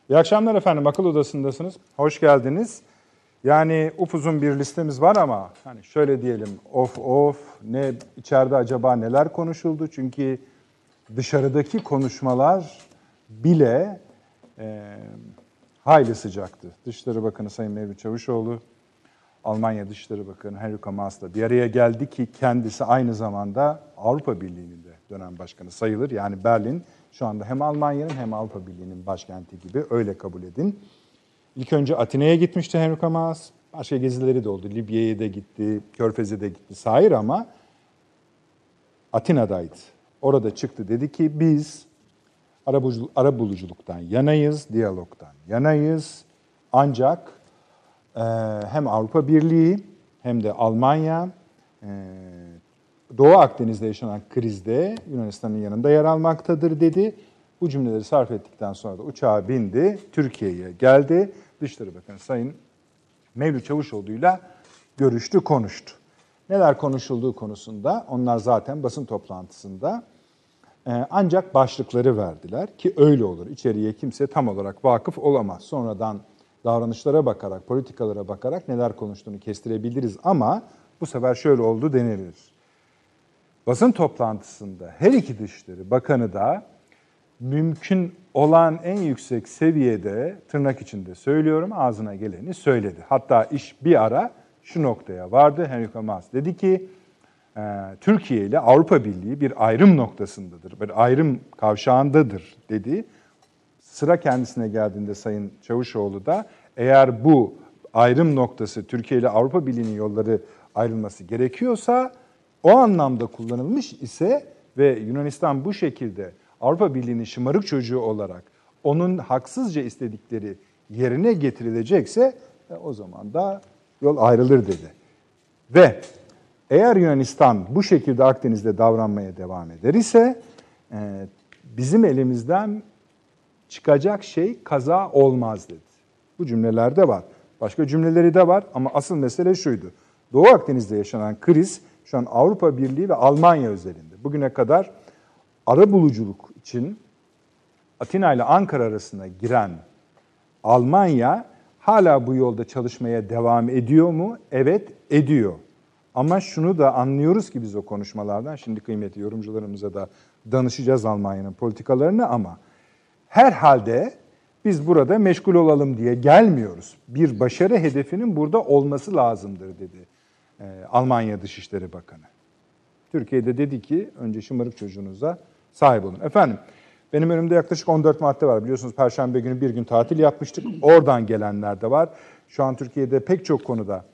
İyi akşamlar efendim, Akıl Odası'ndasınız. Hoş geldiniz. Yani upuzun bir listemiz var ama hani şöyle diyelim, ne içeride acaba neler konuşuldu? Çünkü dışarıdaki konuşmalar bile hayli sıcaktı. Dışişleri Bakanı Sayın Mevlüt Çavuşoğlu, Almanya Dışişleri Bakanı Heiko Maas'la bir araya geldi ki kendisi aynı zamanda Avrupa Birliği'nin de dönem başkanı sayılır. Yani Berlin şu anda hem Almanya'nın hem Avrupa Birliği'nin başkenti gibi, öyle kabul edin. İlk önce Atina'ya gitmişti Heiko Maas. Başka gezileri de oldu. Libya'ya da gitti, Körfez'e de gitti. Sair ama Atina'daydı. Orada çıktı, dedi ki biz arabuluculuktan yanayız, diyalogdan yanayız. Ancak hem Avrupa Birliği hem de Almanya Doğu Akdeniz'de yaşanan krizde Yunanistan'ın yanında yer almaktadır dedi. Bu cümleleri sarf ettikten sonra da uçağa bindi, Türkiye'ye geldi. Dışişleri Bakanı Sayın Mevlüt Çavuşoğlu'yla görüştü, konuştu. Neler konuşulduğu konusunda onlar zaten basın toplantısında ancak başlıkları verdiler ki öyle olur. İçeriye kimse tam olarak vakıf olamaz. Sonradan davranışlara bakarak, politikalara bakarak neler konuştuğunu kestirebiliriz ama bu sefer şöyle oldu denilir. Basın toplantısında her iki Dışişleri Bakanı da mümkün olan en yüksek seviyede, tırnak içinde söylüyorum, ağzına geleni söyledi. Hatta iş bir ara şu noktaya vardı. Heiko Maas dedi ki Türkiye ile Avrupa Birliği bir ayrım noktasındadır, bir ayrım kavşağındadır dedi. Sıra kendisine geldiğinde Sayın Çavuşoğlu da eğer bu ayrım noktası Türkiye ile Avrupa Birliği'nin yolları ayrılması gerekiyorsa, o anlamda kullanılmış ise ve Yunanistan bu şekilde Avrupa Birliği'nin şımarık çocuğu olarak onun haksızca istedikleri yerine getirilecekse o zaman da yol ayrılır dedi. Ve eğer Yunanistan bu şekilde Akdeniz'de davranmaya devam eder ise bizim elimizden çıkacak şey kaza olmaz dedi. Bu cümlelerde var. Başka cümleleri de var ama asıl mesele şuydu. Doğu Akdeniz'de yaşanan kriz şu an Avrupa Birliği ve Almanya özelinde. Bugüne kadar arabuluculuk için Atina ile Ankara arasına giren Almanya hala bu yolda çalışmaya devam ediyor mu? Evet, ediyor. Ama şunu da anlıyoruz ki biz o konuşmalardan, şimdi kıymetli yorumcularımıza da danışacağız Almanya'nın politikalarını ama herhalde biz burada meşgul olalım diye gelmiyoruz. Bir başarı hedefinin burada olması lazımdır dedi Almanya Dışişleri Bakanı. Türkiye'de dedi ki önce şımarık çocuğunuza sahip olun. Efendim benim önümde yaklaşık 14 madde var. Biliyorsunuz Perşembe günü bir gün tatil yapmıştık. Oradan gelenler de var. Şu an Türkiye'de pek çok konuda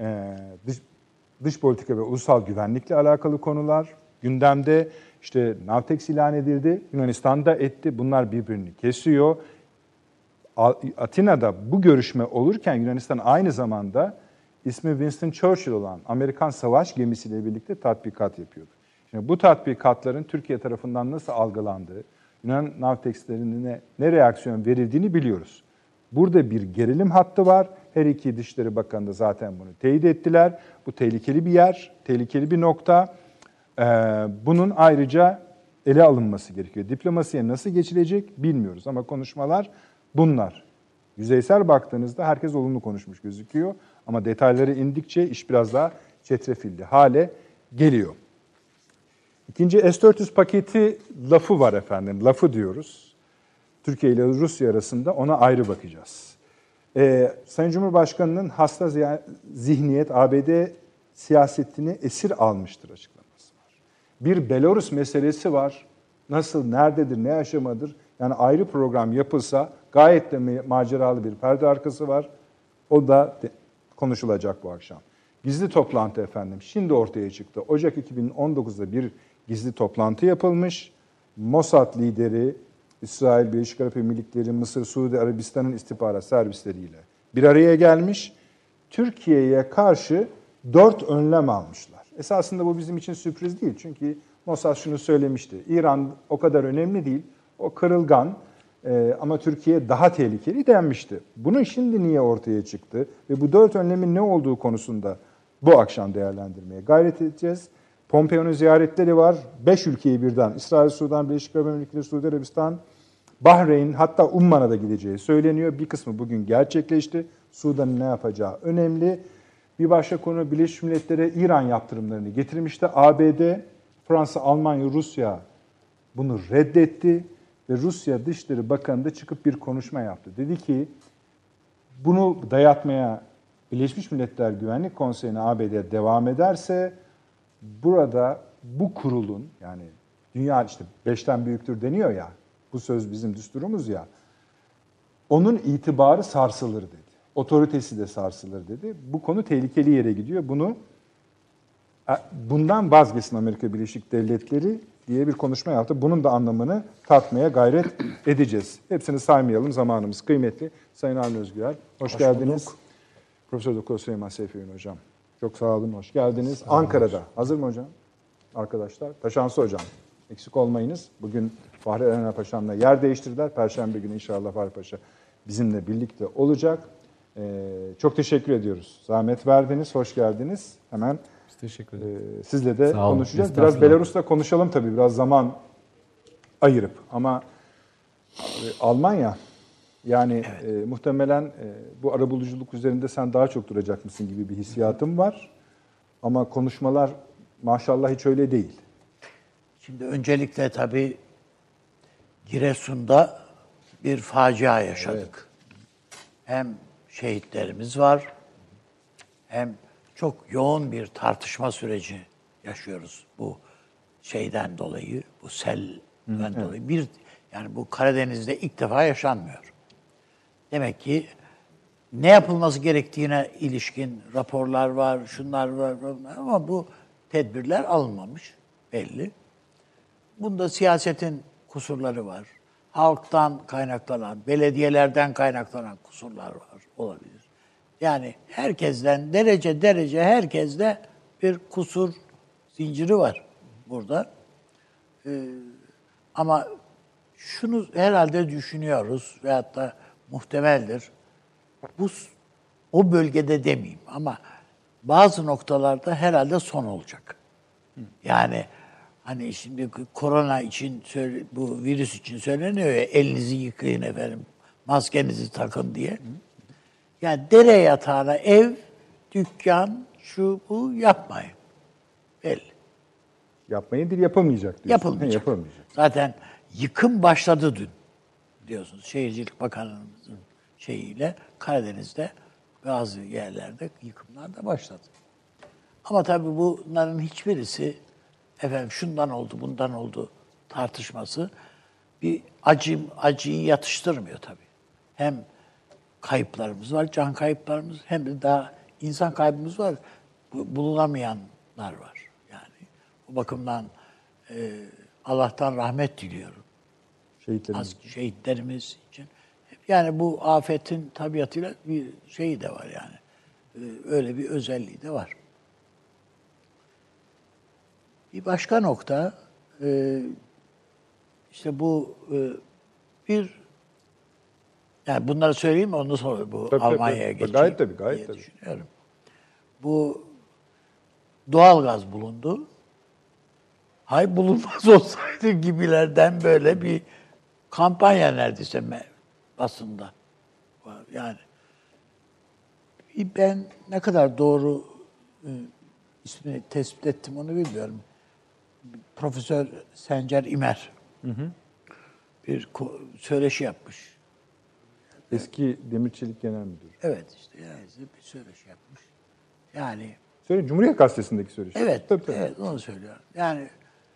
dış politika ve ulusal güvenlikle alakalı konular gündemde. İşte Navtex ilan edildi. Yunanistan da etti. Bunlar birbirini kesiyor. Atina'da bu görüşme olurken Yunanistan aynı zamanda ismi Winston Churchill olan Amerikan savaş gemisiyle birlikte tatbikat yapıyordu. Şimdi bu tatbikatların Türkiye tarafından nasıl algılandığı, Yunan Navtex'lerine ne reaksiyon verildiğini biliyoruz. Burada bir gerilim hattı var. Her iki Dışişleri Bakanı da zaten bunu teyit ettiler. Bu tehlikeli bir yer, tehlikeli bir nokta. Bunun ayrıca ele alınması gerekiyor. Diplomasiye nasıl geçilecek bilmiyoruz ama konuşmalar bunlar. Yüzeysel baktığınızda herkes olumlu konuşmuş gözüküyor ama detayları indikçe iş biraz daha çetrefilli hale geliyor. İkinci S-400 paketi lafı var efendim, lafı diyoruz. Türkiye ile Rusya arasında ona ayrı bakacağız. Sayın Cumhurbaşkanı'nın hasta zihniyet ABD siyasetini esir almıştır açıklaması var. Bir Belarus meselesi var. Nasıl, nerededir, ne aşamadır? Yani ayrı program yapılsa gayet de maceralı bir perde arkası var. O da konuşulacak bu akşam. Gizli toplantı efendim şimdi ortaya çıktı. Ocak 2019'da bir gizli toplantı yapılmış. Mossad lideri, İsrail, Birleşik Arap Emirlikleri, Mısır, Suudi Arabistan'ın istihbarat servisleriyle bir araya gelmiş. Türkiye'ye karşı 4 önlem almışlar. Esasında bu bizim için sürpriz değil. Çünkü Mossad şunu söylemişti. İran o kadar önemli değil. O kırılgan ama Türkiye daha tehlikeli denmişti. Bunun şimdi niye ortaya çıktı ve bu 4 önlemin ne olduğu konusunda bu akşam değerlendirmeye gayret edeceğiz. Pompeo'nun ziyaretleri var. 5 ülkeyi birden, İsrail, Sudan, Birleşik Arap Emirlikleri, Suudi Arabistan, Bahreyn hatta Umman'a da gideceği söyleniyor. Bir kısmı bugün gerçekleşti. Sudan'ın ne yapacağı önemli. Bir başka konu Birleşmiş Milletler'e İran yaptırımlarını getirmişti. ABD, Fransa, Almanya, Rusya bunu reddetti. Ve Rusya Dışişleri Bakanı da çıkıp bir konuşma yaptı. Dedi ki bunu dayatmaya Birleşmiş Milletler Güvenlik Konseyi'ne ABD devam ederse burada bu kurulun yani dünya işte 5'ten büyüktür deniyor ya bu söz bizim düsturumuz ya onun itibarı sarsılır dedi. Otoritesi de sarsılır dedi. Bu konu tehlikeli yere gidiyor. Bundan vazgeçsin Amerika Birleşik Devletleri diye bir konuşma yaptı. Bunun da anlamını tartmaya gayret edeceğiz. Hepsini saymayalım. Zamanımız kıymetli. Sayın Avni Özgürel, hoş geldiniz. Bulduk. Profesör Doktor Süleyman Seyfi Ün hocam. Çok sağ olun, hoş geldiniz. Ankara'da. Hazır mı hocam? Arkadaşlar. Taşansı hocam. Eksik olmayınız. Bugün Fahri Erener Paşa'mla yer değiştirdiler. Perşembe günü inşallah Fahri Paşa bizimle birlikte olacak. Çok teşekkür ediyoruz. Zahmet verdiniz, hoş geldiniz. Hemen teşekkür ederim. Sizle de konuşacağız. Biraz Belarus'ta konuşalım tabii. Biraz zaman ayırıp. Ama Almanya yani evet. Muhtemelen bu arabuluculuk üzerinde sen daha çok duracak mısın gibi bir hissiyatım var. Ama konuşmalar maşallah hiç öyle değil. Şimdi öncelikle tabii Giresun'da bir facia yaşadık. Evet. Hem şehitlerimiz var hem çok yoğun bir tartışma süreci yaşıyoruz bu şeyden dolayı, bu selden dolayı. Yani bu Karadeniz'de ilk defa yaşanmıyor. Demek ki ne yapılması gerektiğine ilişkin raporlar var, şunlar var ama bu tedbirler alınmamış belli. Bunda siyasetin kusurları var. Halktan kaynaklanan, belediyelerden kaynaklanan kusurlar var, olabilir. Yani herkesten derece herkeste bir kusur zinciri var burada. Ama şunu herhalde düşünüyoruz veyahut da muhtemeldir. O bölgede demeyeyim ama bazı noktalarda herhalde son olacak. Yani hani şimdi korona için, bu virüs için söyleniyor ya, elinizi yıkayın efendim, maskenizi takın diye. Yani dere yatağına ev, dükkan, şu bu yapmayın. Belli. Yapmayın değil, yapamayacak diyorsun. Yapılmayacak. Zaten yıkım başladı dün diyorsunuz. Şehircilik Bakanlığımızın şeyiyle Karadeniz'de bazı yerlerde yıkımlar da başladı. Ama tabii bunların hiçbirisi efendim şundan oldu, bundan oldu tartışması bir acıyı yatıştırmıyor tabii. Hem kayıplarımız var, can kayıplarımız, hem de daha insan kaybımız var, bulunamayanlar var. Yani bu bakımdan Allah'tan rahmet diliyorum. Şehitlerimiz için. Yani bu afetin tabiatıyla bir şeyi de var yani. Öyle bir özelliği de var. Bir başka nokta, işte bu yani bunları söyleyeyim mi? Ondan sonra bu Almanya'ya geçeyim gayet tabii. Düşünüyorum. Bu doğalgaz bulundu. Hay bulunmaz olsaydı gibilerden böyle bir kampanya neredeyse basında var. Yani ben ne kadar doğru ismini tespit ettim onu bilmiyorum. Profesör Sencer İmer bir söyleşi yapmış. Eski Demir Çelik Genel Müdürü. Evet işte yani bir söyleşi yapmış. Yani Cumhuriyet Gazetesi'ndeki söyleşi. Evet, tabii. Evet onu söylüyor. Yani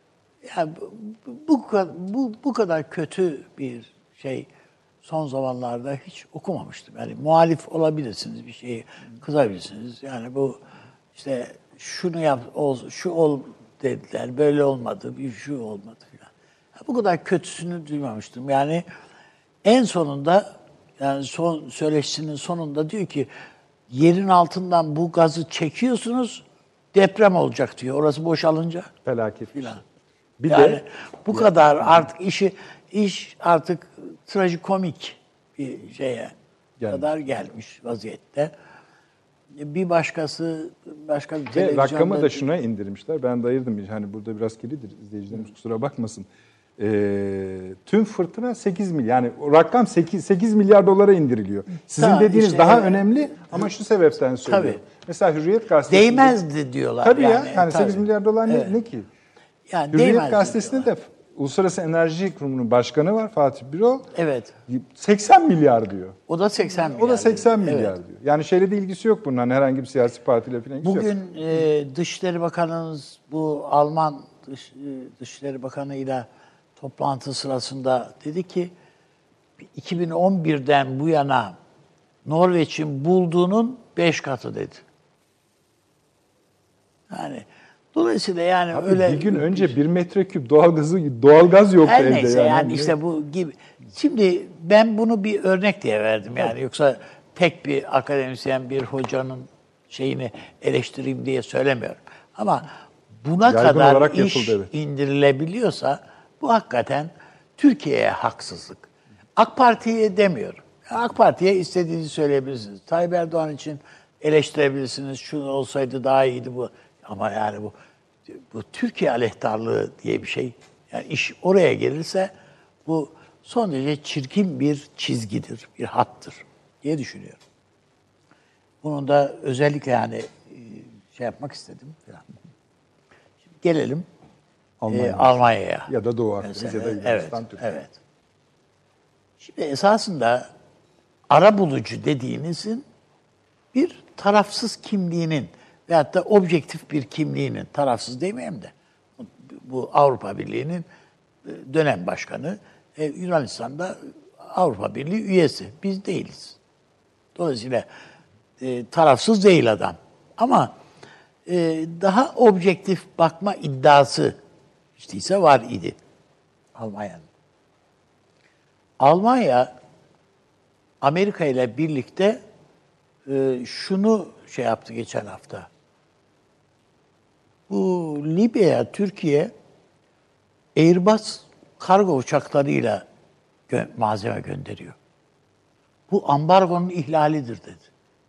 bu kadar kötü bir şey son zamanlarda hiç okumamıştım. Yani muhalif olabilirsiniz, bir şeyi kızabilirsiniz. Yani bu işte şunu yap, şu ol dediler, böyle olmadı, bir şu olmadı filan. Bu kadar kötüsünü duymamıştım. Yani en sonunda, yani son söyleşisinin sonunda diyor ki yerin altından bu gazı çekiyorsunuz, deprem olacak diyor. Orası boşalınca. Felaket filan. Bir yani de bu kadar artık iş artık trajikomik bir şeye kadar gelmiş vaziyette. Bir başka bir televizyonda... Rakamı da şuna indirmişler. Ben de ayırdım. Hani burada biraz kirlidir. İzleyicilerimiz kusura bakmasın. tüm fırtına 8 milyar. Yani o rakam 8 milyar dolara indiriliyor. Sizin Tamam, dediğiniz işte, daha önemli ama şu sebepten söylüyorum. Tabii. Mesela Hürriyet Gazetesi'nde... Değmezdi diyorlar. Tabii yani, ya. Yani tabii. 8 milyar dolar ne ki? Yani Hürriyet değmezdi Gazetesi'nde diyorlar. de Uluslararası Enerji Kurumu'nun başkanı var Fatih Birol. Evet. 80 milyar diyor. O da 80 milyar. O da 80 diyor. milyar Evet. diyor. Yani şeyle de ilgisi yok bunun. Hani herhangi bir siyasi partiyle falan ilgisi yok. Bugün Dışişleri Bakanımız bu Alman Dışişleri Bakanı'yla toplantı sırasında dedi ki 2011'den bu yana Norveç'in bulduğunun 5 katı dedi. Yani dolayısıyla yani Abi öyle bir gün önce 1 metreküp doğalgaz yoktu her elde neyse yani. yani işte bu gibi. Şimdi ben bunu bir örnek diye verdim yani yoksa tek bir akademisyen bir hocanın şeyini eleştireyim diye söylemiyorum. Ama buna Yaygın kadar olarak iş yapıldı, evet. indirilebiliyorsa bu hakikaten Türkiye'ye haksızlık. AK Parti'ye demiyorum. AK Parti'ye istediğinizi söyleyebilirsiniz. Tayyip Erdoğan için eleştirebilirsiniz. Şu olsaydı daha iyiydi bu. Ama yani bu Türkiye aleyhtarlığı diye bir şey. Yani iş oraya gelirse bu son derece çirkin bir çizgidir, bir hattır diye düşünüyorum. Bunun da özellikle yani şey yapmak istedim falan. Şimdi gelelim Almanya'ya. Ya da Doğu Akdeniz ya da Yunanistan, Türkiye. Evet. Şimdi esasında arabulucu dediğinizin bir tarafsız kimliğinin veyahut da objektif bir kimliğinin, tarafsız demeyeyim de, bu Avrupa Birliği'nin dönem başkanı, Yunanistan'da Avrupa Birliği üyesi. Biz değiliz. Dolayısıyla tarafsız değil adam. Ama daha objektif bakma iddiası işte ise var idi Almanya'nın. Almanya Amerika ile birlikte şunu şey yaptı geçen hafta. Bu Libya'ya Türkiye Airbus kargo uçaklarıyla malzeme gönderiyor. Bu ambargonun ihlalidir dedi.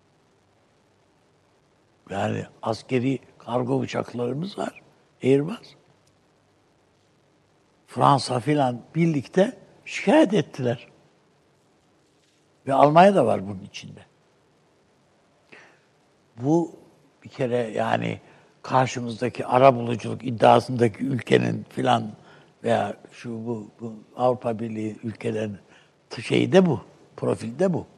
Yani askeri kargo uçaklarımız var. Airbus. Fransa filan birlikte şikayet ettiler. Ve Almanya da var bunun içinde. Bu bir kere yani karşımızdaki arabuluculuk iddiasındaki ülkenin filan veya bu Avrupa Birliği ülkelerinin şeyi de bu, profilde bu.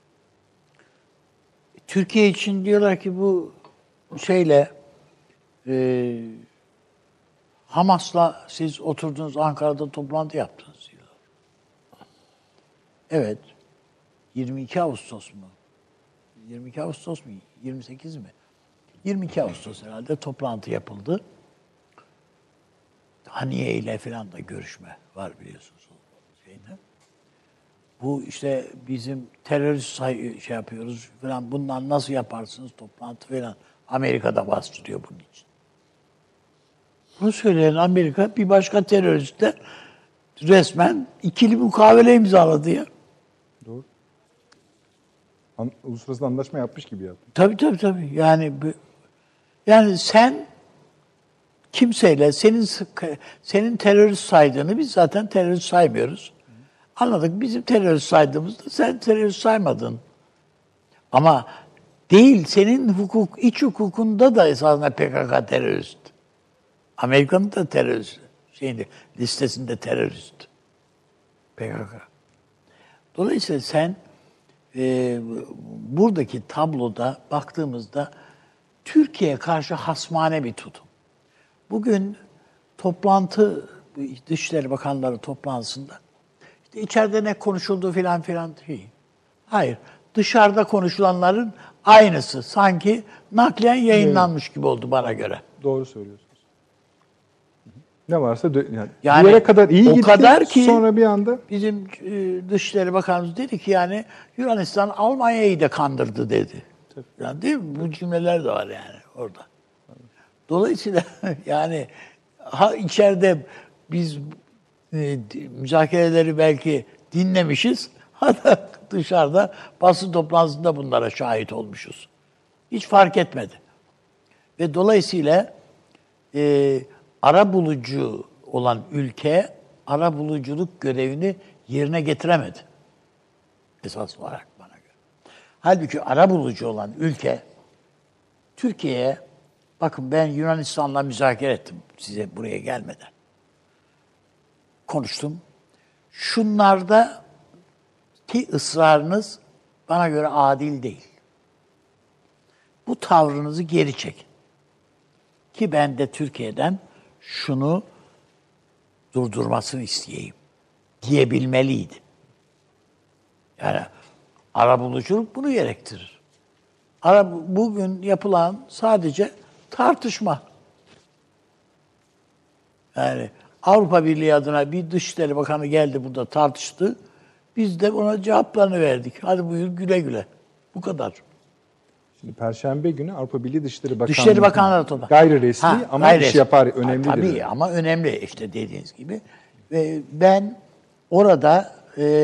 Türkiye için diyorlar ki bu şeyle Hamas'la siz oturdunuz Ankara'da toplantı yaptınız diyorlar. Evet. 22 Ağustos mu? 22 Ağustos mu? 28 mi? 22 Ağustos herhalde toplantı yapıldı. Haniye ile falan da görüşme var biliyorsunuz. Bu işte bizim terörist şey yapıyoruz falan. Bundan nasıl yaparsınız toplantı falan. Amerika'da bastırıyor bunun için. Bunu söyleyen Amerika bir başka teröristle resmen ikili mukavele imzaladı ya. Doğru. Uluslararası anlaşma yapmış gibi yaptı. Tabii. Yani sen kimseyle senin terörist saydığını biz zaten terörist saymıyoruz. Anladık. Bizim terörist saydığımızda sen terörist saymadın. Ama değil senin iç hukukunda da esasında PKK terörist. Amerika'nın da terörist listesinde terörist. PKK. Dolayısıyla sen buradaki tabloda baktığımızda Türkiye'ye karşı hasmane bir tutum. Bugün Dışişleri Bakanları toplantısında işte içeride ne konuşuldu filan değil. Hayır. Dışarıda konuşulanların aynısı. Sanki naklen yayınlanmış gibi oldu bana göre. Doğru söylüyorsunuz. Ne varsa yani bir yere kadar iyi o gitti. Kadar ki sonra bir anda bizim Dışişleri Bakanımız dedi ki yani Yunanistan Almanya'yı da kandırdı dedi. Yani değil mi? Bu cümleler de var yani orada. Dolayısıyla yani içeride biz müzakereleri belki dinlemişiz. Hatta dışarıda basın toplantısında bunlara şahit olmuşuz. Hiç fark etmedi. Ve dolayısıyla arabulucu olan ülke arabuluculuk görevini yerine getiremedi. Esas olarak bana göre. Halbuki arabulucu olan ülke Türkiye'ye, bakın ben Yunanistan'la müzakere ettim size buraya gelmeden. Konuştum. Şunlarda ki ısrarınız bana göre adil değil. Bu tavrınızı geri çekin. Ki ben de Türkiye'den şunu durdurmasını isteyeyim diyebilmeliydi. Yani arabuluculuk bunu gerektirir. Bugün yapılan sadece tartışma. Yani Avrupa Birliği adına bir Dışişleri Bakanı geldi burada tartıştı. Biz de ona cevaplarını verdik. Hadi buyur güle güle. Bu kadar. Şimdi Perşembe günü Avrupa Birliği Dışişleri Bakanları toplantısı. Gayri resmi ama gayri iş resmi. yapar, önemli. Tabii ama önemli işte dediğiniz gibi. Ve ben orada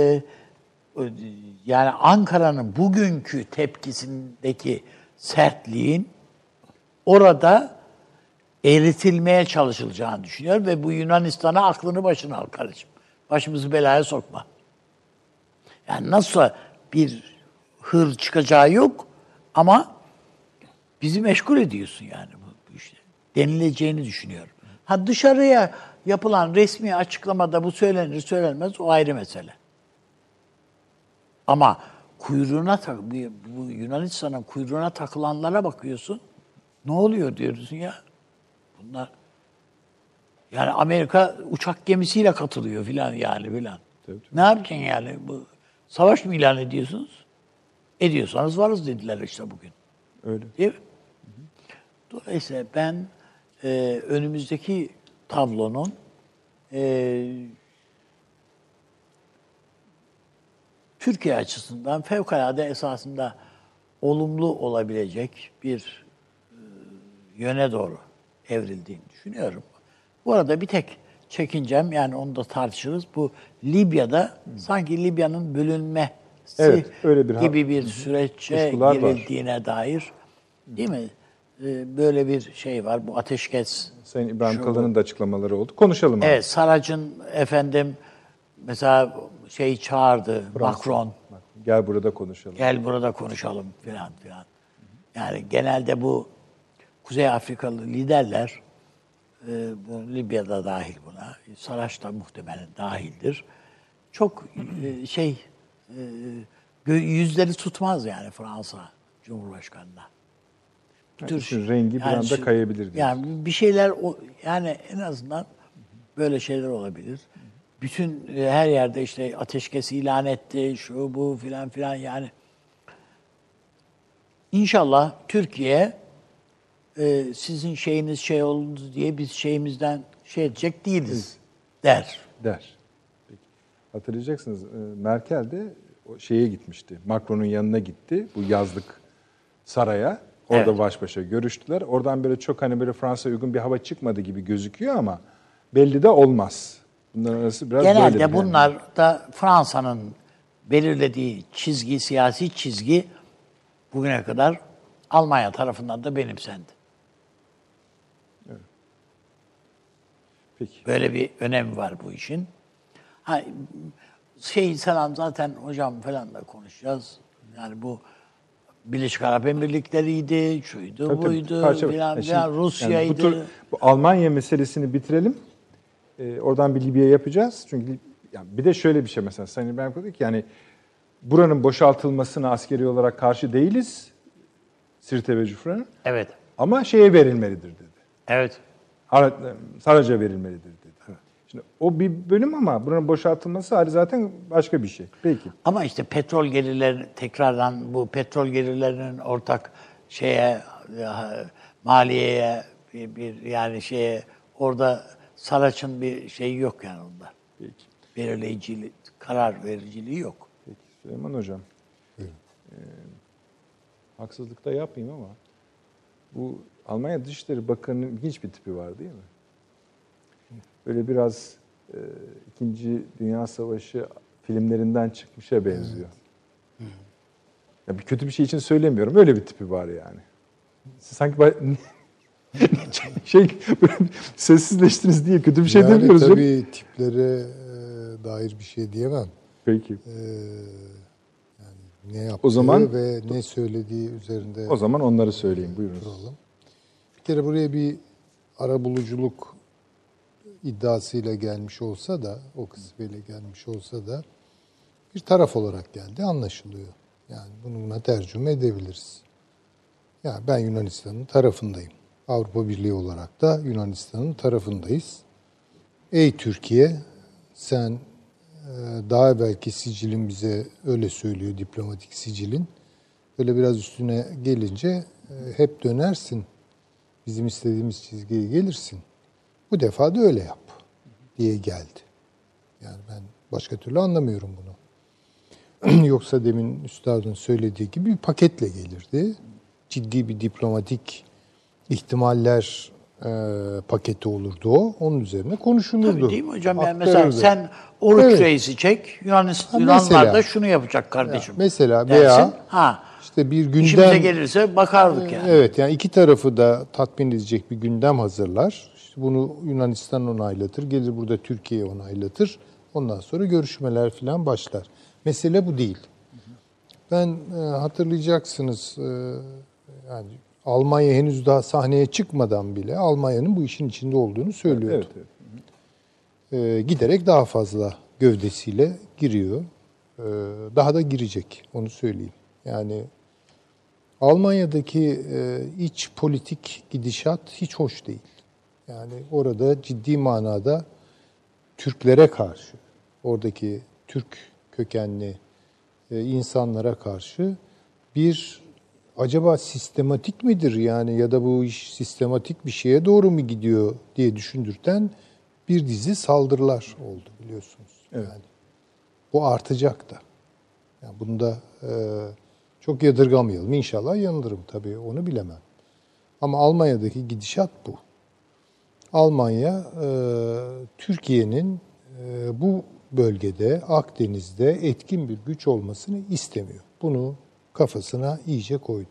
yani Ankara'nın bugünkü tepkisindeki sertliğin orada eritilmeye çalışılacağını düşünüyorum ve bu Yunanistan'a aklını başına al kardeşim. Başımızı belaya sokma. Yani nasıl bir hır çıkacağı yok ama bizi meşgul ediyorsun yani bu işte. Denileceğini düşünüyorum. Ha dışarıya yapılan resmi açıklamada bu söylenir söylenmez o ayrı mesele. Ama bu Yunanistan'ın kuyruğuna takılanlara bakıyorsun. Ne oluyor diyorsun ya? Bunlar yani Amerika uçak gemisiyle katılıyor filan yani filan. Ne yapacaksın yani? Bu savaş mı ilan ediyorsunuz? Ediyorsanız varız dediler işte bugün. Öyle. Değil mi? Dolayısıyla ben önümüzdeki tablonun Türkiye açısından fevkalade esasında olumlu olabilecek bir yöne doğru evrildiğini düşünüyorum. Bu arada bir tek çekincem, yani onu da tartışırız. Bu Libya'da sanki Libya'nın bölünmesi öyle gibi bir süreçe girildiğine dair, değil mi? Böyle bir şey var. Bu ateşkes. Sayın İbrahim Kalın'ın da açıklamaları oldu. Konuşalım abi. Evet, Sarac'ın mesela çağırdı, Macron. Gel burada konuşalım. Gel burada konuşalım filan filan. Yani genelde bu Kuzey Afrikalı liderler, bu Libya'da dahil buna, Saraç da muhtemelen dahildir. Çok yüzleri tutmaz yani Fransa Cumhurbaşkanı'na. Rengi bir anda kayabilir diyorsun. Yani bir şeyler yani en azından böyle şeyler olabilir. Bütün her yerde işte ateşkes ilan etti, şu bu filan filan yani. İnşallah Türkiye sizin şeyiniz oldu diye biz şeyimizden edecek değiliz der. Peki. Hatırlayacaksınız Merkel de o şeye gitmişti. Macron'un yanına gitti. Bu yazlık saraya. Orada baş başa görüştüler. Oradan böyle çok böyle Fransa'ya uygun bir hava çıkmadı gibi gözüküyor ama belli de olmaz. Bunların arası biraz genelde böyledir bunlar da Fransa'nın belirlediği çizgi, siyasi çizgi bugüne kadar Almanya tarafından da benimsendi. Evet. Peki. Böyle bir önemi var bu işin. Selam zaten hocam falan da konuşacağız. Yani bu Birleşik Arap Emirlikleri'ydi, şuydu, buydu, filan, Rusya'ydı. Yani bu Almanya meselesini bitirelim. Oradan bir Libya yapacağız. Çünkü yani bir de şöyle bir şey mesela Sayın İbrahim dedi ki yani buranın boşaltılmasına askeri olarak karşı değiliz. Sirte ve Cufra'nın. Evet. Ama şeye verilmelidir dedi. Evet. Saraç'a verilmelidir dedi. Evet. Şimdi o bir bölüm ama buranın boşaltılması hali zaten başka bir şey. Peki. Ama işte petrol gelirleri tekrardan bu petrol gelirlerinin ortak maliyeye yani orada Saraç'ın bir şeyi yok yani onda. Peki. Belirleyiciliği, karar vericiliği yok. Peki Süleyman Hocam. Haksızlık da yapmayayım ama bu Almanya Dışişleri Bakanı'nın ilginç bir tipi var değil mi? Böyle biraz İkinci Dünya Savaşı filmlerinden çıkmışa benziyor. Ya bir kötü bir şey için söylemiyorum. Öyle bir tipi var yani. Sanki sessizleştiniz diye kötü bir şey demiyoruz. Tabii tiplere dair bir şey diyemem. Peki. Ne yaptığı O zaman ve ne söylediği üzerinde o zaman onları söyleyeyim. Buyurun. duralım. Bir kere buraya bir arabuluculuk iddiasıyla gelmiş olsa da, o kısmıyla gelmiş olsa da bir taraf olarak geldi, anlaşılıyor. Yani bununla tercüme edebiliriz. Yani ben Yunanistan'ın tarafındayım. Avrupa Birliği olarak da Yunanistan'ın tarafındayız. Ey Türkiye, sen daha evvelki sicilin bize öyle söylüyor, diplomatik sicilin. Böyle biraz üstüne gelince hep dönersin, bizim istediğimiz çizgiye gelirsin. Bu defa da öyle yap diye geldi. Yani ben başka türlü anlamıyorum bunu. Yoksa demin üstadın söylediği gibi bir paketle gelirdi. Ciddi bir diplomatik ihtimaller paketi olurdu o. Onun üzerine konuşulurdu. Tabii değil mi hocam? Yani Aktarırdı. mesela sen Oruç Evet. Reis'i çek, Yunanlar mesela. da şunu yapacak kardeşim. Mesela dersin. veya işte bir gündem... İşimize gelirse bakardık yani. Evet, yani iki tarafı da tatmin edecek bir gündem hazırlar. İşte bunu Yunanistan onaylatır, gelir burada Türkiye onaylatır. Ondan sonra görüşmeler falan başlar. Mesele bu değil. Ben hatırlayacaksınız, yani Almanya henüz daha sahneye çıkmadan bile Almanya'nın bu işin içinde olduğunu söylüyordu. Evet. Giderek daha fazla gövdesiyle giriyor. Daha da girecek, onu söyleyeyim. Yani Almanya'daki iç politik gidişat hiç hoş değil. Yani orada ciddi manada Türklere karşı, oradaki Türk kökenli insanlara karşı bir acaba sistematik midir yani ya da bu iş sistematik bir şeye doğru mu gidiyor diye düşündürten bir dizi saldırılar oldu biliyorsunuz. Evet. Yani bu artacak da. Yani bunu da çok yadırgamayalım. İnşallah yanılırım tabii, onu bilemem. Ama Almanya'daki gidişat bu. Almanya, Türkiye'nin bu bölgede, Akdeniz'de etkin bir güç olmasını istemiyor. Bunu kafasına iyice koydu.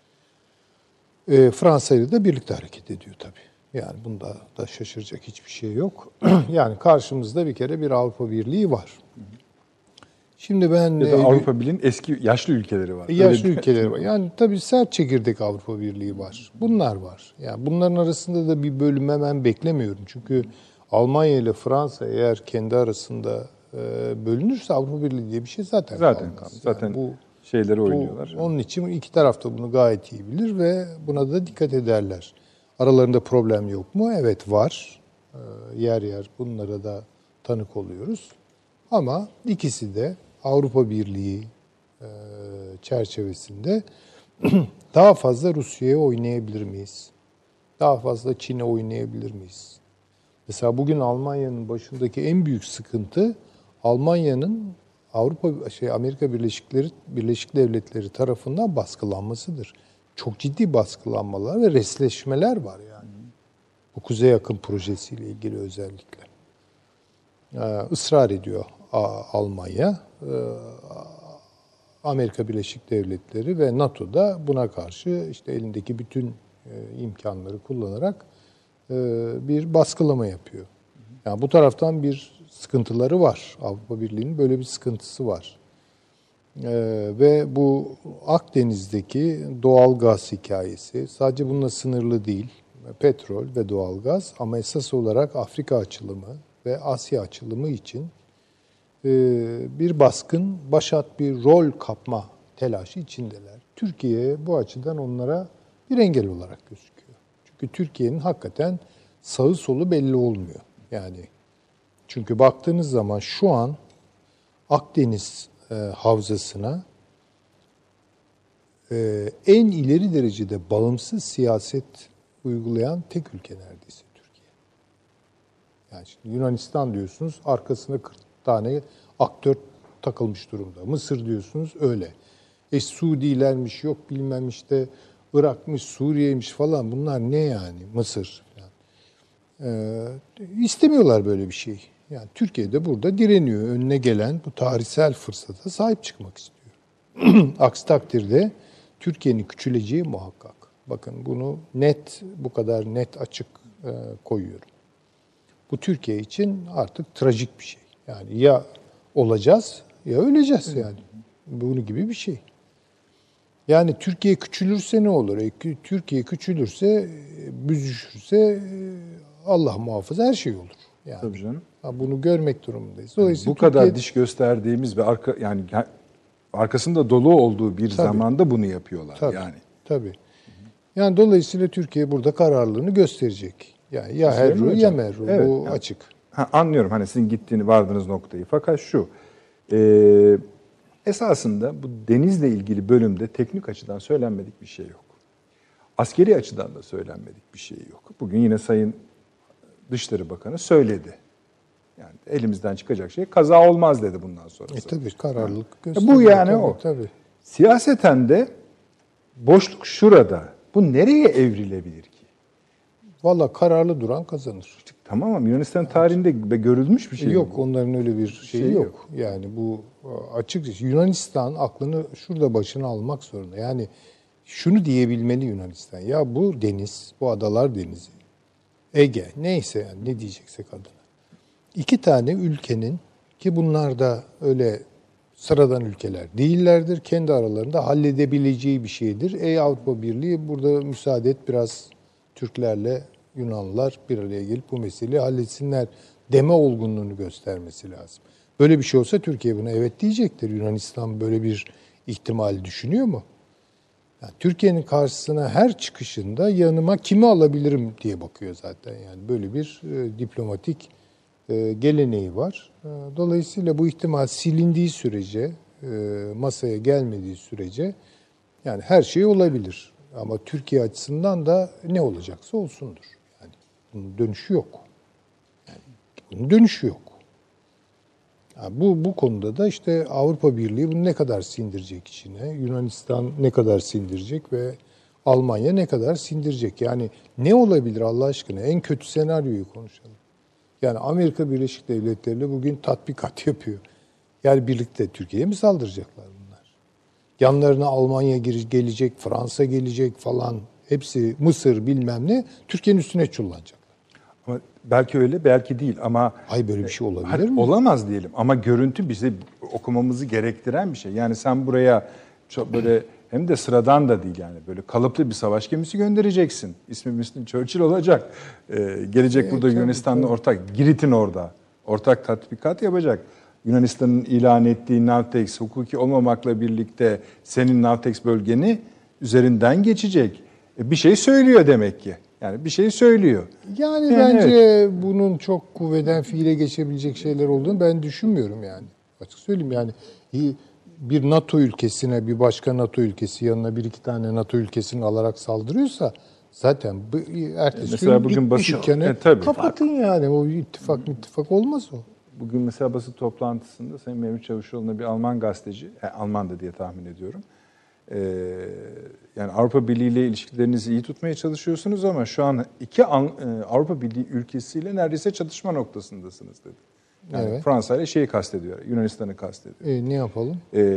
Fransa ile de birlikte hareket ediyor tabii. Yani bunda da şaşıracak hiçbir şey yok. Yani karşımızda bir kere bir Avrupa Birliği var. Şimdi ben... Ya da Avrupa Birliği'nin eski yaşlı ülkeleri var. Yaşlı ülkeleri var. Yani tabii sert çekirdek Avrupa Birliği var. Bunlar var. Yani bunların arasında da bir bölüm hemen beklemiyorum. Çünkü Almanya ile Fransa eğer kendi arasında bölünürse Avrupa Birliği diye bir şey zaten kalmaz. Zaten yani bu şeyleri oynuyorlar. Onun için iki taraf da bunu gayet iyi bilir ve buna da dikkat ederler. Aralarında problem yok mu? Evet var. Yer yer bunlara da tanık oluyoruz. Ama ikisi de Avrupa Birliği çerçevesinde daha fazla Rusya'ya oynayabilir miyiz? Daha fazla Çin'e oynayabilir miyiz? Mesela bugün Almanya'nın başındaki en büyük sıkıntı Almanya'nın Amerika Birleşik Devletleri tarafından baskılanmasıdır. Çok ciddi baskılanmalar ve resleşmeler var yani. Bu Kuzey Yakın projesiyle ilgili özellikle. Israr ediyor Almanya. Amerika Birleşik Devletleri ve NATO da buna karşı işte elindeki bütün imkanları kullanarak bir baskılama yapıyor. Yani bu taraftan bir sıkıntıları var. Avrupa Birliği'nin böyle bir sıkıntısı var. Ve bu Akdeniz'deki doğal gaz hikayesi sadece bununla sınırlı değil. Petrol ve doğal gaz ama esas olarak Afrika açılımı ve Asya açılımı için bir baskın, başat bir rol kapma telaşı içindeler. Türkiye bu açıdan onlara bir engel olarak gözüküyor. Çünkü Türkiye'nin hakikaten sağı solu belli olmuyor. Yani çünkü baktığınız zaman şu an Akdeniz havzasına en ileri derecede bağımsız siyaset uygulayan tek ülke neredeyse Türkiye. Yani şimdi Yunanistan diyorsunuz, arkasında 40 tane aktör takılmış durumda. Mısır diyorsunuz öyle. Suudilermiş, yok bilmem işte Irak'mış, Suriye'ymiş falan, bunlar ne yani? Mısır falan. İstemiyorlar böyle bir şey. Yani Türkiye de burada direniyor. Önüne gelen bu tarihsel fırsata sahip çıkmak istiyor. Aksi takdirde Türkiye'nin küçüleceği muhakkak. Bakın bunu bu kadar net açık koyuyorum. Bu Türkiye için artık trajik bir şey. Yani ya olacağız ya öleceğiz yani. Bunun gibi bir şey. Yani Türkiye küçülürse ne olur? Türkiye küçülürse, büzüşürse Allah muhafaza her şey olur. Yani Tabii canım. bunu görmek durumundayız. Dolayısıyla Bu kadar diş gösterdiğimiz ve arkasında dolu olduğu bir zamanda bunu yapıyorlar tabii, yani. Tabii. Yani dolayısıyla Türkiye burada kararlılığını gösterecek. Yani ya herru ya merru. Evet, Bu yani, açık. Anlıyorum hani sizin vardığınız noktayı. Fakat şu, esasında bu denizle ilgili bölümde teknik açıdan söylenmedik bir şey yok. Askeri açıdan da söylenmedik bir şey yok. Bugün yine Sayın Dışişleri Bakanı söyledi. Yani elimizden çıkacak şey kaza olmaz dedi bundan sonrası. Tabii kararlılık gösteriyor. Bu yani tabii, o. Tabii. Siyaseten de boşluk şurada. Bu nereye evrilebilir ki? Valla kararlı duran kazanır. Tamam ama Yunanistan tarihinde görülmüş bir şey yok, bu. onların öyle bir şeyi yok. Yani bu açık. Yunanistan aklını şurada başına almak zorunda. Yani şunu diyebilmeli Yunanistan. Ya bu deniz, bu adalar denizi, Ege, neyse yani ne diyeceksek adına. 2 tane ülkenin ki bunlar da öyle sıradan ülkeler değillerdir. Kendi aralarında halledebileceği bir şeydir. Ey Avrupa Birliği burada müsaade et biraz Türklerle Yunanlılar bir araya gelip bu meseleyi halletsinler deme olgunluğunu göstermesi lazım. Böyle bir şey olsa Türkiye buna evet diyecektir. Yunanistan böyle bir ihtimal düşünüyor mu? Yani Türkiye'nin karşısına her çıkışında yanıma kimi alabilirim diye bakıyor zaten. Yani böyle bir diplomatik geleneği var. Dolayısıyla bu ihtimal silindiği sürece, masaya gelmediği sürece yani her şey olabilir. Ama Türkiye açısından da ne olacaksa olsundur. Yani bunun dönüşü yok. Yani bunun dönüşü yok. Yani bu konuda da işte Avrupa Birliği bunu ne kadar sindirecek içine, Yunanistan ne kadar sindirecek ve Almanya ne kadar sindirecek? Yani ne olabilir Allah aşkına? En kötü senaryoyu konuşalım. Yani Amerika Birleşik Devletleri ile bugün tatbikat yapıyor. Yani birlikte Türkiye'ye mi saldıracaklar bunlar? Yanlarına Almanya gelecek, Fransa gelecek falan. Hepsi Mısır bilmem ne. Türkiye'nin üstüne çullanacaklar. Ama belki öyle, belki değil ama... Hayır böyle bir şey olabilir mi? Olamaz diyelim ama görüntü bize okumamızı gerektiren bir şey. Yani sen buraya çok böyle hem de sıradan da değil yani böyle kalıplı bir savaş gemisi göndereceksin. İsmi Winston Churchill olacak. Gelecek burada Yunanistan'la ortak, Girit'in orada ortak tatbikat yapacak. Yunanistan'ın ilan ettiği Navtex hukuki olmamakla birlikte senin Navtex bölgeni üzerinden geçecek. Bir şey söylüyor demek ki. Yani bir şey söylüyor. Yani bence bunun çok kuvveden fiile geçebilecek şeyler olduğunu ben düşünmüyorum yani. Açık söyleyeyim yani bir NATO ülkesine bir başka NATO ülkesi yanına bir iki tane NATO ülkesini alarak saldırıyorsa zaten ertesi gün bugün dükkanı kapatın yani. O ittifak olmaz o. Bugün mesela basın toplantısında Sayın Mevlüt Çavuşoğlu'na bir Alman gazeteci, Alman da diye tahmin ediyorum. Yani Avrupa Birliği ile ilişkilerinizi iyi tutmaya çalışıyorsunuz ama şu an iki Avrupa Birliği ülkesiyle neredeyse çatışma noktasındasınız dedi. Yani evet. Fransa ile şeyi kastediyor, Yunanistan'ı kastediyor. Ne yapalım?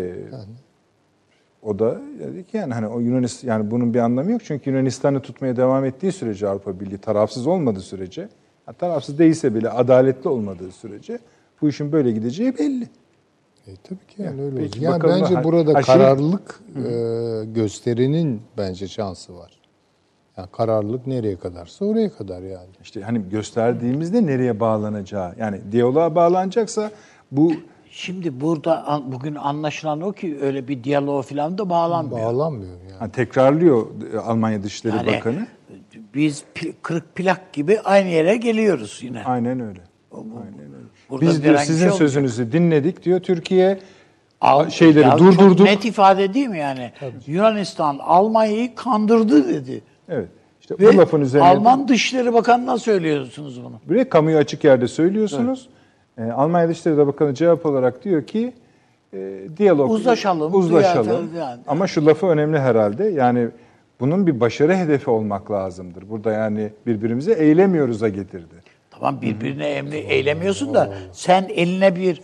O da dedi ki yani hani o Yunanistan yani bunun bir anlamı yok çünkü Yunanistan'ı tutmaya devam ettiği sürece Avrupa Birliği tarafsız olmadığı sürece, tarafsız değilse bile adaletli olmadığı sürece bu işin böyle gideceği belli. Tabii ki yani öyle olacak. Yani bence burada kararlılık gösterinin bence şansı var. Yani kararlılık nereye kadarsa oraya kadar yani. İşte hani gösterdiğimizde nereye bağlanacağı. Yani diyaloğa bağlanacaksa bu... Şimdi burada bugün anlaşılan o ki öyle bir diyaloğa falan da bağlanmıyor. Bağlanmıyor yani. Yani tekrarlıyor Almanya Dışişleri Bakanı. Biz kırık plak gibi aynı yere geliyoruz yine. Aynen öyle. Biz diyor sizin sözünüzü dinledik diyor Türkiye. Şeyleri durdurduk. Çok net ifade değil mi yani? Tabii. Yunanistan Almanya'yı kandırdı dedi. Evet. İşte bu lafın üzerine Alman Dışişleri Bakanı'na söylüyorsunuz bunu. Buraya kamuya açık yerde söylüyorsunuz. Evet. Almanya Dışişleri Bakanı cevap olarak diyor ki diyalog uzlaşalım. Yani. Ama şu lafı önemli herhalde. Yani bunun bir başarı hedefi olmak lazımdır. Burada yani birbirimize eylemiyoruz'a getirdi. Tamam birbirine eylemiyorsun da sen eline bir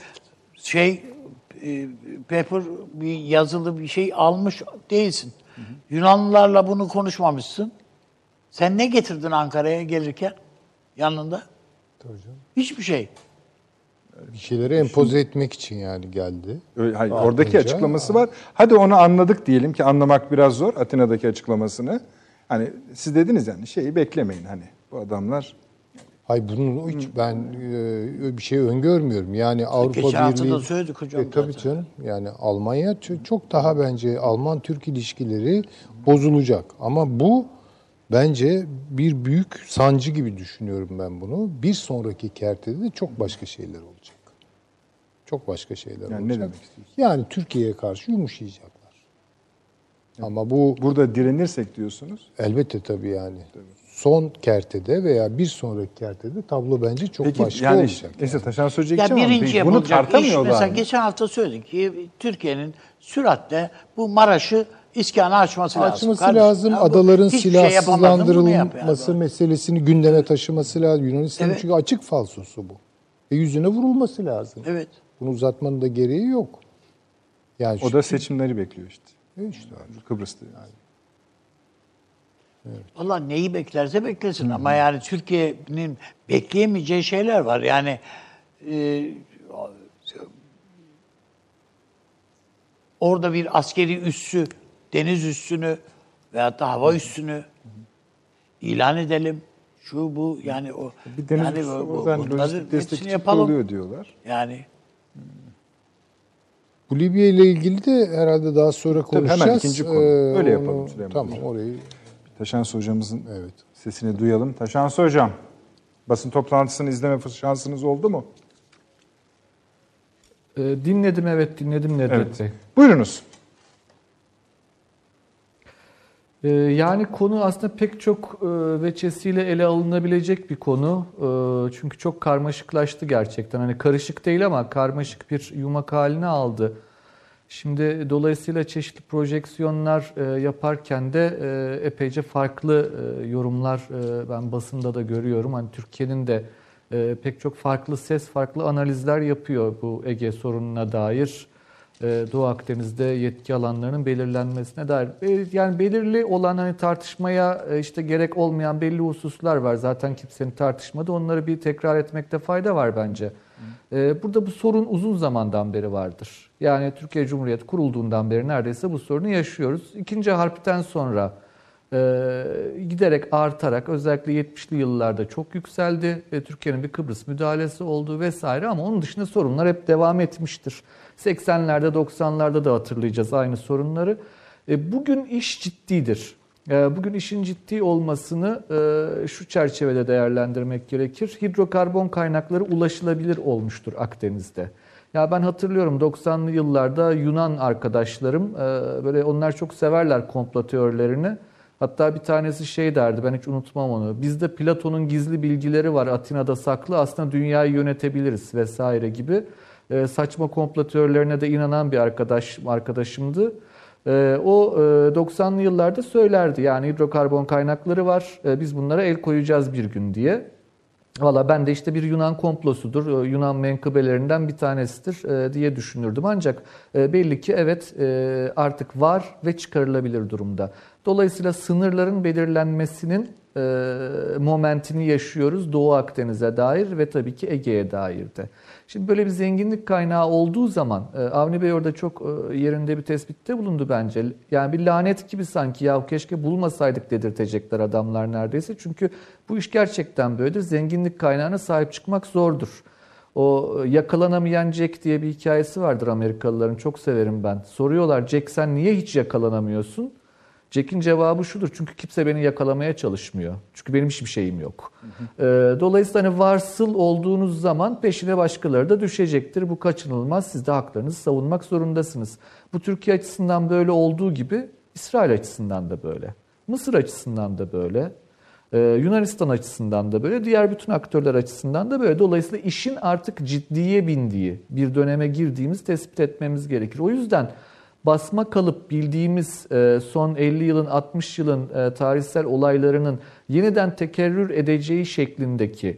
paper bir yazılı bir şey almış değilsin. Yunanlılarla bunu konuşmamışsın. Sen ne getirdin Ankara'ya gelirken yanında? Tabii canım. Hiçbir şey. Bir şeyleri empoze etmek için yani geldi. Hayır, oradaki Aklınca- açıklaması var. Hadi onu anladık diyelim ki anlamak biraz zor Atina'daki açıklamasını. Hani siz dediniz yani şeyi beklemeyin hani bu adamlar. Hayır bunu hiç ben bir şey öngörmüyorum. Yani Avrupa Geçen hafta Birliği da söyledik hocam tabii zaten. canım. Yani Almanya çok daha bence Alman-Türk ilişkileri bozulacak. Ama bu bence bir büyük sancı gibi düşünüyorum ben bunu. Bir sonraki kertede de çok başka şeyler olacak. Çok başka şeyler Yani olacak. ne demek istiyorsun? Yani Türkiye'ye karşı yumuşayacaklar. Ama bu Burada direnirsek diyorsunuz. elbette tabii yani. Son kertede veya bir sonraki kertede tablo bence çok Peki başka yani olacak. neyse Taşan Sözcü'ye Ya gideceğim ama birinci peki bunu yapılacak iş tartamıyorlar mesela mı? geçen hafta söyledik ki Türkiye'nin süratle bu Maraş'ı iskana açması lazım. Açması Kardeşim, lazım. ya bu Adaların hiçbir şey yapamadın, bunu yap silahsızlandırılması yani. meselesini gündeme taşıması lazım. Yunanistan'ın Evet. çünkü açık falsosu bu. Yüzüne vurulması lazım. Evet. Bunu uzatmanın da gereği yok. Yani O da seçimleri bekliyor işte. işte Kıbrıs'ta. Allah neyi beklerse beklesin ama yani Türkiye'nin bekleyemeyeceği şeyler var. Yani orada bir askeri üssü, deniz üssünü veyahut da hava üssünü ilan edelim. Şu bu yani o Bir deniz yani üssü bu- oradan bunların lojistik destek hepsini için yapalım. oluyor diyorlar. Yani bu Libya ile ilgili de herhalde daha sonra Tabii, hemen konuşacağız. ikinci konu. Öyle yapalım Süleyman Tamam Hocam. orayı Taşansı hocamızın evet. sesini duyalım. Taşansı hocam, basın toplantısını izleme şansınız oldu mu? Dinledim dinledim Nedret Evet. Bey. Buyurunuz. Yani konu aslında pek çok veçesiyle ele alınabilecek bir konu. Çünkü çok karmaşıklaştı gerçekten. Hani karışık değil ama karmaşık bir yumak haline aldı. Şimdi dolayısıyla çeşitli projeksiyonlar yaparken de epeyce farklı yorumlar ben basında da görüyorum. Hani Türkiye'nin de pek çok farklı ses, farklı analizler yapıyor bu Ege sorununa dair. Doğu Akdeniz'de yetki alanlarının belirlenmesine dair. Yani belirli olan hani tartışmaya işte gerek olmayan belli hususlar var. Zaten kimsenin tartışmadı. Onları bir tekrar etmekte fayda var bence. Burada bu sorun uzun zamandan beri vardır. Yani Türkiye Cumhuriyeti kurulduğundan beri neredeyse bu sorunu yaşıyoruz. İkinci Harp'ten sonra giderek artarak özellikle 70'li yıllarda çok yükseldi. Türkiye'nin bir Kıbrıs müdahalesi olduğu vesaire ama onun dışında sorunlar hep devam etmiştir. 80'lerde 90'larda da hatırlayacağız aynı sorunları. Bugün iş ciddidir. Bugün işin ciddi olmasını şu çerçevede değerlendirmek gerekir. Hidrokarbon kaynakları ulaşılabilir olmuştur Akdeniz'de. Ya ben hatırlıyorum 90'lı yıllarda Yunan arkadaşlarım böyle onlar çok severler komplo teorilerini. Hatta bir tanesi şey derdi, ben hiç unutmam onu. Bizde Platon'un gizli bilgileri var Atina'da saklı, aslında dünyayı yönetebiliriz vesaire gibi. Saçma komplo teorilerine de inanan bir arkadaşımdı. O 90'lı yıllarda söylerdi yani hidrokarbon kaynakları var, biz bunlara el koyacağız bir gün diye. Valla ben de işte bir Yunan komplosudur, Yunan menkıbelerinden bir tanesidir diye düşünürdüm. Ancak belli ki evet artık var ve çıkarılabilir durumda. Dolayısıyla sınırların belirlenmesinin momentini yaşıyoruz Doğu Akdeniz'e dair ve tabii ki Ege'ye dair de. Şimdi böyle bir zenginlik kaynağı olduğu zaman Avni Bey orada çok yerinde bir tespitte bulundu bence. Yani bir lanet gibi sanki ya keşke bulmasaydık dedirtecekler adamlar neredeyse. Çünkü bu iş gerçekten böyledir. Zenginlik kaynağına sahip çıkmak zordur. O yakalanamayan Jack diye bir hikayesi vardır Amerikalıların. Çok severim ben. Soruyorlar Jack sen niye hiç yakalanamıyorsun? Jack'in cevabı şudur. Çünkü kimse beni yakalamaya çalışmıyor. Çünkü benim hiçbir şeyim yok. Dolayısıyla hani varsıl olduğunuz zaman peşine başkaları da düşecektir. Bu kaçınılmaz. Siz de haklarınızı savunmak zorundasınız. Bu Türkiye açısından böyle olduğu gibi İsrail açısından da böyle. Mısır açısından da böyle. Yunanistan açısından da böyle. Diğer bütün aktörler açısından da böyle. Dolayısıyla işin artık ciddiye bindiği bir döneme girdiğimiz tespit etmemiz gerekir. O yüzden basma kalıp bildiğimiz son 50 yılın 60 yılın tarihsel olaylarının yeniden tekerrür edeceği şeklindeki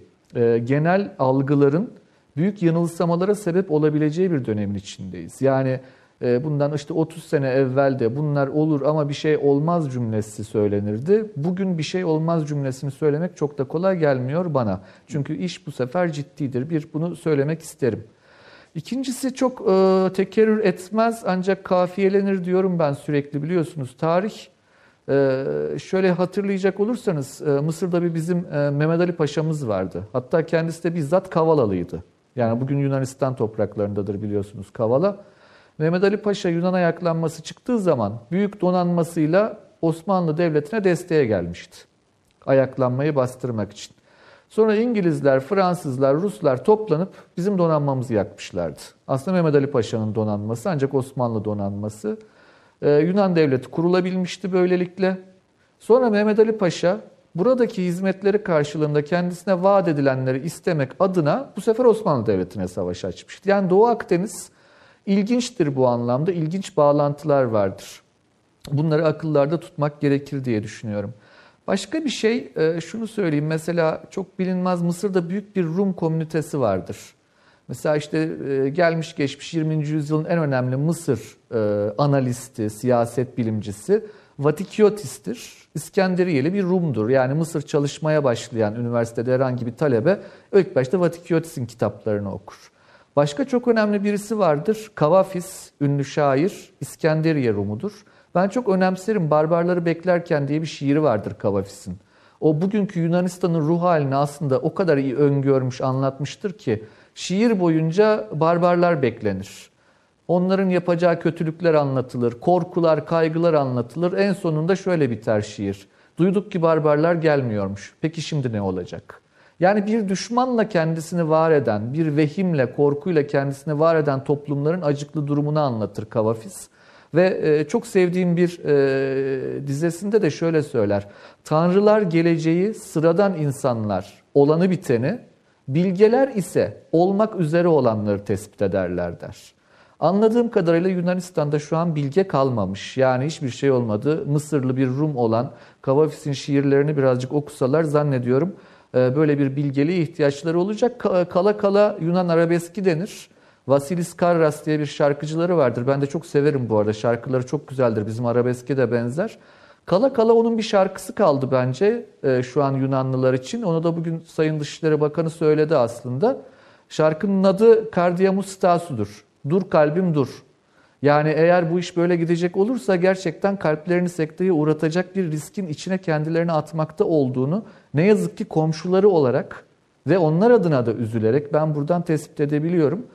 genel algıların büyük yanılsamalara sebep olabileceği bir dönemin içindeyiz. Yani bundan işte 30 sene evvel de bunlar olur ama bir şey olmaz cümlesi söylenirdi. Bugün bir şey olmaz cümlesini söylemek çok da kolay gelmiyor bana. Çünkü iş bu sefer ciddidir. Bunu söylemek isterim. İkincisi çok tekerrür etmez ancak kafiyelenir diyorum ben sürekli, biliyorsunuz. Tarih, şöyle hatırlayacak olursanız Mısır'da bir bizim Mehmet Ali Paşa'mız vardı. Hatta kendisi de bizzat Kavala'lıydı. Yani bugün Yunanistan topraklarındadır biliyorsunuz Kavala. Mehmet Ali Paşa Yunan ayaklanması çıktığı zaman büyük donanmasıyla Osmanlı Devleti'ne desteğe gelmişti. Ayaklanmayı bastırmak için. Sonra İngilizler, Fransızlar, Ruslar toplanıp bizim donanmamızı yakmışlardı. Aslında Mehmet Ali Paşa'nın donanması, ancak Osmanlı donanması. Yunan Devleti kurulabilmişti böylelikle. Sonra Mehmet Ali Paşa buradaki hizmetleri karşılığında kendisine vaat edilenleri istemek adına bu sefer Osmanlı Devleti'ne savaş açmıştı. Yani Doğu Akdeniz ilginçtir bu anlamda, ilginç bağlantılar vardır. Bunları akıllarda tutmak gerekir diye düşünüyorum. Başka bir şey, şunu söyleyeyim. Mesela çok bilinmez, Mısır'da büyük bir Rum komünitesi vardır. Mesela işte gelmiş geçmiş 20. yüzyılın en önemli Mısır analisti, siyaset bilimcisi Vatikiotis'tir. İskenderiyeli bir Rum'dur. Yani Mısır çalışmaya başlayan üniversitede herhangi bir talebe ilk başta Vatikiotis'in kitaplarını okur. Başka çok önemli birisi vardır. Kavafis, ünlü şair, İskenderiye Rumudur. Ben çok önemserim. Barbarları Beklerken diye bir şiiri vardır Kavafis'in. O bugünkü Yunanistan'ın ruh halini aslında o kadar iyi öngörmüş, anlatmıştır ki şiir boyunca barbarlar beklenir. Onların yapacağı kötülükler anlatılır, korkular, kaygılar anlatılır. En sonunda şöyle biter şiir. Duyduk ki barbarlar gelmiyormuş. Peki şimdi ne olacak? Yani bir düşmanla kendisini var eden, bir vehimle, korkuyla kendisini var eden toplumların acıklı durumunu anlatır Kavafis. Ve çok sevdiğim bir dizesinde de şöyle söyler. Tanrılar geleceği, sıradan insanlar olanı biteni, bilgeler ise olmak üzere olanları tespit ederler der. Anladığım kadarıyla Yunanistan'da şu an bilge kalmamış. Yani hiçbir şey olmadı. Mısırlı bir Rum olan Kavafis'in şiirlerini birazcık okusalar zannediyorum böyle bir bilgeliğe ihtiyaçları olacak. Kala kala Yunan arabeski denir. Vasilis Karras diye bir şarkıcıları vardır. Ben de çok severim bu arada. Şarkıları çok güzeldir. Bizim arabeske de benzer. Kala kala onun bir şarkısı kaldı bence şu an Yunanlılar için. Onu da bugün Sayın Dışişleri Bakanı söyledi aslında. Şarkının adı Kardiamus Stasu'dur. Dur kalbim dur. Yani eğer bu iş böyle gidecek olursa gerçekten kalplerini sekteye uğratacak bir riskin içine kendilerini atmakta olduğunu ne yazık ki komşuları olarak ve onlar adına da üzülerek ben buradan tespit edebiliyorum.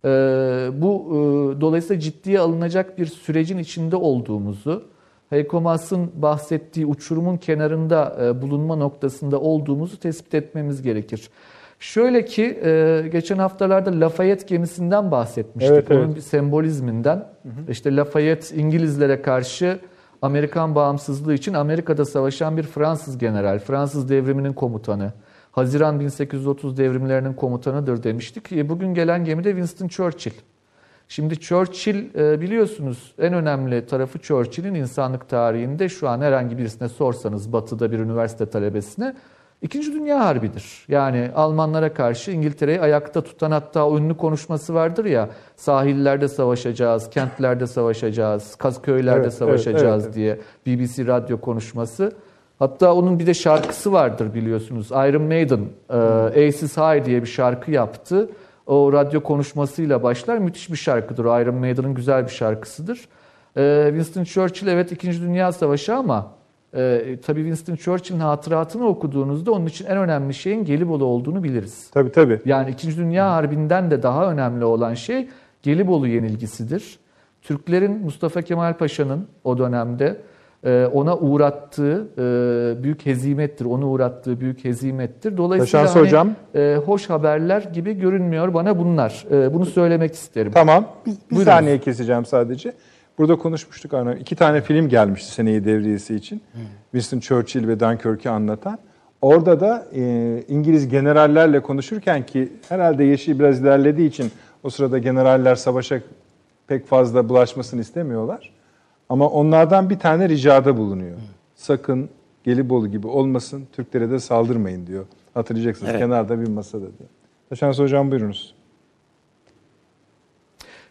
Dolayısıyla ciddiye alınacak bir sürecin içinde olduğumuzu, Heiko Maas'ın bahsettiği uçurumun kenarında bulunma noktasında olduğumuzu tespit etmemiz gerekir. Şöyle ki geçen haftalarda Lafayette gemisinden bahsetmiştik. Evet, evet. Onun bir sembolizminden. İşte Lafayette İngilizlere karşı Amerikan bağımsızlığı için Amerika'da savaşan bir Fransız general, Fransız devriminin komutanı. Haziran 1830 devrimlerinin komutanıdır demiştik. Bugün gelen gemi de Winston Churchill. Şimdi Churchill biliyorsunuz en önemli tarafı Churchill'in insanlık tarihinde şu an herhangi birisine sorsanız batıda bir üniversite talebesine İkinci Dünya Harbi'dir. Yani Almanlara karşı İngiltere'yi ayakta tutan, hatta o ünlü konuşması vardır ya, sahillerde savaşacağız, kentlerde savaşacağız, köylerde savaşacağız evet. diye BBC radyo konuşması. Hatta onun bir de şarkısı vardır biliyorsunuz. Iron Maiden, Aces High diye bir şarkı yaptı. O radyo konuşmasıyla başlar. Müthiş bir şarkıdır. O Iron Maiden'ın güzel bir şarkısıdır. Winston Churchill evet 2. Dünya Savaşı ama tabii Winston Churchill'in hatıratını okuduğunuzda onun için en önemli şeyin Gelibolu olduğunu biliriz. Tabii. Yani 2. Dünya Harbi'nden de daha önemli olan şey Gelibolu yenilgisidir. Türklerin Mustafa Kemal Paşa'nın o dönemde ona uğrattığı büyük hezimettir. Onu uğrattığı büyük hezimettir. Dolayısıyla Hocam. Hoş haberler gibi görünmüyor bana bunlar. Bunu söylemek isterim. Tamam. Bir Buyurun. saniye keseceğim sadece. Burada konuşmuştuk. 2 tane film gelmişti seneyi devriyesi için. Winston Churchill ve Dunkirk'ü anlatan. Orada da İngiliz generallerle konuşurken, ki herhalde yaşı biraz ilerlediği için o sırada generaller savaşa pek fazla bulaşmasını istemiyorlar. Ama onlardan bir tane ricada bulunuyor. Sakın Gelibolu gibi olmasın, Türklere de saldırmayın diyor. Hatırlayacaksınız, evet. Kenarda bir masada diyor. Taşans Hocam buyurunuz.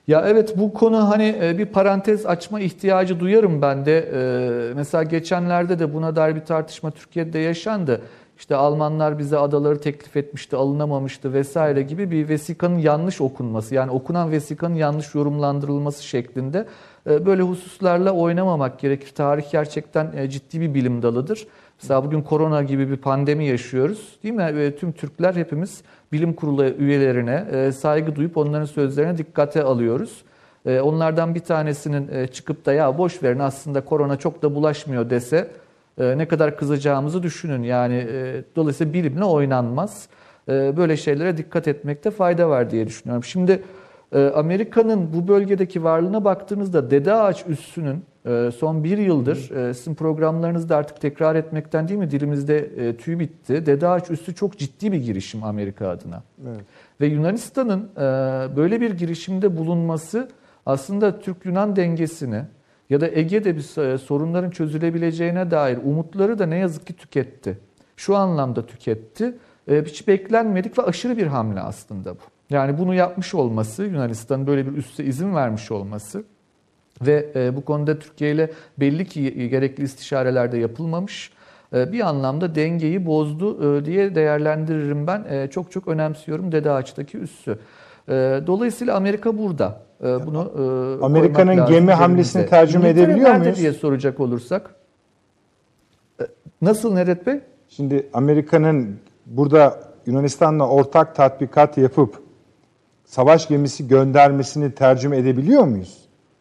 Ya evet, bu konu hani bir parantez açma ihtiyacı duyarım ben de. Mesela geçenlerde de buna dair bir tartışma Türkiye'de yaşandı. İşte Almanlar bize adaları teklif etmişti, alınamamıştı vesaire gibi bir vesikanın yanlış okunması, yani okunan vesikanın yanlış yorumlandırılması şeklinde böyle hususlarla oynamamak gerekir. Tarih gerçekten ciddi bir bilim dalıdır. Mesela bugün korona gibi bir pandemi yaşıyoruz, değil mi? Tüm Türkler, hepimiz bilim kurulu üyelerine saygı duyup onların sözlerine dikkate alıyoruz. Onlardan bir tanesinin çıkıp da ya boş verin aslında korona çok da bulaşmıyor dese ne kadar kızacağımızı düşünün. Yani dolayısıyla bilimle oynanmaz. Böyle şeylere dikkat etmekte fayda var diye düşünüyorum. Şimdi Amerika'nın bu bölgedeki varlığına baktığınızda Dede Ağaç Üssü'nün son bir yıldır sizin programlarınızda artık tekrar etmekten değil mi dilimizde tüy bitti. Dede Ağaç Üssü çok ciddi bir girişim Amerika adına. Evet. Ve Yunanistan'ın böyle bir girişimde bulunması aslında Türk-Yunan dengesini ya da Ege'de bir sorunların çözülebileceğine dair umutları da ne yazık ki tüketti. Şu anlamda tüketti. Hiç beklenmedik ve aşırı bir hamle aslında bu. Yani bunu yapmış olması, Yunanistan'ın böyle bir üsse izin vermiş olması ve bu konuda Türkiye ile belli ki gerekli istişareler de yapılmamış. Bir anlamda dengeyi bozdu diye değerlendiririm ben. Çok çok önemsiyorum Dede Ağaç'taki üssü. Dolayısıyla Amerika burada. Bunu Amerika'nın gemi hamlesini tercüme edebiliyor muyuz? Nerede diye soracak olursak. Nasıl Nedret Bey? Şimdi Amerika'nın burada Yunanistan'la ortak tatbikat yapıp savaş gemisi göndermesini tercüme edebiliyor muyuz?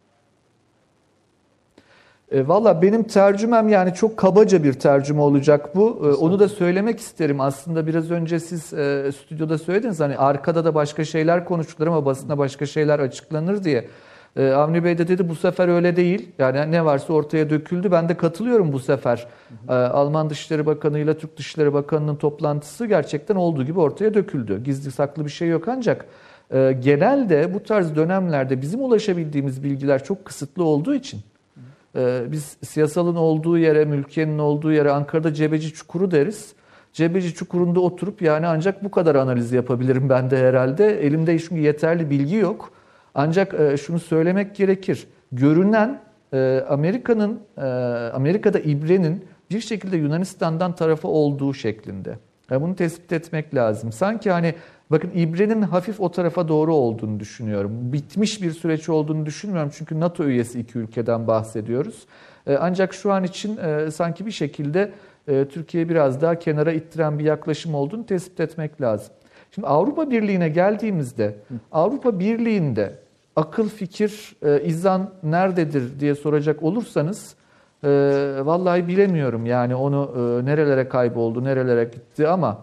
Valla benim tercümem yani çok kabaca bir tercüme olacak bu. Onu da söylemek isterim. Aslında biraz önce siz stüdyoda söylediniz. Hani arkada da başka şeyler konuşulur ama basında başka şeyler açıklanır diye. Avni Bey de dedi bu sefer öyle değil. Yani ne varsa ortaya döküldü. Ben de katılıyorum bu sefer. Alman Dışişleri Bakanı ile Türk Dışişleri Bakanı'nın toplantısı gerçekten olduğu gibi ortaya döküldü. Gizli saklı bir şey yok ancak genelde bu tarz dönemlerde bizim ulaşabildiğimiz bilgiler çok kısıtlı olduğu için biz siyasalın olduğu yere, mülkiyenin olduğu yere Ankara'da Cebeci Çukuru deriz. Cebeci Çukuru'nda oturup yani ancak bu kadar analiz yapabilirim ben de herhalde. Elimde çünkü yeterli bilgi yok. Ancak şunu söylemek gerekir. Görünen Amerika'da İbre'nin bir şekilde Yunanistan'dan tarafı olduğu şeklinde. Yani bunu tespit etmek lazım. Sanki hani bakın İbre'nin hafif o tarafa doğru olduğunu düşünüyorum. Bitmiş bir süreç olduğunu düşünmüyorum. Çünkü NATO üyesi iki ülkeden bahsediyoruz. Ancak şu an için sanki bir şekilde Türkiye'yi biraz daha kenara ittiren bir yaklaşım olduğunu tespit etmek lazım. Şimdi Avrupa Birliği'ne geldiğimizde Avrupa Birliği'nde akıl, fikir, izan nerededir diye soracak olursanız vallahi bilemiyorum. Yani onu nerelere kayboldu, nerelere gitti ama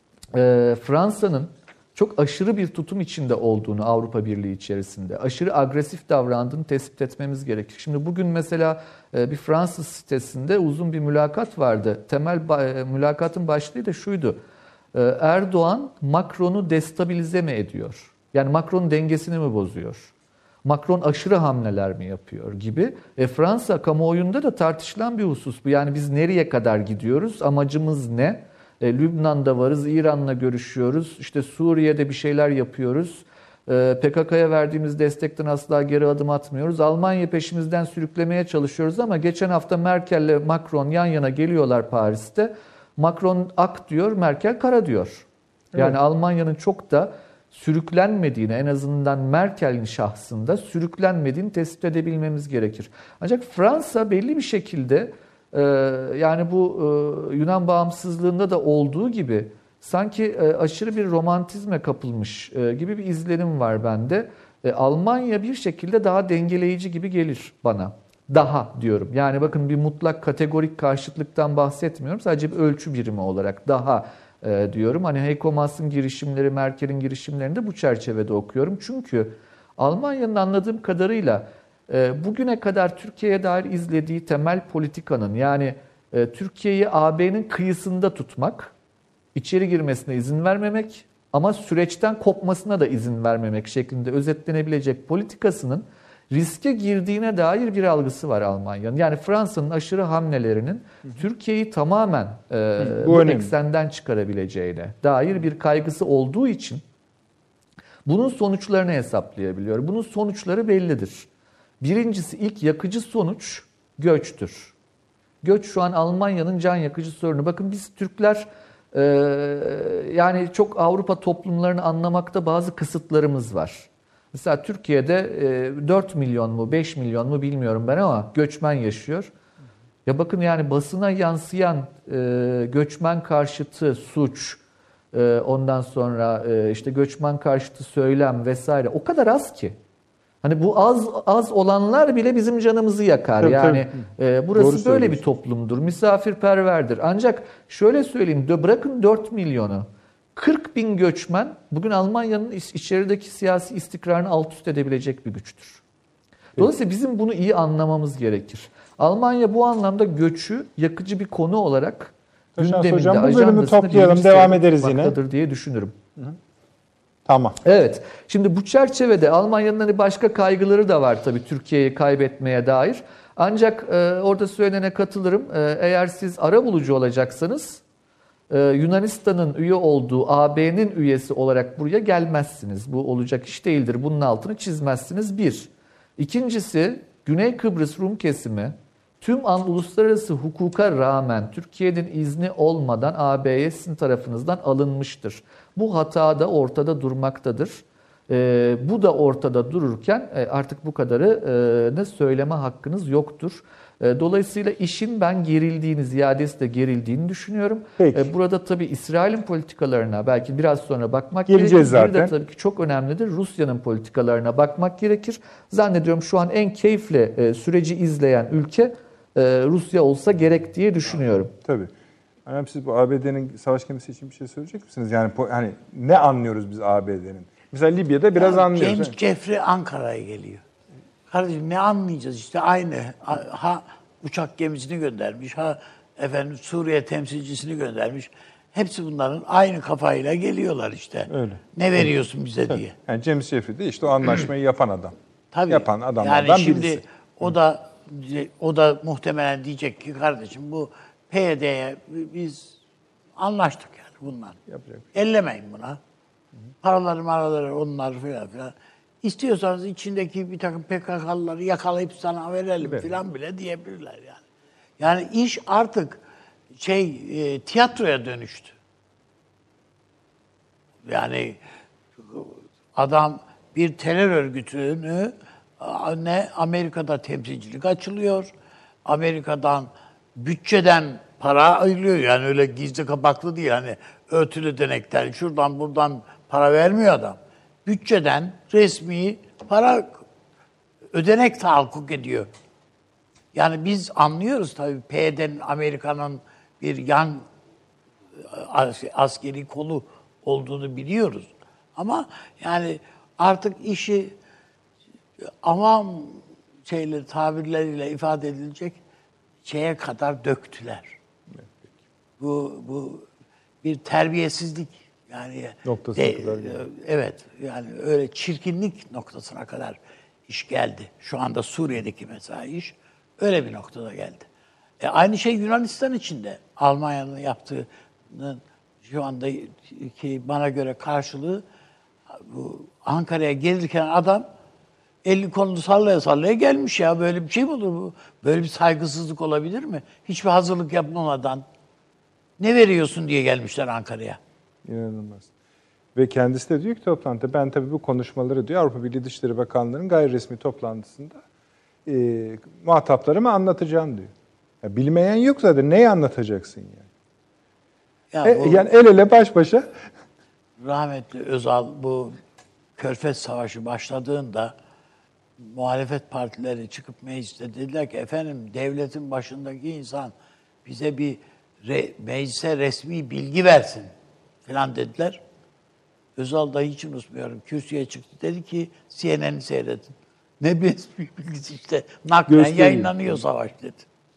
Fransa'nın çok aşırı bir tutum içinde olduğunu Avrupa Birliği içerisinde, aşırı agresif davrandığını tespit etmemiz gerekir. Şimdi bugün mesela bir Fransız sitesinde uzun bir mülakat vardı. Temel mülakatın başlığı da şuydu. Erdoğan Macron'u destabilize mi ediyor? Yani Macron'un dengesini mi bozuyor? Macron aşırı hamleler mi yapıyor gibi. Fransa kamuoyunda da tartışılan bir husus bu. Yani biz nereye kadar gidiyoruz? Amacımız ne? Lübnan'da varız, İran'la görüşüyoruz. İşte Suriye'de bir şeyler yapıyoruz. PKK'ya verdiğimiz destekten asla geri adım atmıyoruz. Almanya peşimizden sürüklemeye çalışıyoruz ama geçen hafta Merkel'le Macron yan yana geliyorlar Paris'te. Macron ak diyor, Merkel kara diyor. Yani evet. Almanya'nın çok da sürüklenmediğini, en azından Merkel'in şahsında sürüklenmediğini tespit edebilmemiz gerekir. Ancak Fransa belli bir şekilde yani bu Yunan bağımsızlığında da olduğu gibi sanki aşırı bir romantizme kapılmış gibi bir izlenim var bende. Almanya bir şekilde daha dengeleyici gibi gelir bana. Daha diyorum. Yani bakın bir mutlak kategorik karşıtlıktan bahsetmiyorum. Sadece bir ölçü birimi olarak daha diyorum. Hani Heiko Maas'ın girişimleri, Merkel'in girişimlerini de bu çerçevede okuyorum. Çünkü Almanya'nın anladığım kadarıyla bugüne kadar Türkiye'ye dair izlediği temel politikanın yani Türkiye'yi AB'nin kıyısında tutmak, içeri girmesine izin vermemek ama süreçten kopmasına da izin vermemek şeklinde özetlenebilecek politikasının riske girdiğine dair bir algısı var Almanya'nın. Yani Fransa'nın aşırı hamlelerinin Türkiye'yi tamamen bu eksenden çıkarabileceğine dair bir kaygısı olduğu için Bunun sonuçlarını hesaplayabiliyor. Bunun sonuçları bellidir. Birincisi, ilk yakıcı sonuç göçtür. Göç şu an Almanya'nın can yakıcı sorunu. Bakın biz Türkler yani çok Avrupa toplumlarını anlamakta bazı kısıtlarımız var. Mesela Türkiye'de 4 milyon mu 5 milyon mu bilmiyorum ben ama göçmen yaşıyor. Ya bakın yani basına yansıyan göçmen karşıtı suç, ondan sonra işte göçmen karşıtı söylem vesaire o kadar az ki. Hani bu az olanlar bile bizim canımızı yakar. Tabii, yani tabii. burası Doğru böyle bir toplumdur. Misafirperverdir. Ancak şöyle söyleyeyim, bırakın 4 milyonu. 40 bin göçmen bugün Almanya'nın içerideki siyasi istikrarını alt üst edebilecek bir güçtür. Dolayısıyla bizim bunu iyi anlamamız gerekir. Almanya bu anlamda göçü yakıcı bir konu olarak gündeminde, Hocam, bu bölümü ajandasında toplayalım, birinci devam sırada ederiz yine. tutmaktadır diye düşünürüm. Tamam. Evet. Şimdi bu çerçevede Almanya'nın hani başka kaygıları da var tabii Türkiye'yi kaybetmeye dair. Ancak orada söylenene katılırım. Eğer siz arabulucu olacaksanız Yunanistan'ın üye olduğu AB'nin üyesi olarak buraya gelmezsiniz. Bu olacak iş değildir. Bunun altını çizmezsiniz. Bir. İkincisi, Güney Kıbrıs Rum kesimi tüm uluslararası hukuka rağmen Türkiye'nin izni olmadan AB'ye sizin tarafınızdan alınmıştır. Bu hata da ortada durmaktadır. Bu da ortada dururken artık bu kadarını söyleme hakkınız yoktur. Dolayısıyla işin ben gerildiğini, ziyadesi de gerildiğini düşünüyorum. Peki. Burada tabii İsrail'in politikalarına belki biraz sonra bakmak Geleceğiz gerekir. Bir zaten. de tabii ki çok önemlidir. Rusya'nın politikalarına bakmak gerekir. Zannediyorum şu an en keyifle süreci izleyen ülke Rusya olsa gerek diye düşünüyorum. Tabii. Önemli, siz bu ABD'nin savaş gemisi için bir şey söyleyecek misiniz? Yani hani ne anlıyoruz biz ABD'nin? Mesela Libya'da biraz anlıyoruz. James Jeffrey Ankara'ya geliyor. Kardeşim ne anlayacağız işte aynı. Ha uçak gemisini göndermiş, ha efendim Suriye temsilcisini göndermiş. Hepsi bunların aynı kafayla geliyorlar işte. Öyle. Ne veriyorsun bize diye. Yani James Jeffrey de işte o anlaşmayı yapan adam. Tabii. Yapan adamlardan yani şimdi birisi. o da muhtemelen diyecek ki kardeşim bu PYD'ye biz anlaştık yani bunlar. Yapacak Ellemeyin buna. Paraları onlar filan. İstiyorsanız içindeki bir takım PKK'lıları yakalayıp sana verelim filan bile diyebilirler yani. Yani iş artık tiyatroya dönüştü. Yani adam bir terör örgütünü Amerika'da temsilcilik açılıyor. Amerika'dan bütçeden para ayrılıyor. Yani öyle gizli kapaklı değil. Hani örtülü denekten şuradan buradan para vermiyor adam. Bütçeden resmi para ödenek tahakkuk ediyor. Yani biz anlıyoruz tabii PYD'nin Amerika'nın bir yan askeri kolu olduğunu biliyoruz. Ama yani artık işi avam tabirleriyle ifade edilecek şeye kadar döktüler. Bu bir terbiyesizlik yani Noktasına kadar geldi. Evet yani öyle çirkinlik noktasına kadar iş geldi. Şu anda Suriye'deki mesela iş öyle bir noktada geldi. Aynı şey Yunanistan için de Almanya'nın yaptığının şu anda ki bana göre karşılığı bu Ankara'ya gelirken adam elini kolunu sallaya sallaya gelmiş ya. Böyle bir şey mi olur bu? Böyle bir saygısızlık olabilir mi? Hiçbir hazırlık yapmadan ne veriyorsun diye gelmişler Ankara'ya. İnanılmaz. Ve kendisi de diyor ki toplantıda, ben tabii bu konuşmaları diyor Avrupa Birliği Dışişleri Bakanlığı'nın gayri resmi toplantısında muhataplarıma anlatacağım diyor. Ya, bilmeyen yok zaten. Neyi anlatacaksın yani? Yani el ele baş başa. Rahmetli Özal bu Körfez Savaşı başladığında muhalefet partileri çıkıp mecliste dediler ki efendim devletin başındaki insan bize bir meclise resmi bilgi versin falan dediler. Özal da hiç unutmuyorum. Kürsüye çıktı. Dedi ki CNN'i seyredin. Ne resmi bilgisi işte. Naklen yayınlanıyor savaş dedi.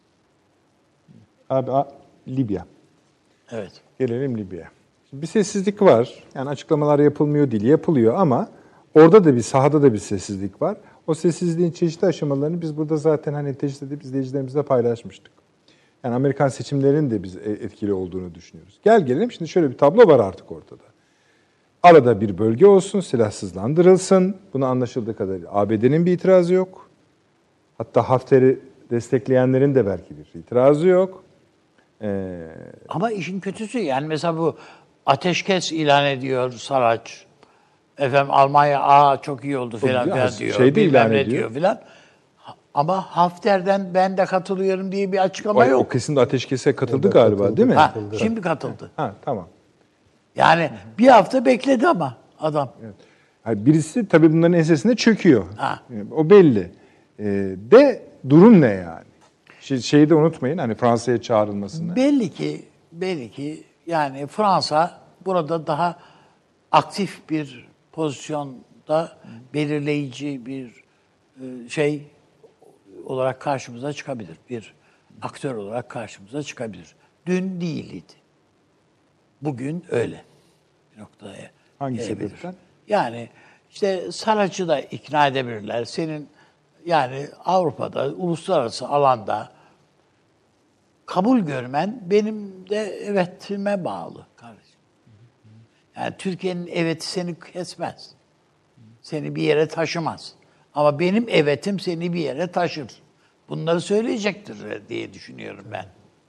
Abi Libya. Evet. Gelelim Libya'ya. Bir sessizlik var. Yani açıklamalar yapılmıyor değil, yapılıyor ama orada da bir sahada da bir sessizlik var. O sessizliğin çeşitli aşamalarını biz burada zaten hani tecrit edip izleyicilerimizle paylaşmıştık. Yani Amerikan seçimlerinin de biz etkili olduğunu düşünüyoruz. Gelelim şimdi şöyle bir tablo var artık ortada. Arada bir bölge olsun, silahsızlandırılsın. Buna anlaşıldığı kadarıyla ABD'nin bir itirazı yok. Hatta Hafter'i destekleyenlerin de belki bir itirazı yok. Ama işin kötüsü yani mesela bu ateşkes ilan ediyor Saraç. Efendim Almanya çok iyi oldu falan Ya, diyor. şeyde Bilmem ilan ne ediyor. diyor filan. Ama Hafter'den ben de katılıyorum diye bir açıklama O yok. kesin de ateşkese katıldı O da galiba katıldı. değil mi? Ha, şimdi katıldı. Ha, tamam. Yani bir hafta bekledi ama adam. Yani birisi tabii bunların ensesinde çöküyor. Ha. O belli. De durum ne yani? Şeyi de unutmayın hani Fransa'ya çağrılmasını. Belli ki yani Fransa burada daha aktif bir pozisyonda belirleyici bir şey olarak karşımıza çıkabilir. Bir aktör olarak karşımıza çıkabilir. Dün değildi. Bugün öyle bir noktaya Hangi gelebilir. sebepten? Yani işte Saraç'ı da ikna edebilirler. Senin yani Avrupa'da, uluslararası alanda kabul görmen benim de evetime bağlı kardeşim. Yani Türkiye'nin eveti seni kesmez. Seni bir yere taşımaz. Ama benim evetim seni bir yere taşır. Bunları söyleyecektir diye düşünüyorum ben.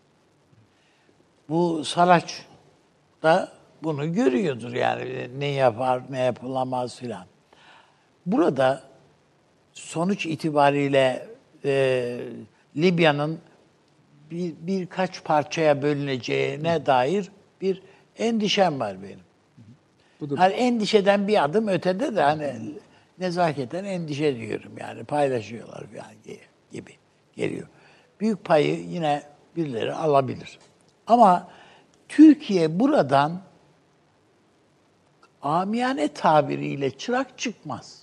Bu Saraç da bunu görüyordur yani ne yapar, ne yapılamaz filan. Burada sonuç itibariyle Libya'nın birkaç parçaya bölüneceğine dair bir endişem var benim. Hani endişeden bir adım ötede de hani nezaketen endişe diyorum yani paylaşıyorlar yani gibi geliyor. Büyük payı yine birileri alabilir. Ama Türkiye buradan amiyane tabiriyle çırak çıkmaz.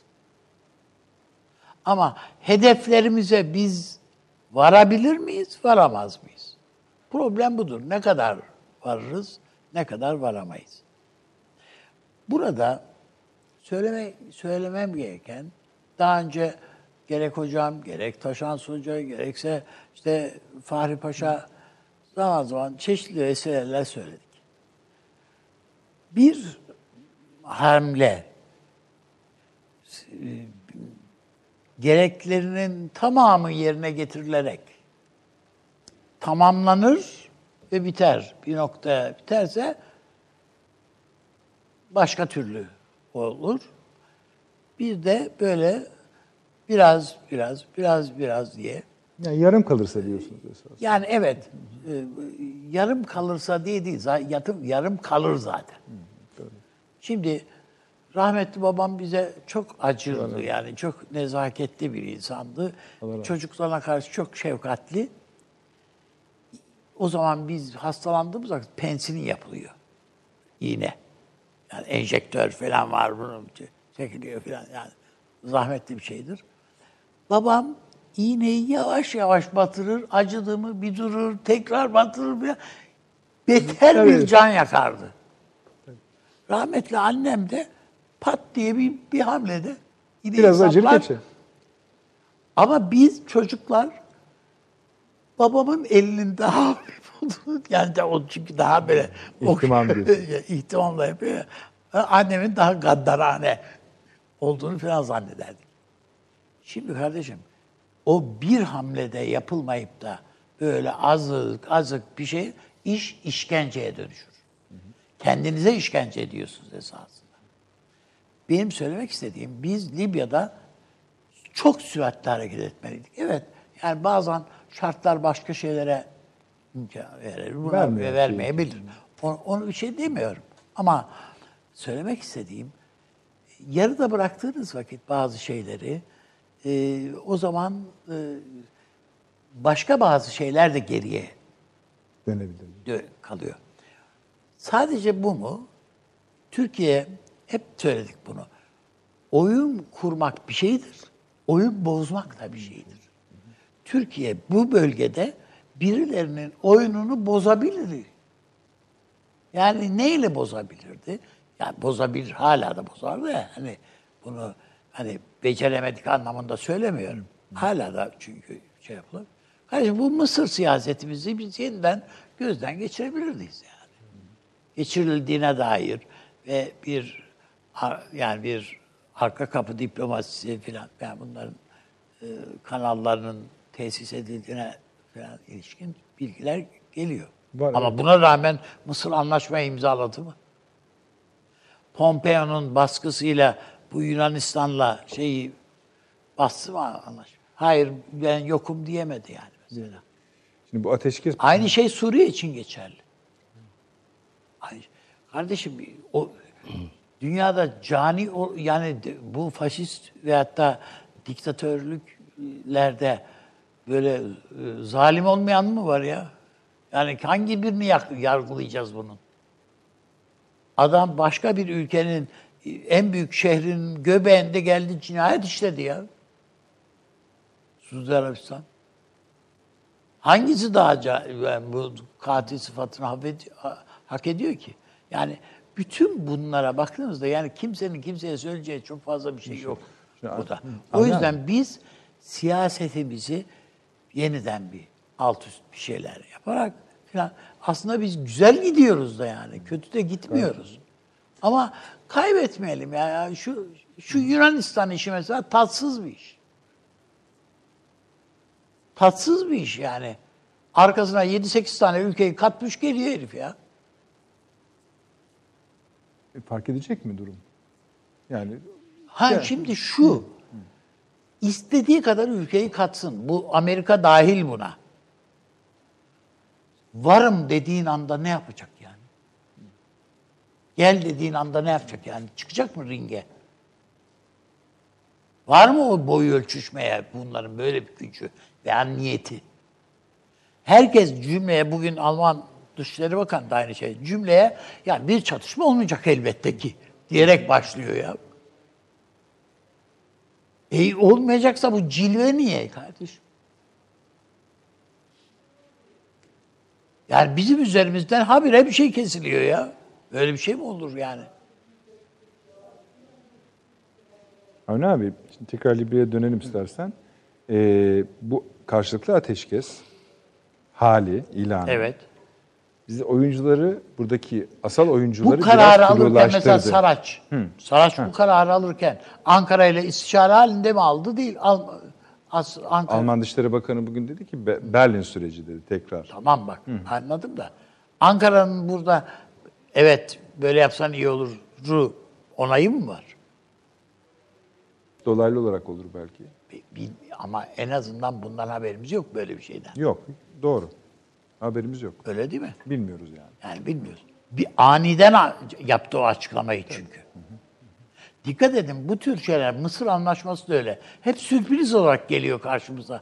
Ama hedeflerimize biz varabilir miyiz, varamaz mıyız? Problem budur. Ne kadar varırız, ne kadar varamayız. Burada söylemem gereken, daha önce gerek hocam, gerek Taşan Hoca, gerekse işte Fahri Paşa zaman zaman çeşitli vesileler söyledik. Bir hamle gereklerinin tamamı yerine getirilerek tamamlanır ve biter. Bir noktaya biterse başka türlü olur. Bir de böyle biraz diye. Yani yarım kalırsa diyorsunuz esas. Yani evet, yarım kalırsa diye değil, yarım kalır zaten. Şimdi rahmetli babam bize çok acırdı yani çok nezaketli bir insandı. Çocuklarına karşı çok şefkatli. O zaman biz hastalandığımız zaman pensilin yapılıyor. İğne. Yani enjektör falan var bunun çekiliyor falan yani zahmetli bir şeydir. Babam iğneyi yavaş yavaş batırır, acıdı mı bir durur, tekrar batırır falan. Beter bir can yakardı. Rahmetli annem de pat diye bir hamlede Biraz acır geçer. Ama biz çocuklar babamın elinin daha hafif olduğunu yani de o çünkü daha böyle ihtimamla yapıyor. Annemin daha gaddarane olduğunu falan zannederdik. Şimdi kardeşim o bir hamlede yapılmayıp da böyle azık bir şey iş işkenceye dönüşür. Kendinize işkence ediyorsunuz esasında. Benim söylemek istediğim biz Libya'da çok süratli hareket etmeliydik. Evet yani bazen şartlar başka şeylere imkan verir. Buna vermeyebilir. Onu bir şey demiyorum. Ama söylemek istediğim yarıda bıraktığınız vakit bazı şeyleri o zaman başka bazı şeyler de geriye kalıyor. Sadece bu mu? Türkiye hep söyledik bunu. Oyun kurmak bir şeydir. Oyun bozmak da bir şeydir. Türkiye bu bölgede birilerinin oyununu bozabilir. Yani neyle bozabilirdi? Yani bozabilir, hala da bozardı ya. Hani bunu hani beceremedik anlamında söylemiyorum. Hala da çünkü şey yapılır. Kardeşim bu Mısır siyasetimizi biz yeniden gözden geçirebilirdiz yani. Geçirildiğine dair ve bir yani bir arka kapı diplomasisi falan, yani bunların kanallarının tesis edildiğine falan ilişkin bilgiler geliyor. Var, Ama evet. buna rağmen Mısır anlaşmayı imzaladı mı? Pompeo'nun baskısıyla bu Yunanistan'la şeyi bastı mı anlaşma? Hayır, ben yokum diyemedi yani mesela. Şimdi bu ateşkes Aynı şey Suriye için geçerli. Kardeşim, o dünyada cani yani bu faşist ve hatta diktatörlüklerde böyle zalim olmayan mı var ya? Yani hangi birini yargılayacağız bunun? Adam başka bir ülkenin en büyük şehrinin göbeğinde geldi cinayet işledi ya. Suudi Arabistan. Hangisi daha yani bu katil sıfatını hak ediyor ki? Yani bütün bunlara baktığınızda yani kimsenin kimseye söyleyeceği çok fazla bir şey yok burada. O yüzden biz siyasetimizi yeniden bir alt üst bir şeyler yaparak falan aslında biz güzel gidiyoruz da yani. Kötü de gitmiyoruz. Ama kaybetmeyelim ya. Şu Yunanistan işi mesela tatsız bir iş. Tatsız bir iş yani. Arkasına 7-8 tane ülkeyi katmış geliyor herif ya. fark edecek mi durum? Yani Şimdi şu, istediği kadar ülkeyi katsın. Bu Amerika dahil buna. Varım dediğin anda ne yapacak yani? Gel dediğin anda ne yapacak yani? Çıkacak mı ringe? Var mı o boyu ölçüşmeye bunların böyle bir gücü veya niyeti? Herkes cümleye, bugün Alman Dışişleri Bakanı da aynı şey, cümleye yani bir çatışma olmayacak elbette ki diyerek başlıyor ya. Olmayacaksa bu cilve niye kardeşim? Yani bizim üzerimizden habire bir şey kesiliyor ya. Öyle bir şey mi olur yani? Avni abi, şimdi tekrar Libya'ya dönelim istersen. Bu karşılıklı ateşkes hali, ilanı. Evet. Biz oyuncuları, buradaki asal oyuncuları Bu kararı biraz alırken mesela kırılaştırdı. Saraç bu kararı alırken Ankara ile istişare halinde mi aldı değil? Ankara. Alman Dışişleri Bakanı bugün dedi ki Berlin süreci dedi tekrar. Tamam bak anladım da. Ankara'nın burada evet böyle yapsan iyi olur onayı mı var? Dolaylı olarak olur belki. Ama en azından bundan haberimiz yok böyle bir şeyden. Yok, doğru. Haberimiz yok. Öyle değil mi? Bilmiyoruz yani. Yani bilmiyoruz. Bir aniden yaptı o açıklamayı çünkü. Dikkat edin bu tür şeyler, Mısır Anlaşması da öyle. Hep sürpriz olarak geliyor karşımıza.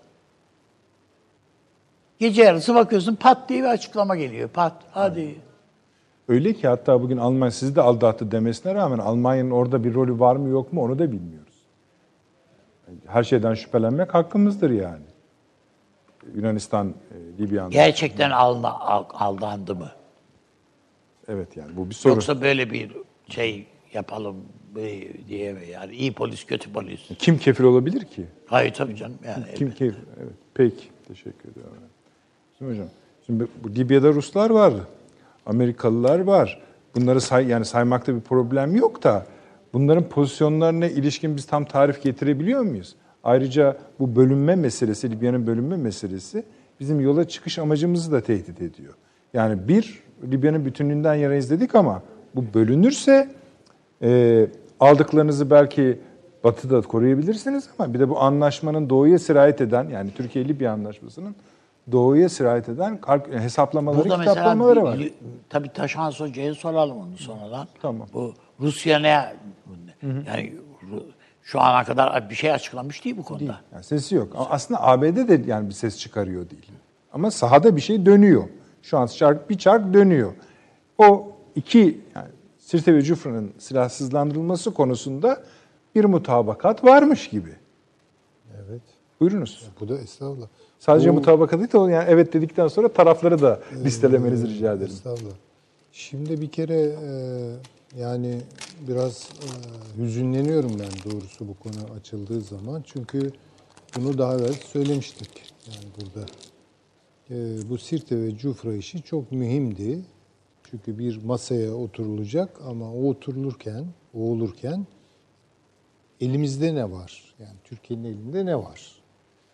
Gece yarısı bakıyorsun pat diye bir açıklama geliyor. Pat hadi. Öyle ki hatta bugün Almanya sizi de aldattı demesine rağmen Almanya'nın orada bir rolü var mı yok mu onu da bilmiyoruz. Her şeyden şüphelenmek hakkımızdır yani. Yunanistan, Libya anlaşması. Gerçekten aldandı mı? Evet yani bu bir soru. Yoksa böyle bir şey yapalım diye mi? Yani iyi polis, kötü polis. Kim kefil olabilir ki? Hayır tabii canım. Yani Kim kefil? Evet. Peki. Teşekkür ediyorum. Şimdi hocam, şimdi bu Libya'da Ruslar var. Amerikalılar var. Bunları yani saymakta bir problem yok da bunların pozisyonlarına ilişkin biz tam tarif getirebiliyor muyuz? Ayrıca bu bölünme meselesi, Libya'nın bölünme meselesi bizim yola çıkış amacımızı da tehdit ediyor. Yani Libya'nın bütünlüğünden yanayız dedik ama bu bölünürse aldıklarınızı belki Batı'da koruyabilirsiniz ama bir de bu anlaşmanın doğuya sirayet eden, yani Türkiye-Libya anlaşmasının doğuya sirayet eden hesaplamaları, burada kitaplamaları var. Tabii Taşans Hoca'ya soralım onu sonradan. Tamam. Bu Rusya ne? Yani şu ana kadar bir şey açıklamış değil bu konuda. Değil. Yani sesi yok. Ama aslında ABD de yani bir ses çıkarıyor değil. Ama sahada bir şey dönüyor. Şu an bir çark dönüyor. O yani Sirte ve Cufra'nın silahsızlandırılması konusunda bir mutabakat varmış gibi. Evet. Buyurunuz. Bu da estağfurullah. Sadece mutabakat değil de yani evet dedikten sonra tarafları da listelemenizi rica ederim. Estağfurullah. Şimdi bir kere yani biraz hüzünleniyorum ben doğrusu bu konu açıldığı zaman. Çünkü bunu daha evvel söylemiştik. Yani burada bu Sirte ve Cufra işi çok mühimdi. Çünkü bir masaya oturulacak ama o olurken elimizde ne var? Yani Türkiye'nin elinde ne var?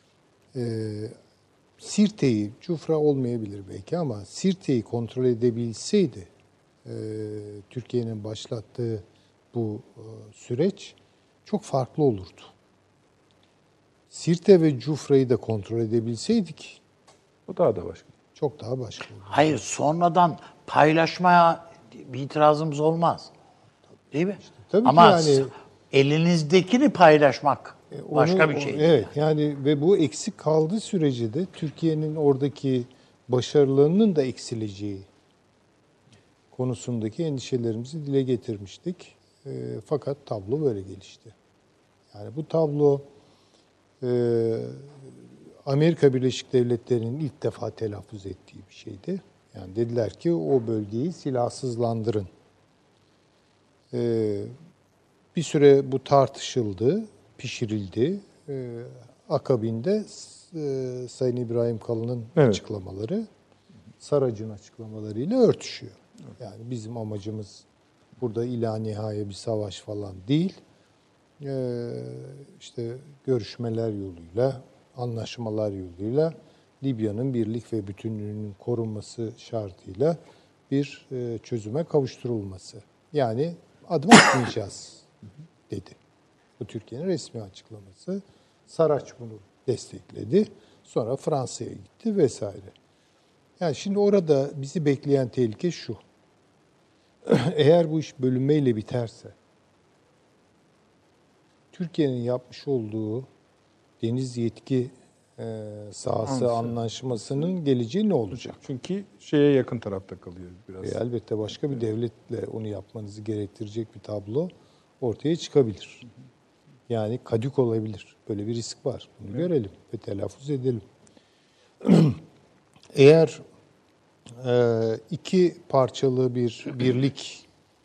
Sirte'yi, Cufra olmayabilir belki ama Sirte'yi kontrol edebilseydi Türkiye'nin başlattığı bu süreç çok farklı olurdu. Sirte ve Cufra'yı da kontrol edebilseydik Bu daha da başka. çok daha başka olurdu. Hayır, sonradan paylaşmaya bir itirazımız olmaz. Değil mi? tabii Ama ki yani elinizdekini paylaşmak başka bir şey. Evet yani ve bu eksik kaldığı sürece de Türkiye'nin oradaki başarılarının da eksileceği konusundaki endişelerimizi dile getirmiştik. Fakat tablo böyle gelişti. Yani bu tablo Amerika Birleşik Devletleri'nin ilk defa telaffuz ettiği bir şeydi. Yani dediler ki o bölgeyi silahsızlandırın. Bir süre bu tartışıldı, pişirildi. Akabinde Sayın İbrahim Kalın'ın açıklamaları Sarac'ın açıklamalarıyla örtüşüyor. Yani bizim amacımız burada ilanihaye bir savaş falan değil. İşte görüşmeler yoluyla, anlaşmalar yoluyla Libya'nın birlik ve bütünlüğünün korunması şartıyla bir çözüme kavuşturulması. Yani adım atmayacağız dedi. Bu Türkiye'nin resmi açıklaması. Saraç bunu destekledi. Sonra Fransa'ya gitti vesaire. Yani şimdi orada bizi bekleyen tehlike şu. Eğer bu iş bölünmeyle biterse, Türkiye'nin yapmış olduğu deniz yetki sahası anlaşmasının geleceği ne olacak? Çünkü şeye yakın tarafta kalıyor biraz. Elbette başka bir devletle onu yapmanızı gerektirecek bir tablo ortaya çıkabilir. Yani kadük olabilir. Böyle bir risk var. Bunu görelim ve telaffuz edelim. Eğer iki parçalı bir birlik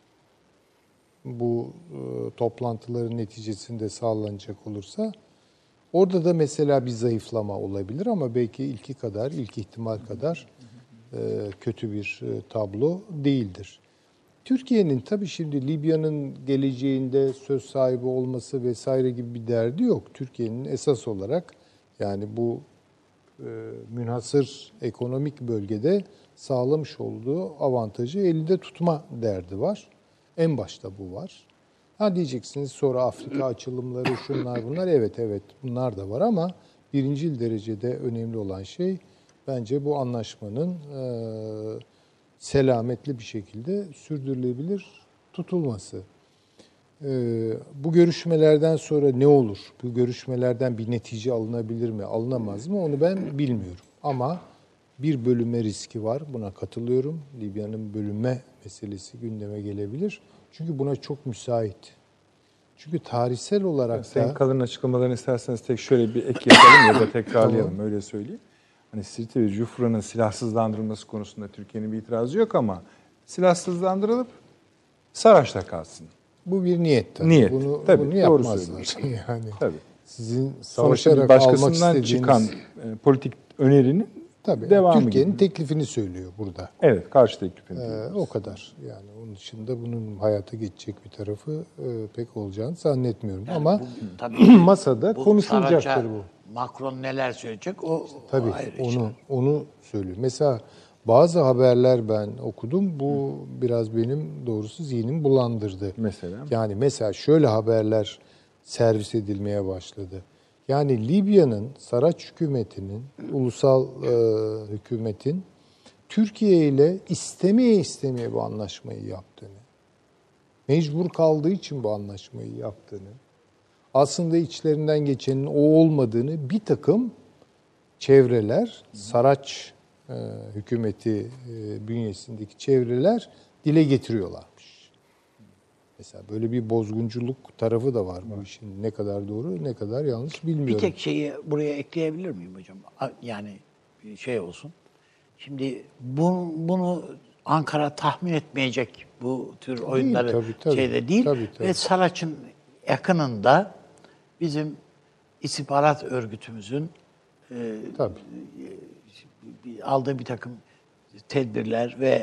bu toplantıların neticesinde sağlanacak olursa orada da mesela bir zayıflama olabilir ama belki ilk ihtimal kadar kötü bir tablo değildir. Türkiye'nin tabii şimdi Libya'nın geleceğinde söz sahibi olması vesaire gibi bir derdi yok. Türkiye'nin esas olarak yani bu münhasır ekonomik bölgede sağlamış olduğu avantajı elinde tutma derdi var. En başta bu var. Ha diyeceksiniz sonra Afrika açılımları şunlar bunlar. Evet bunlar da var ama birincil derecede önemli olan şey bence bu anlaşmanın selametli bir şekilde sürdürülebilir tutulması. Bu görüşmelerden sonra ne olur? Bu görüşmelerden bir netice alınabilir mi, alınamaz mı? Onu ben bilmiyorum. Ama bir bölünme riski var. Buna katılıyorum. Libya'nın bölünme meselesi gündeme gelebilir. Çünkü buna çok müsait. Çünkü tarihsel olarak Sayın Kalın'ın açıklamalarını isterseniz tek şöyle bir ek yapalım ya da tekrarlayalım öyle söyleyeyim. Hani Sirte ve Cufra'nın silahsızlandırılması konusunda Türkiye'nin bir itirazı yok ama silahsızlandırılıp Saraç'ta kalsın. Bu bir niyet tabii. Niyet. Tabii, bunu yapmazlar. Yani tabii. Sizin Sonuçta savaşarak almak başkasından istediğiniz çıkan politik önerinin devamı Türkiye'nin gibi. teklifini söylüyor burada. Evet, karşı teklifini. O kadar. Yani onun dışında bunun hayata geçecek bir tarafı pek olacağını zannetmiyorum. Yani ama masada konuşulacaktır bu. Macron neler söyleyecek o tabii ayrı onu söylüyor. Mesela bazı haberler ben okudum. Bu biraz benim doğrusu zihnimi bulandırdı. Yani mesela şöyle haberler servis edilmeye başladı. Yani Libya'nın Saraç hükümetinin, ulusal hükümetin Türkiye ile istemeye bu anlaşmayı yaptığını, mecbur kaldığı için bu anlaşmayı yaptığını, aslında içlerinden geçenin o olmadığını bir takım çevreler, Saraç hükümeti bünyesindeki çevreler dile getiriyorlarmış. Mesela böyle bir bozgunculuk tarafı da var bu işin. Ne kadar doğru, ne kadar yanlış bilmiyorum. Bir tek şeyi buraya ekleyebilir miyim hocam? Yani bir şey olsun. Şimdi bunu Ankara tahmin etmeyecek bu tür oyunları tabii. şeyde değil. Tabii. Ve Saraç'ın yakınında bizim istihbarat örgütümüzün aldığı bir takım tedbirler ve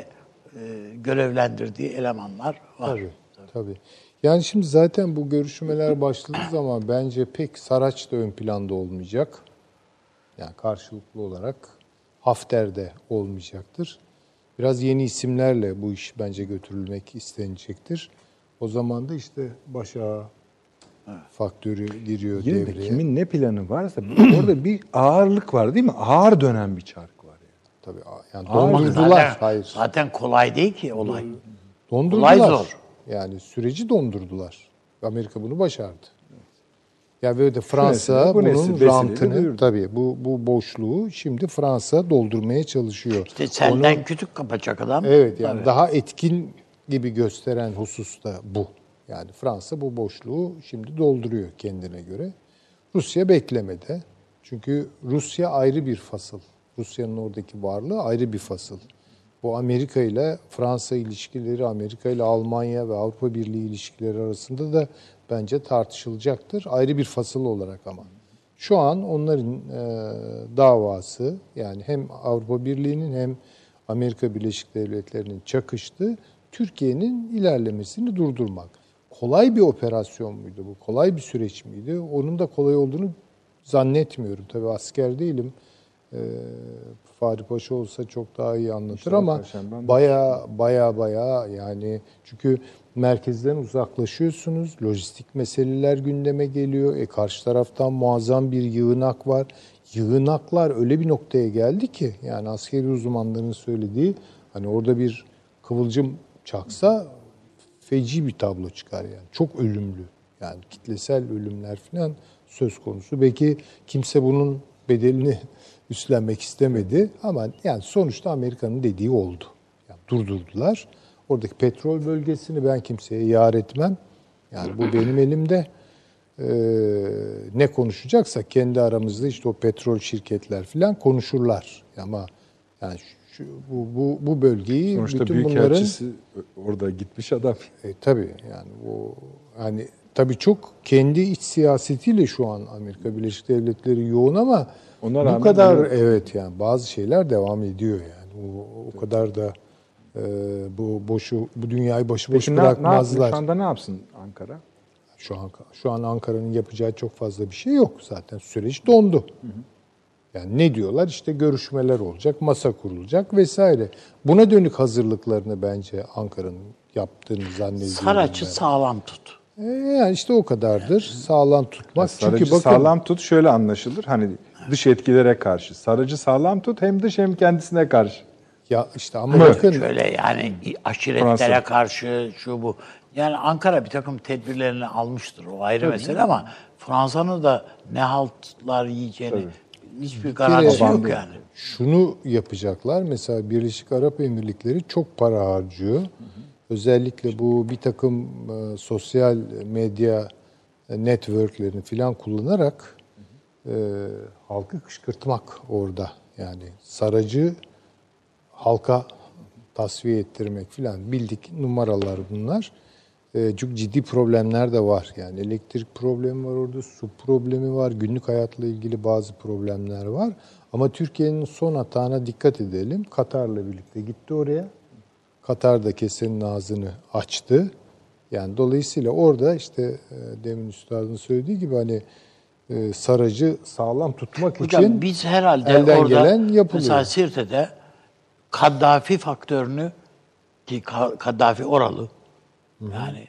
görevlendirdiği elemanlar var. Tabii, tabii. Yani şimdi zaten bu görüşmeler başladığı zaman bence pek Saraç da ön planda olmayacak. Yani karşılıklı olarak Hafter de olmayacaktır. Biraz yeni isimlerle bu iş bence götürülmek istenecektir. O zaman da işte başa faktörü giriyor Yine de devreye. kimin ne planı varsa orada bir ağırlık var değil mi? Ağır dönen bir çark var yani. Tabii yani Ama dondurdular. Hayır. Zaten kolay değil ki olay. Dondurdular. Kolay zor. Yani süreci dondurdular. Amerika bunu başardı. Ya böyle de Fransa Şu nesile, bu bunun nesil rantını duyurdu. tabii bu boşluğu şimdi Fransa doldurmaya çalışıyor. İşte selden kütük kapacak adam. Evet yani Tabii. daha etkin gibi gösteren husus da bu. Yani Fransa bu boşluğu şimdi dolduruyor kendine göre. Rusya beklemede. Çünkü Rusya ayrı bir fasıl. Rusya'nın oradaki varlığı ayrı bir fasıl. Bu Amerika ile Fransa ilişkileri, Amerika ile Almanya ve Avrupa Birliği ilişkileri arasında da bence tartışılacaktır. Ayrı bir fasıl olarak ama. Şu an onların davası yani hem Avrupa Birliği'nin hem Amerika Birleşik Devletleri'nin çakıştığı Türkiye'nin ilerlemesini durdurmak. Kolay bir operasyon muydu bu? Kolay bir süreç miydi? Onun da kolay olduğunu zannetmiyorum. Tabii asker değilim. Fahri Paşa olsa çok daha iyi anlatır İnşallah ama Perşembe baya yani çünkü merkezden uzaklaşıyorsunuz. Lojistik meseleler gündeme geliyor. Karşı taraftan muazzam bir yığınak var. Yığınaklar öyle bir noktaya geldi ki yani askeri uzmanların söylediği hani orada bir kıvılcım çaksa feci bir tablo çıkar yani. Çok ölümlü. Yani kitlesel ölümler falan söz konusu. Belki kimse bunun bedelini üstlenmek istemedi ama yani sonuçta Amerika'nın dediği oldu. Yani durdurdular. Oradaki petrol bölgesini ben kimseye yar etmem. Yani bu benim elimde. Ne konuşacaksak kendi aramızda işte o petrol şirketler falan konuşurlar. Ama yani bu bölgeyi Sonuçta bütün bunların büyükelçisi orada gitmiş adam. tabii yani o hani tabii çok kendi iç siyasetiyle şu an Amerika Birleşik Devletleri yoğun ama Ona bu rağmen kadar böyle- evet yani bazı şeyler devam ediyor yani o kadar da bu dünyayı başıboş Peki bırakmazlar. şu anda ne yapsın Ankara? Şu an Ankara'nın yapacağı çok fazla bir şey yok zaten süreç dondu. Yani ne diyorlar? İşte görüşmeler olacak, masa kurulacak vesaire. Buna dönük hazırlıklarını bence Ankara'nın yaptığını zannediyorum. Saraç'ı ben. sağlam tut. Yani işte o kadardır. Sağlam tutmak. Sarıcı Çünkü bakın sağlam tut şöyle anlaşılır. Hani dış etkilere karşı. Sarıcı sağlam tut hem dış hem kendisine karşı. ya işte ama bakın Şöyle yani aşiretlere Fransa. karşı şu bu. Yani Ankara bir takım tedbirlerini almıştır. O ayrı mesele ama Fransa'nın da ne haltlar yiyeceğini hiçbir garantisi yok yani. şunu yapacaklar. Mesela Birleşik Arap Emirlikleri çok para harcıyor. Özellikle bu bir takım sosyal medya networklerini falan kullanarak halkı kışkırtmak orada. Yani Saracı halka tasfiye ettirmek falan bildik numaralar bunlar. Çok ciddi problemler de var. Yani elektrik problemi var orada, su problemi var, günlük hayatla ilgili bazı problemler var. Ama Türkiye'nin son hatağına dikkat edelim. Katar'la birlikte gitti oraya. Katar da kesenin ağzını açtı. Yani dolayısıyla orada işte demin üstadın söylediği gibi hani Saracı sağlam tutmak Hocam için biz herhalde elden orada gelen yapılıyor. mesela Sirte'de Kaddafi faktörünü ki Kaddafi oralı yani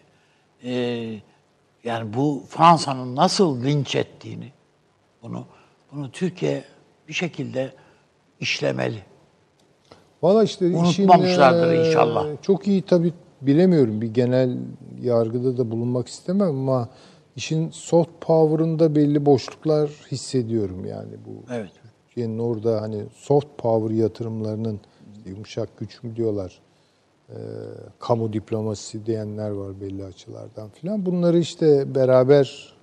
yani bu Fransa'nın nasıl linç ettiğini bunu Türkiye bir şekilde işlemeli. Valla işte Unutmamışlardır inşallah. Çok iyi tabii bilemiyorum. Bir genel yargıda da bulunmak istemem ama işin soft power'ında belli boşluklar hissediyorum yani bu. Evet. Türkiye'nin orada hani soft power yatırımlarının işte yumuşak güç mü diyorlar. Kamu diplomasisi diyenler var belli açılardan filan. Bunları işte beraber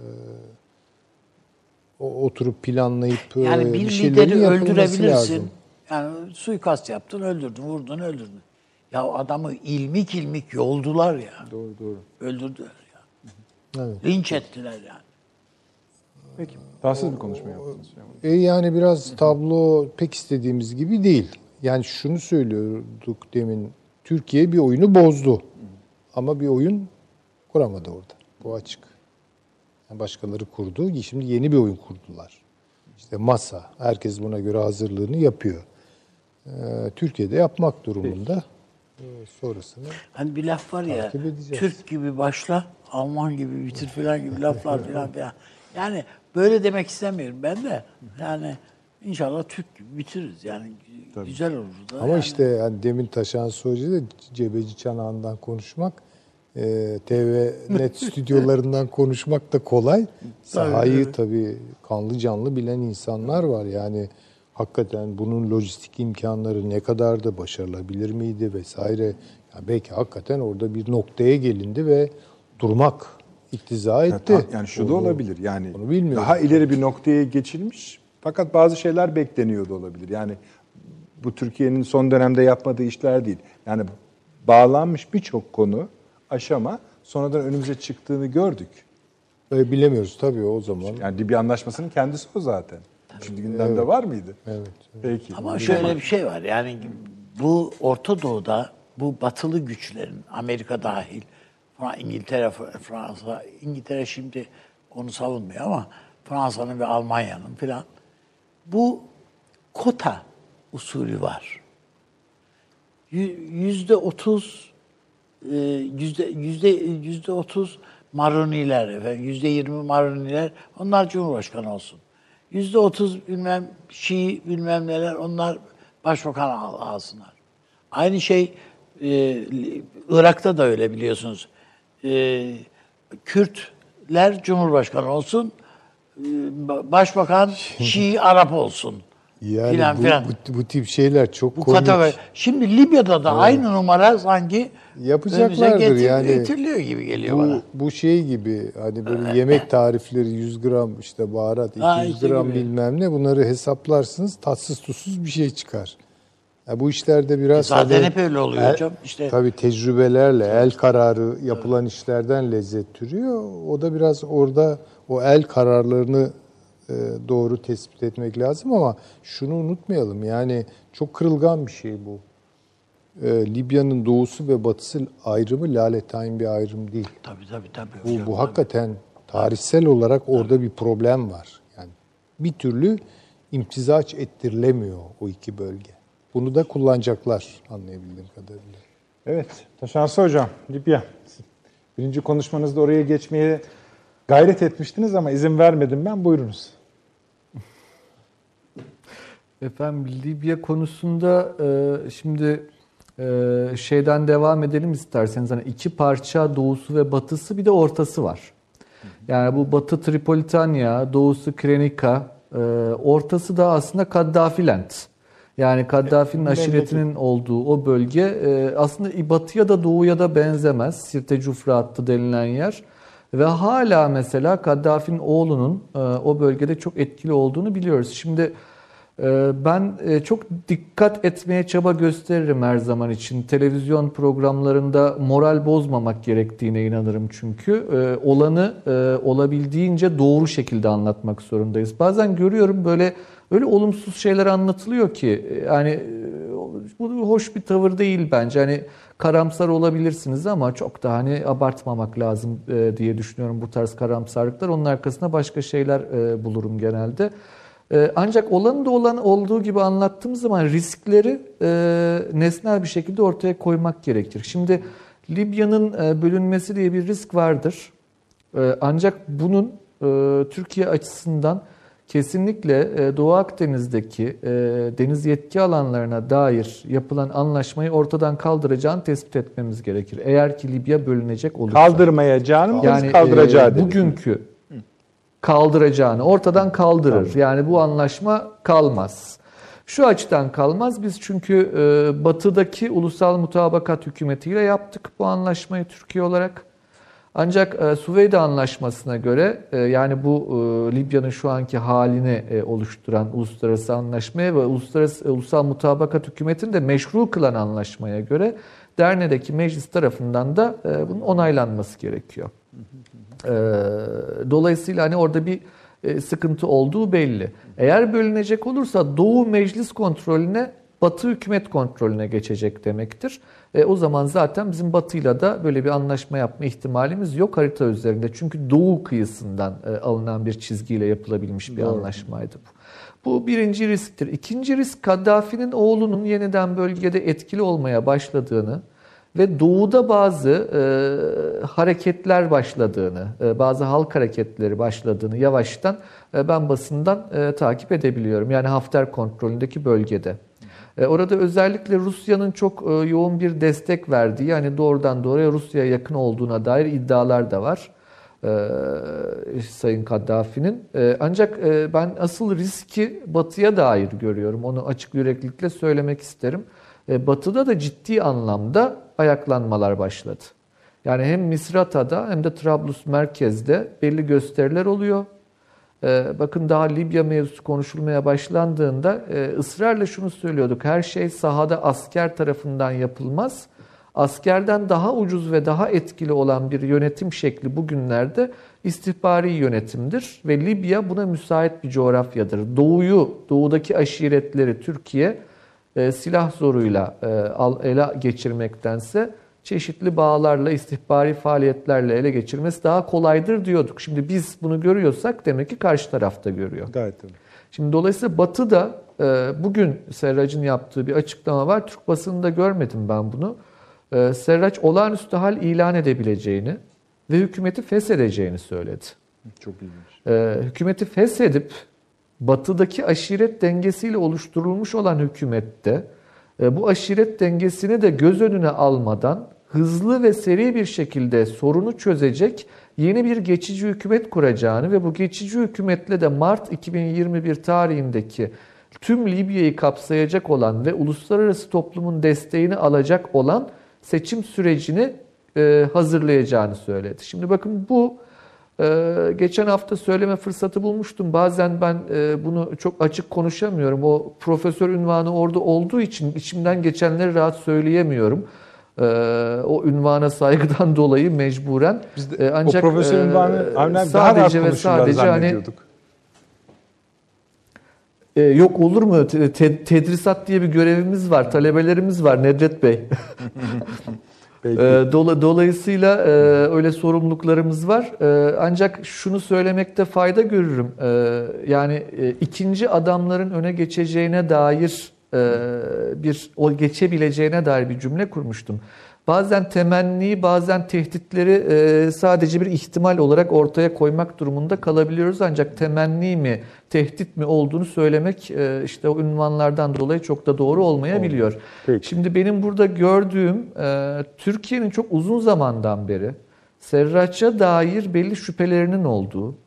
oturup planlayıp Yani bir bir şeylerin lideri yapılması lazım. lazım. Yani suikast yaptın, öldürdün, vurdun, öldürdün. Ya adamı ilmik yoldular ya. Doğru. Öldürdüler ya. Evet. Linç ettiler yani. Peki. Tatsız bir konuşma yaptınız. Yani biraz tablo pek istediğimiz gibi değil. Yani şunu söylüyorduk demin Türkiye bir oyunu bozdu. Ama bir oyun kuramadı orada. Bu açık. Yani başkaları kurdu. Şimdi yeni bir oyun kurdular. İşte masa. Herkes buna göre hazırlığını yapıyor. Türkiye'de yapmak durumunda. Sonrasını Hani bir laf var ya, takip edeceğiz. Türk gibi başla, Alman gibi bitir falan gibi laflar falan. Yani böyle demek istemiyorum ben de. Yani inşallah Türk gibi bitiririz. Yani güzel olur da. Ama işte yani demin Taşan Soylu'da Cebeci Çanağı'ndan konuşmak, TV.net stüdyolarından konuşmak da kolay. Sahayı tabii kanlı canlı bilen insanlar var. Yani hakikaten bunun lojistik imkanları ne kadar da başarılabilir miydi vesaire. Yani belki hakikaten orada bir noktaya gelindi ve durmak iktiza etti. Yani şu da olabilir. Yani onu bilmiyorum. daha ileri bir noktaya geçilmiş. Fakat bazı şeyler bekleniyordu olabilir. Yani bu Türkiye'nin son dönemde yapmadığı işler değil. Yani bağlanmış birçok konu, aşama sonradan önümüze çıktığını gördük. Bilemiyoruz tabii o zaman. Yani Libya Anlaşması'nın kendisi o zaten. Şimdi gündemde var mıydı? Evet. Peki. Ama şöyle bir şey var. Yani bu Orta Doğu'da bu batılı güçlerin, Amerika dahil, İngiltere, Fransa, İngiltere şimdi onu savunmuyor ama Fransa'nın ve Almanya'nın filan bu kota usulü var. %30 %30 Maroniler efendim, %20 Maroniler, onlar Cumhurbaşkanı olsun. %30 bilmem Şii bilmem neler, onlar başbakan alsınlar. Aynı şey Irak'ta da öyle biliyorsunuz. Kürtler Cumhurbaşkanı olsun, başbakan Şii Arap olsun. Yani Filan, filan. bu tip şeyler çok Bu komik. kategori. Şimdi Libya'da da aynı numara sanki Yapacaklardır yani. getiriliyor gibi geliyor bana. Bu şey gibi hani böyle yemek tarifleri 100 gram işte baharat, 200 işte gram gibi. bilmem ne, bunları hesaplarsınız, tatsız tuzsuz bir şey çıkar. Ya bu işlerde biraz Zaten hep öyle oluyor hocam. İşte tabii tecrübelerle, el kararı yapılan işlerden lezzet türüyor. O da biraz orada o el kararlarını doğru tespit etmek lazım ama şunu unutmayalım, yani çok kırılgan bir şey bu. Libya'nın doğusu ve batısı ayrımı lalettayn bir ayrım değil. Tabii. Bu hakikaten tarihsel olarak orada bir problem var. Yani bir türlü imtizaç ettirilemiyor o iki bölge. Bunu da kullanacaklar anlayabildiğim kadarıyla. Evet, Taşansı Hocam, Libya. Birinci konuşmanızda oraya geçmeye gayret etmiştiniz ama izin vermedim ben. Buyurunuz. Efendim Libya konusunda şimdi şeyden devam edelim isterseniz. Hani iki parça, doğusu ve batısı, bir de ortası var. Yani bu batı Tripolitania, doğusu Krenika, ortası da aslında Kaddafiland. Yani Kaddafi'nin aşiretinin olduğu o bölge aslında batıya da doğuya da benzemez. Sirte Cufra hattı denilen yer. Ve hala mesela Kaddafi'nin oğlunun o bölgede çok etkili olduğunu biliyoruz. Şimdi ben çok dikkat etmeye çaba gösteririm her zaman için. Televizyon programlarında moral bozmamak gerektiğine inanırım çünkü. Olanı olabildiğince doğru şekilde anlatmak zorundayız. Bazen görüyorum böyle öyle olumsuz şeyler anlatılıyor ki yani bu hoş bir tavır değil bence. Hani karamsar olabilirsiniz ama çok da hani abartmamak lazım diye düşünüyorum bu tarz karamsarlıklar. Onun arkasında başka şeyler bulurum genelde. Ancak olanı da olduğu gibi anlattığımız zaman riskleri nesnel bir şekilde ortaya koymak gerekir. Şimdi Libya'nın bölünmesi diye bir risk vardır. Ancak bunun Türkiye açısından kesinlikle Doğu Akdeniz'deki deniz yetki alanlarına dair yapılan anlaşmayı ortadan kaldıracağını tespit etmemiz gerekir. Eğer ki Libya bölünecek olursa. Kaldırmayacağını mı, yani kaldıracağı dedik. bugünkü kaldıracağını ortadan kaldırır. Yani bu anlaşma kalmaz. Şu açıdan kalmaz. Biz çünkü batıdaki ulusal mutabakat hükümetiyle yaptık bu anlaşmayı Türkiye olarak. Ancak Süveyde Anlaşması'na göre yani bu Libya'nın şu anki halini oluşturan uluslararası anlaşmaya ve ulusal mutabakat hükümetini de meşru kılan anlaşmaya göre Derne'deki meclis tarafından da bunun onaylanması gerekiyor. Dolayısıyla hani orada bir sıkıntı olduğu belli. Eğer bölünecek olursa Doğu meclis kontrolüne Batı hükümet kontrolüne geçecek demektir. O zaman zaten bizim Batı'yla da böyle bir anlaşma yapma ihtimalimiz yok harita üzerinde. Çünkü Doğu kıyısından alınan bir çizgiyle yapılabilmiş bir anlaşmaydı bu. Bu birinci risktir. İkinci risk, Kaddafi'nin oğlunun yeniden bölgede etkili olmaya başladığını ve doğuda bazı hareketler başladığını, bazı halk hareketleri başladığını yavaştan ben basından takip edebiliyorum. Yani Hafter kontrolündeki bölgede. Orada özellikle Rusya'nın çok yoğun bir destek verdiği, yani doğrudan doğruya Rusya'ya yakın olduğuna dair iddialar da var. Sayın Kaddafi'nin. Ancak ben asıl riski Batı'ya dair görüyorum. Onu açık yüreklilikle söylemek isterim. Batı'da da ciddi anlamda ayaklanmalar başladı. Yani hem Misrata'da hem de Trablus merkezde belli gösteriler oluyor. Bakın daha Libya mevzusu konuşulmaya başlandığında ısrarla şunu söylüyorduk. Her şey sahada asker tarafından yapılmaz. Askerden daha ucuz ve daha etkili olan bir yönetim şekli bugünlerde istihbari yönetimdir. Ve Libya buna müsait bir coğrafyadır. Doğudaki aşiretleri Türkiye silah zoruyla ele geçirmektense çeşitli bağlarla, istihbari faaliyetlerle ele geçirmesi daha kolaydır diyorduk. Şimdi biz bunu görüyorsak demek ki karşı tarafta görüyor. Gayet tabii. Şimdi dolayısıyla Batı'da bugün Serrac'ın yaptığı bir açıklama var. Türk basınında görmedim ben bunu. Serraç olağanüstü hal ilan edebileceğini ve hükümeti feshedeceğini söyledi. Çok ilginç. Hükümeti feshedip Batı'daki aşiret dengesiyle oluşturulmuş olan hükümette bu aşiret dengesini de göz önüne almadan hızlı ve seri bir şekilde sorunu çözecek yeni bir geçici hükümet kuracağını ve bu geçici hükümetle de Mart 2021 tarihindeki tüm Libya'yı kapsayacak olan ve uluslararası toplumun desteğini alacak olan seçim sürecini hazırlayacağını söyledi. Şimdi bakın bu geçen hafta söyleme fırsatı bulmuştum. Bazen ben bunu çok açık konuşamıyorum. O profesör unvanı orada olduğu için içimden geçenleri rahat söyleyemiyorum. O unvana saygıdan dolayı mecburen. Biz de ancak o profesör unvanı daha rahat konuşurlar zannediyorduk. Yok olur mu? Tedrisat diye bir görevimiz var, talebelerimiz var Nedret Bey. Dolayısıyla öyle sorumluluklarımız var. Ancak şunu söylemekte fayda görürüm. Yani ikinci adamların öne geçeceğine dair o geçebileceğine dair bir cümle kurmuştum. Bazen temenni, bazen tehditleri sadece bir ihtimal olarak ortaya koymak durumunda kalabiliyoruz. Ancak temenni mi, tehdit mi olduğunu söylemek işte o ünvanlardan dolayı çok da doğru olmayabiliyor. Peki. Şimdi benim burada gördüğüm Türkiye'nin çok uzun zamandan beri Serraç'a dair belli şüphelerinin olduğu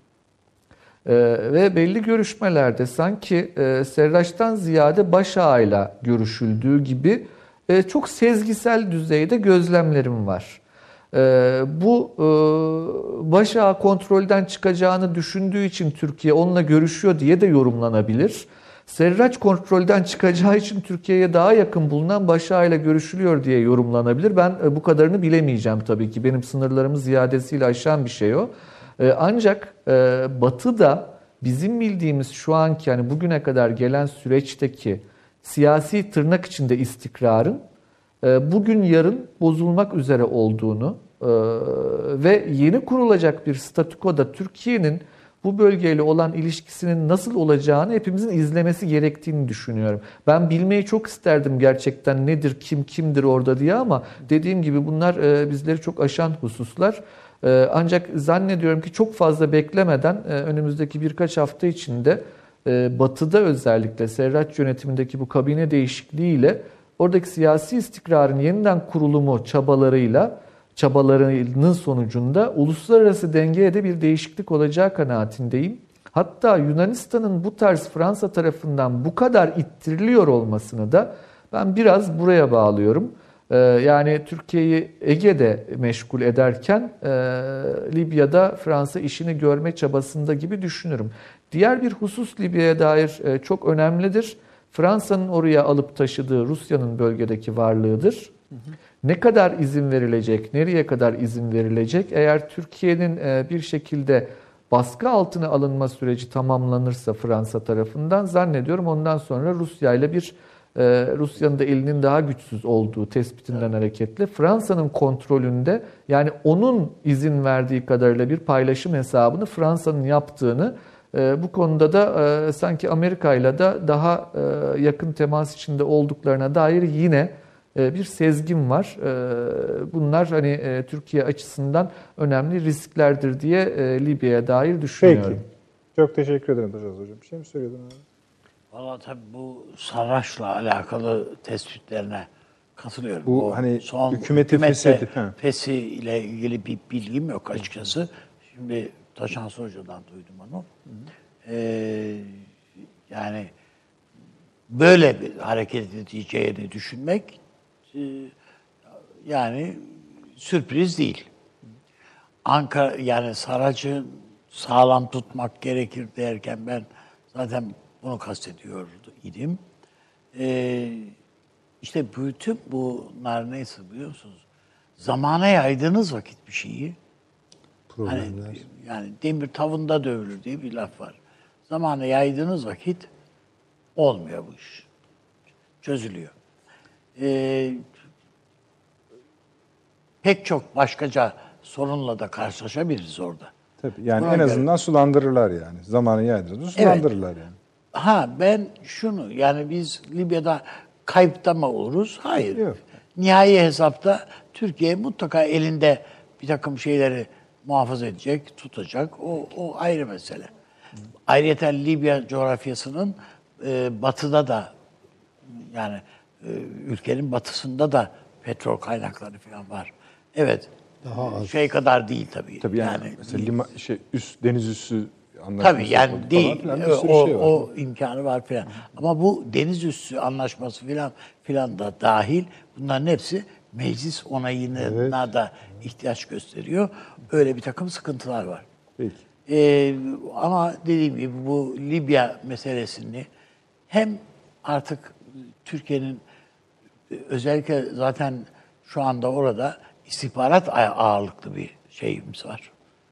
ve belli görüşmelerde sanki Serraç'tan ziyade Başağ'yla görüşüldüğü gibi çok sezgisel düzeyde gözlemlerim var. Bu Başağ kontrolden çıkacağını düşündüğü için Türkiye onunla görüşüyor diye de yorumlanabilir. Serraç kontrolden çıkacağı için Türkiye'ye daha yakın bulunan Başağ ile görüşülüyor diye yorumlanabilir. Ben bu kadarını bilemeyeceğim tabii ki. Benim sınırlarımı ziyadesiyle aşan bir şey o. Ancak Batı'da bizim bildiğimiz şu anki, yani bugüne kadar gelen süreçteki siyasi tırnak içinde istikrarın bugün yarın bozulmak üzere olduğunu ve yeni kurulacak bir statükoda Türkiye'nin bu bölgeyle olan ilişkisinin nasıl olacağını hepimizin izlemesi gerektiğini düşünüyorum. Ben bilmeyi çok isterdim gerçekten nedir, kimdir orada diye, ama dediğim gibi bunlar bizleri çok aşan hususlar. Ancak zannediyorum ki çok fazla beklemeden önümüzdeki birkaç hafta içinde Batı'da özellikle Serraç yönetimindeki bu kabine değişikliğiyle oradaki siyasi istikrarın yeniden kurulumu çabalarının sonucunda uluslararası dengeye de bir değişiklik olacağı kanaatindeyim. Hatta Yunanistan'ın bu tarz Fransa tarafından bu kadar ittiriliyor olmasını da ben biraz buraya bağlıyorum. Yani Türkiye'yi Ege'de meşgul ederken Libya'da Fransa işini görme çabasında gibi düşünürüm. Diğer bir husus Libya'ya dair çok önemlidir. Fransa'nın oraya alıp taşıdığı Rusya'nın bölgedeki varlığıdır. Ne kadar izin verilecek, nereye kadar izin verilecek? Eğer Türkiye'nin bir şekilde baskı altına alınma süreci tamamlanırsa Fransa tarafından, zannediyorum ondan sonra Rusya ile bir Rusya'nın da elinin daha güçsüz olduğu tespitinden hareketle Fransa'nın kontrolünde, yani onun izin verdiği kadarıyla bir paylaşım hesabını Fransa'nın yaptığını, bu konuda da sanki Amerika'yla da daha yakın temas içinde olduklarına dair yine bir sezgim var. Bunlar hani Türkiye açısından önemli risklerdir diye Libya'ya dair düşünüyorum. Peki. Çok teşekkür ederim hocam. Bir şey mi söylüyordun abi? Valla tabii bu Sarraç'la alakalı tespitlerine katılıyorum. Bu O hani son hükümeti feshedip, fesi ile ilgili bir bilgim yok açıkçası. Şimdi Taşansı Hoca'dan duydum onu. Yani böyle bir hareket edeceğini düşünmek yani sürpriz değil. Ankara, yani Sarrac'ı sağlam tutmak gerekir derken ben zaten bunu kastediyor idim. İşte bütün bunlar neyse biliyor musunuz? Zamana yaydığınız vakit bir şeyi, hani, Problemler. yani demir tavında dövülür diye bir laf var. Zamana yaydığınız vakit olmuyor bu iş. Çözülüyor. Pek çok başkaca sorunla da karşılaşabiliriz orada. Tabii yani Buna en göre- azından sulandırırlar yani. Zamanı yaydırır, sulandırırlar yani. Ha, ben şunu, yani biz Libya'da kayıpta mı oluruz? Hayır. Yok. Nihai hesapta Türkiye mutlaka elinde bir takım şeyleri muhafaza edecek, tutacak. O ayrı mesele. Ayrıca Libya coğrafyasının batıda da, yani ülkenin batısında da petrol kaynakları falan var. Evet. Daha az. Şey kadar değil tabii. Tabii yani, mesela deniz üssü anlaşması Tabii yani yapıldı değil. falan filan, bir sürü O, şey var. o imkanı var filan. Ama bu deniz üssü anlaşması filan da dahil, bunların hepsi meclis onayına da ihtiyaç gösteriyor. Öyle bir takım sıkıntılar var. Peki. Ama dediğim gibi bu Libya meselesini hem artık Türkiye'nin özellikle zaten şu anda orada istihbarat ağırlıklı bir şeyimiz var.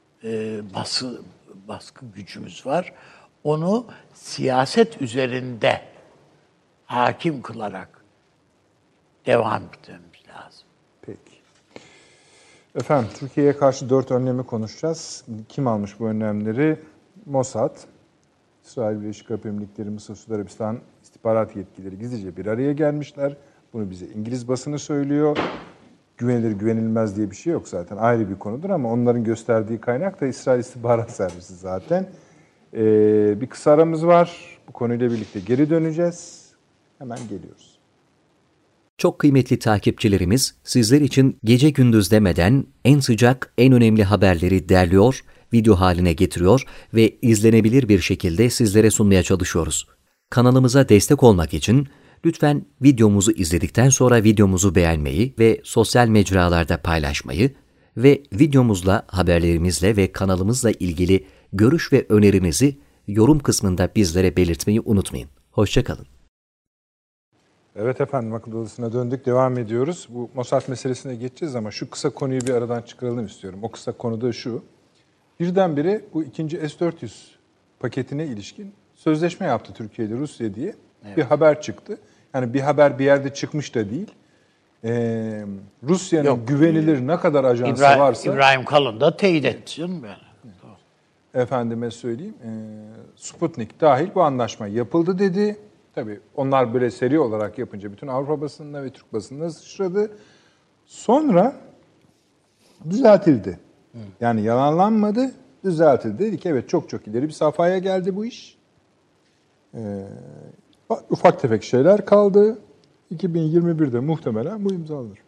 Baskı gücümüz var. Onu siyaset üzerinde hakim kılarak devam etmemiz lazım. Peki. Efendim, Türkiye'ye karşı 4 önlemi konuşacağız. Kim almış bu önlemleri? Mossad, İsrail Birleşik Arap Emirlikleri, Mısır, Suudi Arabistan istihbarat yetkilileri gizlice bir araya gelmişler. Bunu bize İngiliz basını söylüyor. Güvenilir güvenilmez diye bir şey yok zaten. Ayrı bir konudur ama onların gösterdiği kaynak da İsrail İstihbarat Servisi zaten. Bir kısa aramız var. Bu konuyla birlikte geri döneceğiz. Hemen geliyoruz. Çok kıymetli takipçilerimiz, sizler için gece gündüz demeden en sıcak, en önemli haberleri derliyor, video haline getiriyor ve izlenebilir bir şekilde sizlere sunmaya çalışıyoruz. Kanalımıza destek olmak için lütfen videomuzu izledikten sonra videomuzu beğenmeyi ve sosyal mecralarda paylaşmayı ve videomuzla, haberlerimizle ve kanalımızla ilgili görüş ve önerinizi yorum kısmında bizlere belirtmeyi unutmayın. Hoşça kalın. Evet efendim, akıl odasına döndük, devam ediyoruz. Bu Mossad meselesine geçeceğiz ama şu kısa konuyu bir aradan çıkaralım istiyorum. O kısa konu da şu. Birdenbire bu ikinci S-400 paketine ilişkin sözleşme yaptı Türkiye ile Rusya diye bir haber çıktı. Yani bir haber bir yerde çıkmış da değil. Rusya'nın güvenilir ne kadar ajansı varsa... İbrahim Kalın da teyit etti canım yani. Efendime söyleyeyim, Sputnik dahil bu anlaşma yapıldı dedi. Tabii onlar böyle seri olarak yapınca bütün Avrupa basınına ve Türk basınına sıçradı. Sonra düzeltildi. Yani yalanlanmadı, düzeltildi. Dedik evet, çok çok ileri bir safhaya geldi bu iş. Ufak tefek şeyler kaldı. 2021'de muhtemelen bu imzalanır.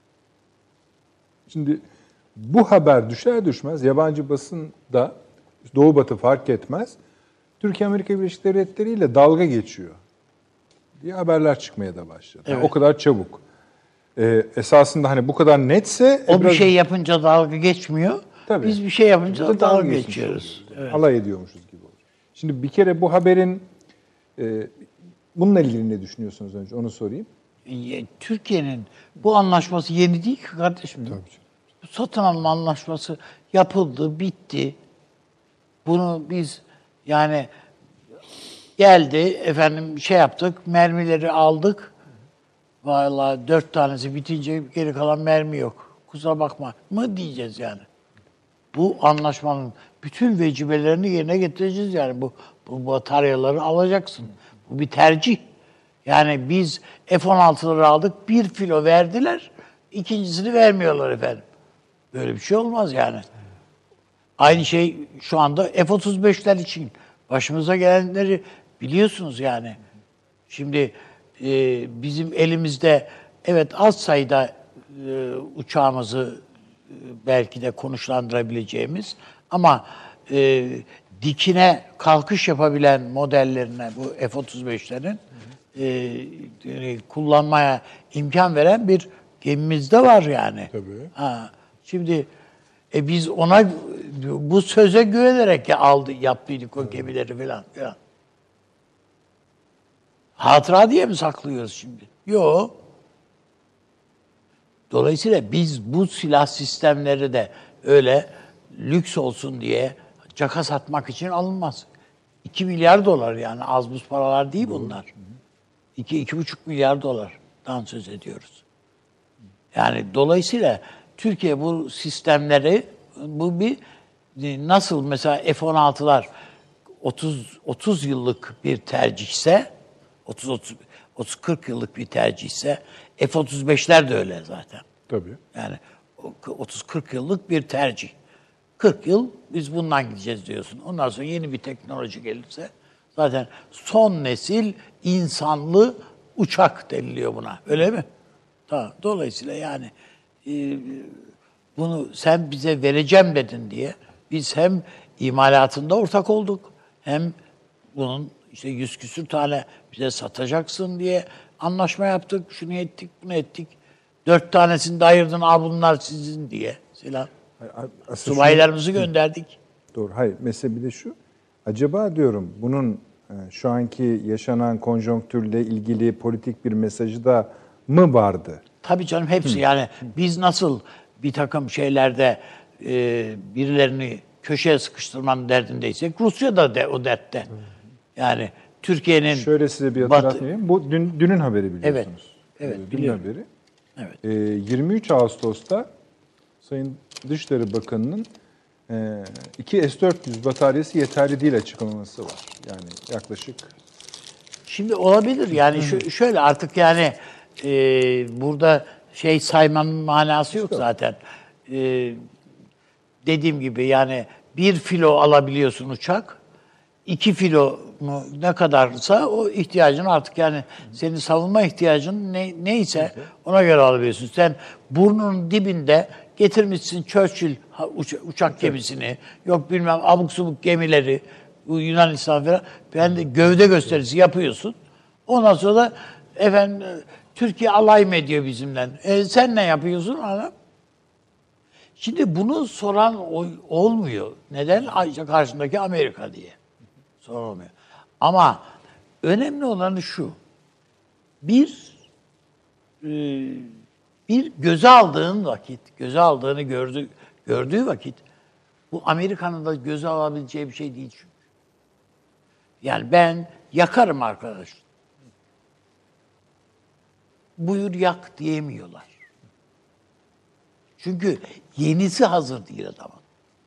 Şimdi bu haber düşer düşmez yabancı basında, Doğu Batı fark etmez, Türkiye Amerika Birleşik Devletleri ile dalga geçiyor diye haberler çıkmaya da başladı. Evet. Yani o kadar çabuk. Esasında hani bu kadar netse... O bir şey yapınca dalga geçmiyor. Tabii. Biz bir şey yapınca Burada dalga geçmiş geçiyoruz. oluyoruz. Evet. Alay ediyormuşuz gibi olur. Şimdi bir kere bu haberin bununla ilgili ne düşünüyorsunuz önce onu sorayım. Türkiye'nin bu anlaşması yeni değil ki kardeşim. Tabii. Bu satın alma anlaşması yapıldı, bitti. Bunu biz yani geldi efendim şey yaptık, mermileri aldık. Vallahi 4 tanesi bitince geri kalan mermi yok. Kusura bakma mı diyeceğiz yani. Bu anlaşmanın bütün vecibelerini yerine getireceğiz yani. Bu bataryaları alacaksın. Bu bir tercih. Yani biz F-16'ları aldık, 1 filo verdiler, ikincisini vermiyorlar efendim. Böyle bir şey olmaz yani. Aynı şey şu anda F-35'ler için. Başımıza gelenleri biliyorsunuz yani. Şimdi bizim elimizde evet az sayıda uçağımızı belki de konuşlandırabileceğimiz ama dikine kalkış yapabilen modellerine bu F-35'lerin kullanmaya imkan veren bir gemimiz de var yani. Tabii. Şimdi biz ona bu söze güvenerek yaptıydık o gemileri falan. Hatıra diye mi saklıyoruz şimdi? Yok. Dolayısıyla biz bu silah sistemleri de öyle lüks olsun diye caka satmak için alınmaz. 2 milyar dolar yani az buz paralar değil bunlar. 2,5 milyar dolardan söz ediyoruz. Yani dolayısıyla Türkiye bu sistemleri bu bir nasıl mesela F-16'lar 30 yıllık bir tercihse 30-40 yıllık bir tercihse F-35'ler de öyle zaten. Tabii. Yani 30-40 yıllık bir tercih. 40 yıl biz bundan gideceğiz diyorsun. Ondan sonra yeni bir teknoloji gelirse zaten son nesil insanlı uçak deniliyor buna. Öyle mi? Tamam. Dolayısıyla yani bunu sen bize vereceğim dedin diye biz hem imalatında ortak olduk hem bunun işte 100 küsür tane bize satacaksın diye anlaşma yaptık. Şunu ettik, bunu ettik. 4 tanesini de ayırdın, bunlar sizin diye. Selam. Subaylarımızı gönderdik. Doğru. Hayır. Mesela bir de şu. Acaba diyorum bunun şu anki yaşanan konjonktürle ilgili politik bir mesajı da mı vardı? Tabii canım hepsi. Yani biz nasıl bir takım şeylerde birilerini köşeye sıkıştırmanın derdindeysek Rusya da o dertte. Yani Türkiye'nin... Şöyle size bir hatırlatmayayım. Bu dünün haberi biliyorsunuz. Evet, Dünün biliyorum. haberi. Evet. 23 Ağustos'ta Sayın Dışişleri Bakanı'nın 2 S-400 bataryası yeterli değil açıklaması var. Yani yaklaşık... Şimdi olabilir. Yani şöyle artık yani burada şey saymanın manası yok zaten. Dediğim gibi yani 1 filo alabiliyorsun uçak. 2 filo mu ne kadarsa o ihtiyacın artık yani senin savunma ihtiyacın neyse ona göre alabiliyorsun. Sen burnunun dibinde getirmişsin Churchill uçak gemisini, yok bilmem abuk subuk gemileri, bu Yunanistan falan. Ben de gövde gösterisi yapıyorsun. Ondan sonra da efendim Türkiye alay mı ediyor bizimle? Sen ne yapıyorsun adam? Şimdi bunu soran olmuyor. Neden? Ayrıca karşındaki Amerika diye. Sorulmuyor. Ama önemli olanı şu. Bir göze aldığını gördüğü vakit bu Amerika'nın da göze alabileceği bir şey değil çünkü. Yani ben yakarım arkadaş. Buyur yak diyemiyorlar. Çünkü yenisi hazır değil adamın.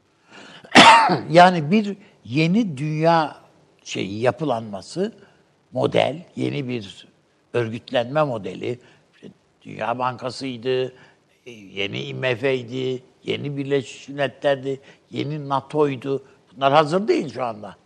Yani bir yeni dünya yapılanması, model, yeni bir örgütlenme modeli, Dünya Bankası'ydı, yeni IMF'ydi, yeni Birleşmiş Milletler'di, yeni NATO'ydu. Bunlar hazır değil şu anda.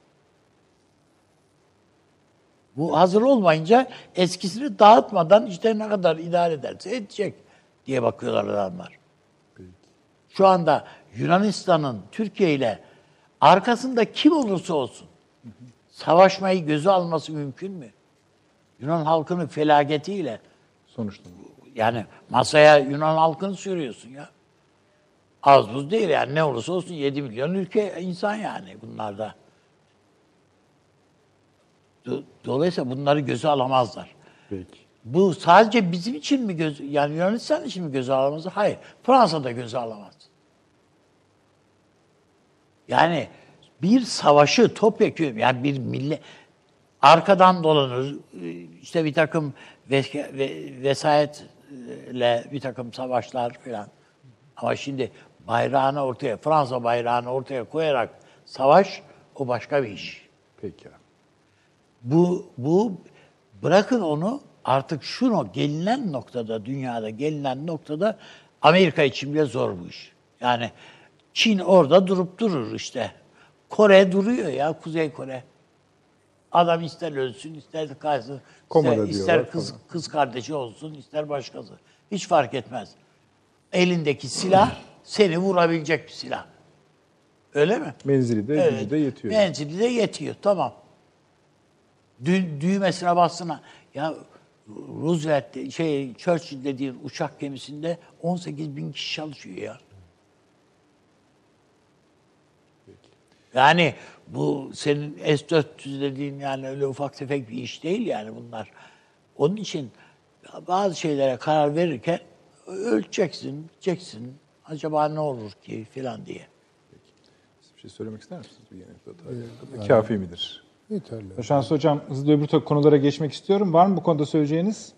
Bu hazır olmayınca eskisini dağıtmadan işte ne kadar idare ederse edecek diye bakıyorlar adamlar. Şu anda Yunanistan'ın Türkiye ile arkasında kim olursa olsun savaşmayı göze alması mümkün mü? Yunan halkının felaketiyle Sonuçta. yani masaya Yunan halkını sürüyorsun ya. Az buz değil yani ne olursa olsun 7 milyon ülke insan yani bunlarda. Dolayısıyla bunları göze alamazlar. Peki. Bu sadece bizim için mi yani Yunanistan için mi göze alamaz? Hayır. Fransa da göze alamaz. Yani bir savaşı topyekun yani bir millet arkadan dolanır. İşte bir takım vesayetle bir takım savaşlar falan. Ama şimdi bayrağını ortaya, Fransa bayrağını ortaya koyarak savaş, o başka bir iş. Peki. Bu bırakın onu, artık gelinen noktada, dünyada gelinen noktada Amerika için bile zor bu iş. Yani Çin orada durup durur işte. Kore duruyor ya, Kuzey Kore. Adam ister ölsün, ister kaysın, ister kız kardeşi olsun, ister başkası. Hiç fark etmez. Elindeki silah seni vurabilecek bir silah. Öyle mi? Menzili de gücü de yetiyor. Menzili de yetiyor. Tamam. Düğmesine bassana. Ya Roosevelt, Churchill dediğin uçak gemisinde 18.000 kişi çalışıyor ya. Yani bu senin S-400 dediğin yani öyle ufak tefek bir iş değil yani bunlar. Onun için bazı şeylere karar verirken ölçeceksin, bileceksin. Acaba ne olur ki filan diye. Peki. Siz bir şey söylemek ister misiniz? Bir yeni kafi midir? Yeterli. Şans Hocam, hızlı öbür konulara geçmek istiyorum. Var mı bu konuda söyleyeceğiniz?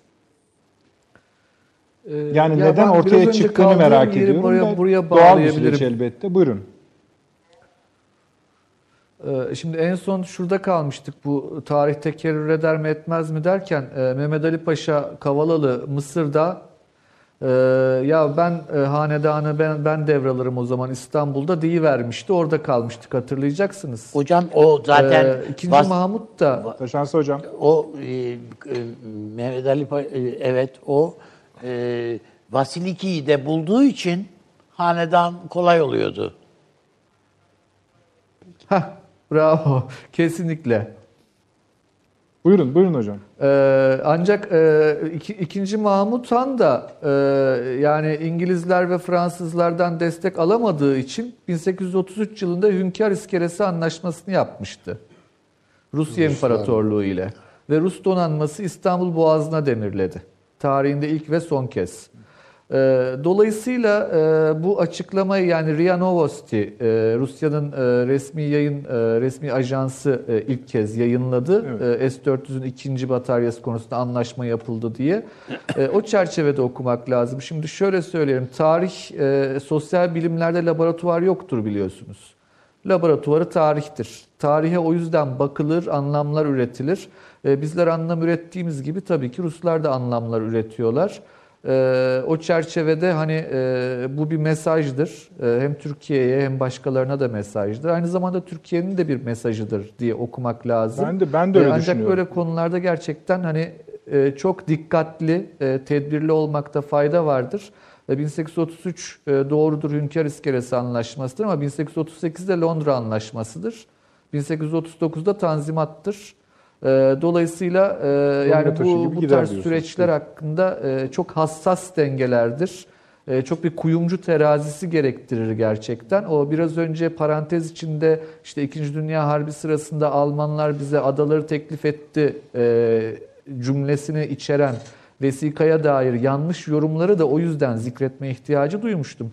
Yani Ya neden ben ortaya biraz önce çıktığını kaldığım merak yeri ediyorum. buraya Doğal bir süreç bağlayabilirim. elbette. Buyurun. Şimdi en son şurada kalmıştık, bu tarih tekerrür eder mi etmez mi derken Mehmet Ali Paşa Kavalalı Mısır'da ya ben hanedanı ben devralırım o zaman İstanbul'da deyivermişti. Orada kalmıştık, hatırlayacaksınız. Hocam o zaten İkinci Mahmut da Şans Hocam. o Mehmet Ali evet o Vasiliki'yi de bulduğu için hanedan kolay oluyordu. bravo, kesinlikle. Buyurun hocam. Ancak ikinci Mahmut Han da yani İngilizler ve Fransızlardan destek alamadığı için 1833 yılında Hünkar İskelesi Anlaşması'nı yapmıştı. Rusya İmparatorluğu ile. Ve Rus donanması İstanbul Boğazı'na demirledi. Tarihinde ilk ve son kez. Dolayısıyla bu açıklamayı, yani RIA Novosti, Rusya'nın resmi ajansı ilk kez yayınladı. Evet. S-400'ün 2. bataryası konusunda anlaşma yapıldı diye. O çerçevede okumak lazım. Şimdi şöyle söyleyelim. Tarih, sosyal bilimlerde laboratuvar yoktur biliyorsunuz. Laboratuvarı tarihtir. Tarihe o yüzden bakılır, anlamlar üretilir. Bizler anlam ürettiğimiz gibi tabii ki Ruslar da anlamlar üretiyorlar. O çerçevede hani bu bir mesajdır. Hem Türkiye'ye hem başkalarına da mesajdır. Aynı zamanda Türkiye'nin de bir mesajıdır diye okumak lazım. Ben de öyle Ancak düşünüyorum. böyle konularda gerçekten hani çok dikkatli, tedbirli olmakta fayda vardır. 1833 doğrudur, Hünkar İskelesi Anlaşması'dır ama 1838'de Londra Anlaşması'dır. 1839'da Tanzimat'tır. Dolayısıyla yani bu tarz süreçler hakkında çok hassas dengelerdir. Çok bir kuyumcu terazisi gerektirir gerçekten. O biraz önce parantez içinde işte 2. Dünya Harbi sırasında Almanlar bize adaları teklif etti cümlesini içeren vesikaya dair yanlış yorumları da o yüzden zikretme ihtiyacı duymuştum.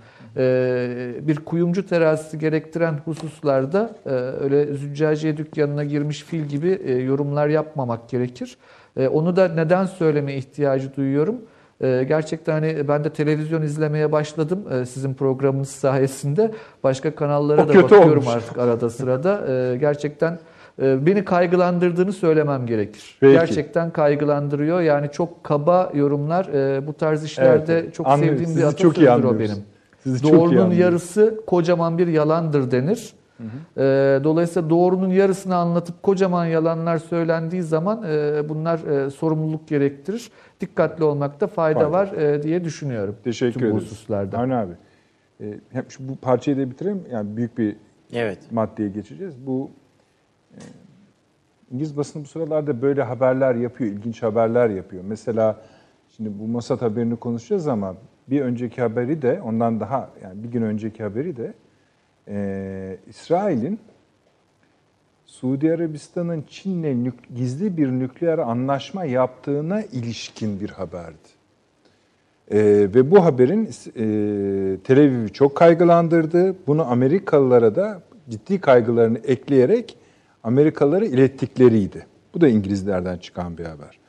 Bir kuyumcu terazisi gerektiren hususlarda öyle züccaciye dükkanına girmiş fil gibi yorumlar yapmamak gerekir. Onu da neden söyleme ihtiyacı duyuyorum? Gerçekten hani ben de televizyon izlemeye başladım sizin programınız sayesinde. Başka kanallara da bakıyorum olmuş artık arada sırada. Gerçekten beni kaygılandırdığını söylemem gerekir. Peki. Gerçekten kaygılandırıyor. Yani çok kaba yorumlar. Bu tarz işlerde evet, çok sevdiğim bir atasözdür o benim. Doğrunun yarısı kocaman bir yalandır denir. Dolayısıyla doğrunun yarısını anlatıp kocaman yalanlar söylendiği zaman bunlar sorumluluk gerektirir. Dikkatli olmakta fayda var diye düşünüyorum. Teşekkür ederiz. Hususlarda. Avni abi, bu parçayı da bitirelim. Yani büyük bir maddeye geçeceğiz. Bu İngiliz basını bu sıralarda böyle haberler yapıyor, ilginç haberler yapıyor. Mesela şimdi bu Mossad haberini konuşacağız ama bir önceki haberi de ondan daha yani bir gün önceki haberi de İsrail'in Suudi Arabistan'ın Çin'le gizli bir nükleer anlaşma yaptığına ilişkin bir haberdi. Ve bu haberin Tel Aviv'i çok kaygılandırdı. Bunu Amerikalılara da ciddi kaygılarını ekleyerek Amerikalılara ilettikleriydi. Bu da İngilizlerden çıkan bir haber.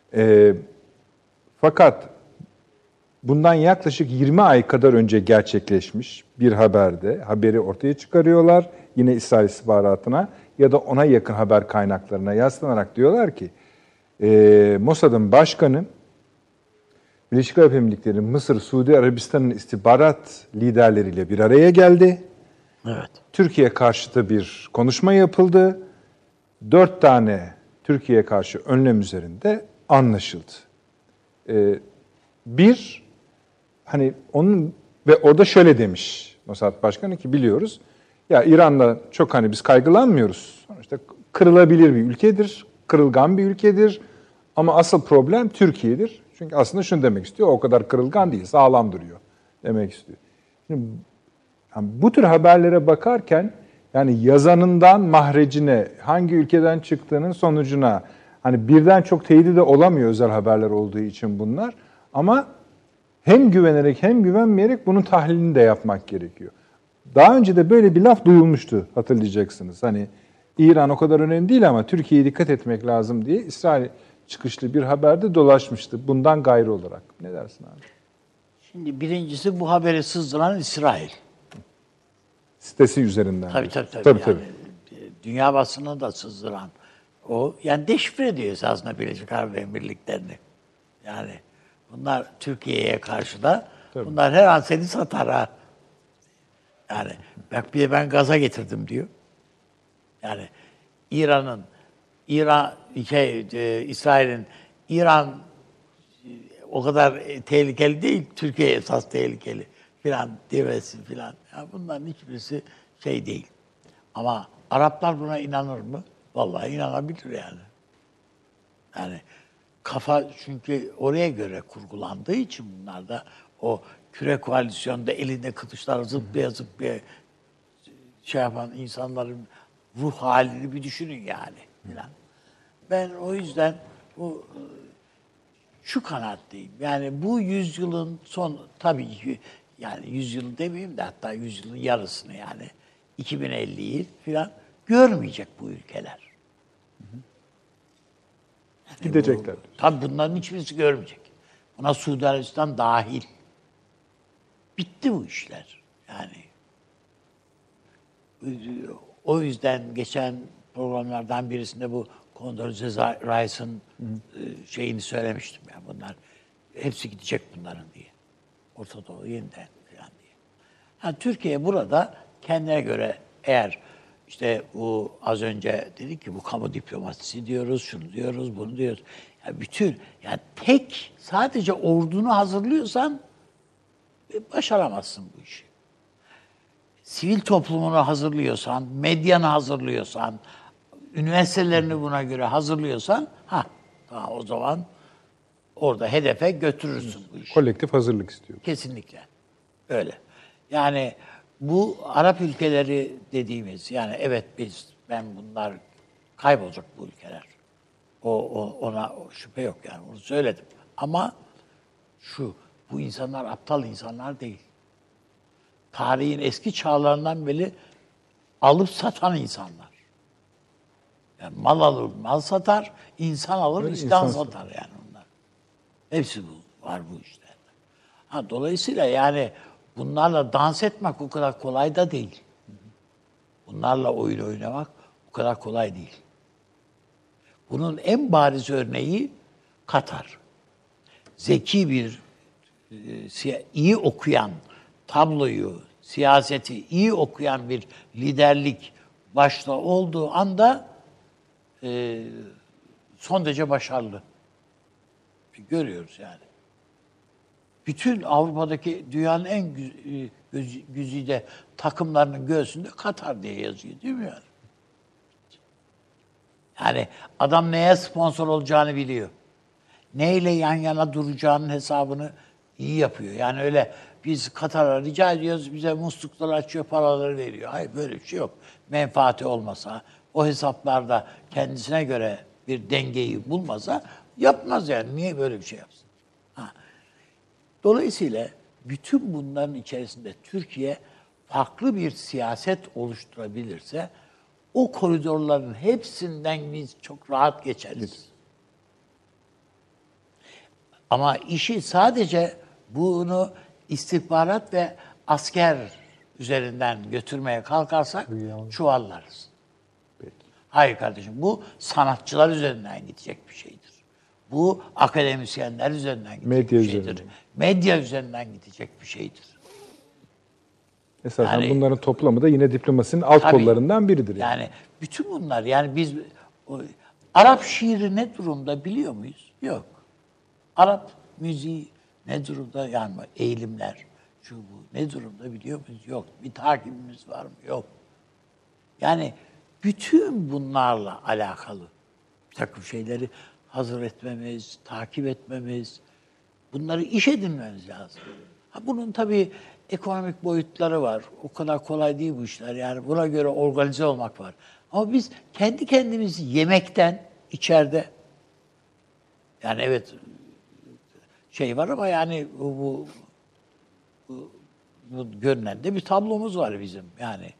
Fakat bundan yaklaşık 20 ay kadar önce gerçekleşmiş bir haberi ortaya çıkarıyorlar. Yine İsrail istihbaratına ya da ona yakın haber kaynaklarına yaslanarak diyorlar ki Mossad'ın başkanı Birleşik Arap Emirlikleri, Mısır, Suudi Arabistan'ın istihbarat liderleriyle bir araya geldi. Evet. Türkiye karşıtı bir konuşma yapıldı. 4 tane Türkiye'ye karşı önlem üzerinde anlaşıldı. Bir, hani onun ve orada şöyle demiş Mossad Başkanı ki biliyoruz. Ya İran'da çok hani biz kaygılanmıyoruz. Sonuçta kırılabilir bir ülkedir, kırılgan bir ülkedir. Ama asıl problem Türkiye'dir. Çünkü aslında şunu demek istiyor, o kadar kırılgan değil, sağlam duruyor demek istiyor. Şimdi, yani bu tür haberlere bakarken yani yazanından mahrecine, hangi ülkeden çıktığının sonucuna hani birden çok teyidi de olamıyor özel haberler olduğu için bunlar. Ama hem güvenerek hem güvenmeyerek bunun tahlilini de yapmak gerekiyor. Daha önce de böyle bir laf duyulmuştu hatırlayacaksınız. Hani İran o kadar önemli değil ama Türkiye'ye dikkat etmek lazım diye İsrail çıkışlı bir haberde dolaşmıştı. Bundan gayrı olarak. Ne dersin abi? Şimdi birincisi bu haberi sızdıran İsrail. Sitesi üzerinden. Tabii. Yani, dünya basını da sızdıran o. Yani deşifre ediyor esasında Birleşik Arap Emirlikleri'ni. Yani bunlar Türkiye'ye karşı da bunlar her an seni satar ha. Yani bak bir de ben gaza getirdim diyor. Yani İsrail'in İran o kadar tehlikeli değil, Türkiye esas tehlikeli filan demesi filan. Ya bunların hiçbirisi şey değil. Ama Araplar buna inanır mı? Vallahi inanabilir yani. Yani kafa çünkü oraya göre kurgulandığı için bunlar da o küre koalisyonda elinde kılıçlar zıplaya şey yapan insanların ruh halini bir düşünün yani. Falan. Ben o yüzden şu kanaatteyim. Yani bu yüzyılın tabii ki yani yüzyıl demeyeyim de hatta yüzyılın yarısını yani 2050'yi falan görmeyecek bu ülkeler. Yani gidecekler. Tabii bunların hiçbirisi görmeyecek. Buna Suudi Arabistan dahil. Bitti bu işler. Yani o yüzden geçen programlardan birisinde bu Condoleezza Rice'ın şeyini söylemiştim. Yani bunlar hepsi gidecek bunların diye. Orta Doğu yeniden falan diye. Yani Türkiye burada kendine göre eğer işte bu az önce dedik ki bu kamu diplomasisi diyoruz, şunu diyoruz, bunu diyoruz. Yani yani sadece ordunu hazırlıyorsan başaramazsın bu işi. Sivil toplumunu hazırlıyorsan, medyanı hazırlıyorsan, üniversitelerini buna göre hazırlıyorsan, o zaman orada hedefe götürürsün bu işi. Kolektif hazırlık istiyor. Kesinlikle. Öyle. Yani bu Arap ülkeleri dediğimiz, yani evet bunlar kaybolacak bu ülkeler. Ona şüphe yok yani, onu söyledim. Ama bu insanlar aptal insanlar değil. Tarihin eski çağlarından beri alıp satan insanlar. Yani mal alır, mal satar, insan alır, evet, insan satar yani onlar. Hepsi var bu işlerde. Dolayısıyla yani bunlarla dans etmek o kadar kolay da değil. Bunlarla oyun oynamak o kadar kolay değil. Bunun en bariz örneği Katar. Zeki iyi okuyan, tabloyu, siyaseti iyi okuyan bir liderlik başta olduğu anda son derece başarılı. Görüyoruz yani. Bütün Avrupa'daki dünyanın en güzide takımlarının göğsünde Katar diye yazıyor değil mi yani? Yani adam neye sponsor olacağını biliyor. Neyle yan yana duracağının hesabını iyi yapıyor. Yani öyle biz Katar'a rica ediyoruz, bize muslukları açıyor, paraları veriyor. Hayır, böyle bir şey yok. Menfaati olmasa, o hesaplarda kendisine göre bir dengeyi bulmasa yapmaz yani. Niye böyle bir şey yapsın? Dolayısıyla bütün bunların içerisinde Türkiye farklı bir siyaset oluşturabilirse o koridorların hepsinden biz çok rahat geçeriz. Ama işi sadece bunu istihbarat ve asker üzerinden götürmeye kalkarsak çuvallarız. Hayır kardeşim, bu sanatçılar üzerinden gidecek bir şeydir. Bu akademisyenler üzerinden gidecek Medya bir şeydir. üzerinden. Medya üzerinden gidecek bir şeydir. Esasen Yani- bunların toplamı da yine diplomasinin alt Tabii. kollarından biridir. Yani. Yani bütün bunlar, yani biz Arap şiiri ne durumda biliyor muyuz? Yok. Arap müziği ne durumda, yani eğilimler, şu bu ne durumda biliyor muyuz? Yok. Bir takibimiz var mı? Yok. Yani bütün bunlarla alakalı bir takım şeyleri hazır etmemiz, takip etmemiz, bunları iş edinmemiz lazım. Ha, bunun tabii ekonomik boyutları var. O kadar kolay değil bu işler. Yani buna göre organize olmak var. Ama biz kendi kendimizi yemekten içeride, yani evet şey var ama yani bu görünen de bir tablomuz var bizim. Yani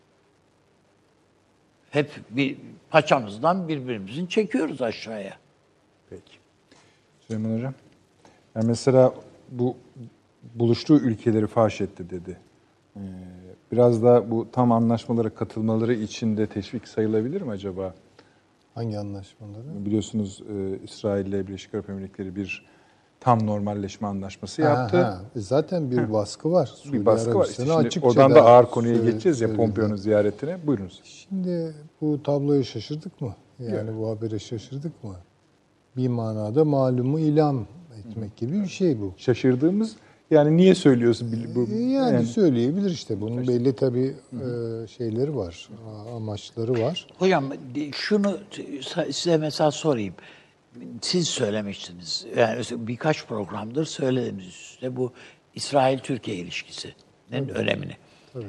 hep bir paçamızdan birbirimizin çekiyoruz aşağıya. Peki. Süleyman Hocam. Yani mesela bu buluştuğu ülkeleri faş etti dedi. Biraz da bu tam anlaşmalara katılmaları için de teşvik sayılabilir mi acaba? Hangi anlaşmaları? Biliyorsunuz İsrail ile Birleşik Arap Emirlikleri bir tam normalleşme anlaşması yaptı. Zaten bir baskı var. Bir baskı var. İşte Arabistan'a şimdi açıkça oradan da ağır konuya geçeceğiz ya, söyledi. Pompeo'nun ziyaretine. Buyurunuz. Şimdi bu tabloya şaşırdık mı? Yani bu habere şaşırdık mı? Bir manada malumu ilan etmek gibi bir şey bu. Şaşırdığımız, yani niye söylüyorsun bu? Yani söyleyebilir işte. Bunun belli tabii şeyleri var, amaçları var. Hocam şunu size mesela sorayım. Siz söylemiştiniz. Yani birkaç programdır söylediniz üstte bu İsrail-Türkiye ilişkisinin önemini. Tabii.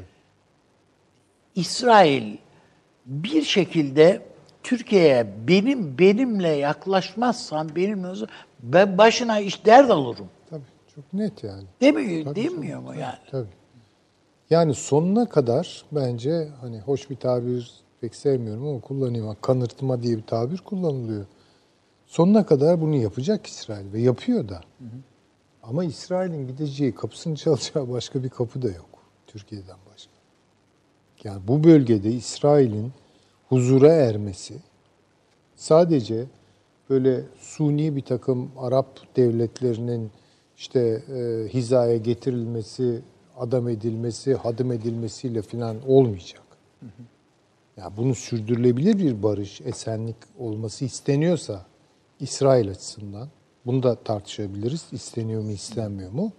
İsrail bir şekilde Türkiye'ye benimle yaklaşmazsan ben başına iş dert alırım. Tabii çok net yani. Demiyor mu yani? Tabii. Yani sonuna kadar bence, hani hoş bir tabir pek sevmiyorum ama kullanayım. Kanırtma diye bir tabir kullanılıyor. Sonuna kadar bunu yapacak İsrail ve yapıyor da. Ama İsrail'in gideceği, kapısını çalacağı başka bir kapı da yok Türkiye'den başka. Yani bu bölgede İsrail'in huzura ermesi sadece böyle suni bir takım Arap devletlerinin işte hizaya getirilmesi, adam edilmesi, hadım edilmesiyle falan olmayacak. Yani bunu sürdürülebilir bir barış, esenlik olması isteniyorsa İsrail açısından, bunu da tartışabiliriz. İsteniyor mu, istenmiyor mu?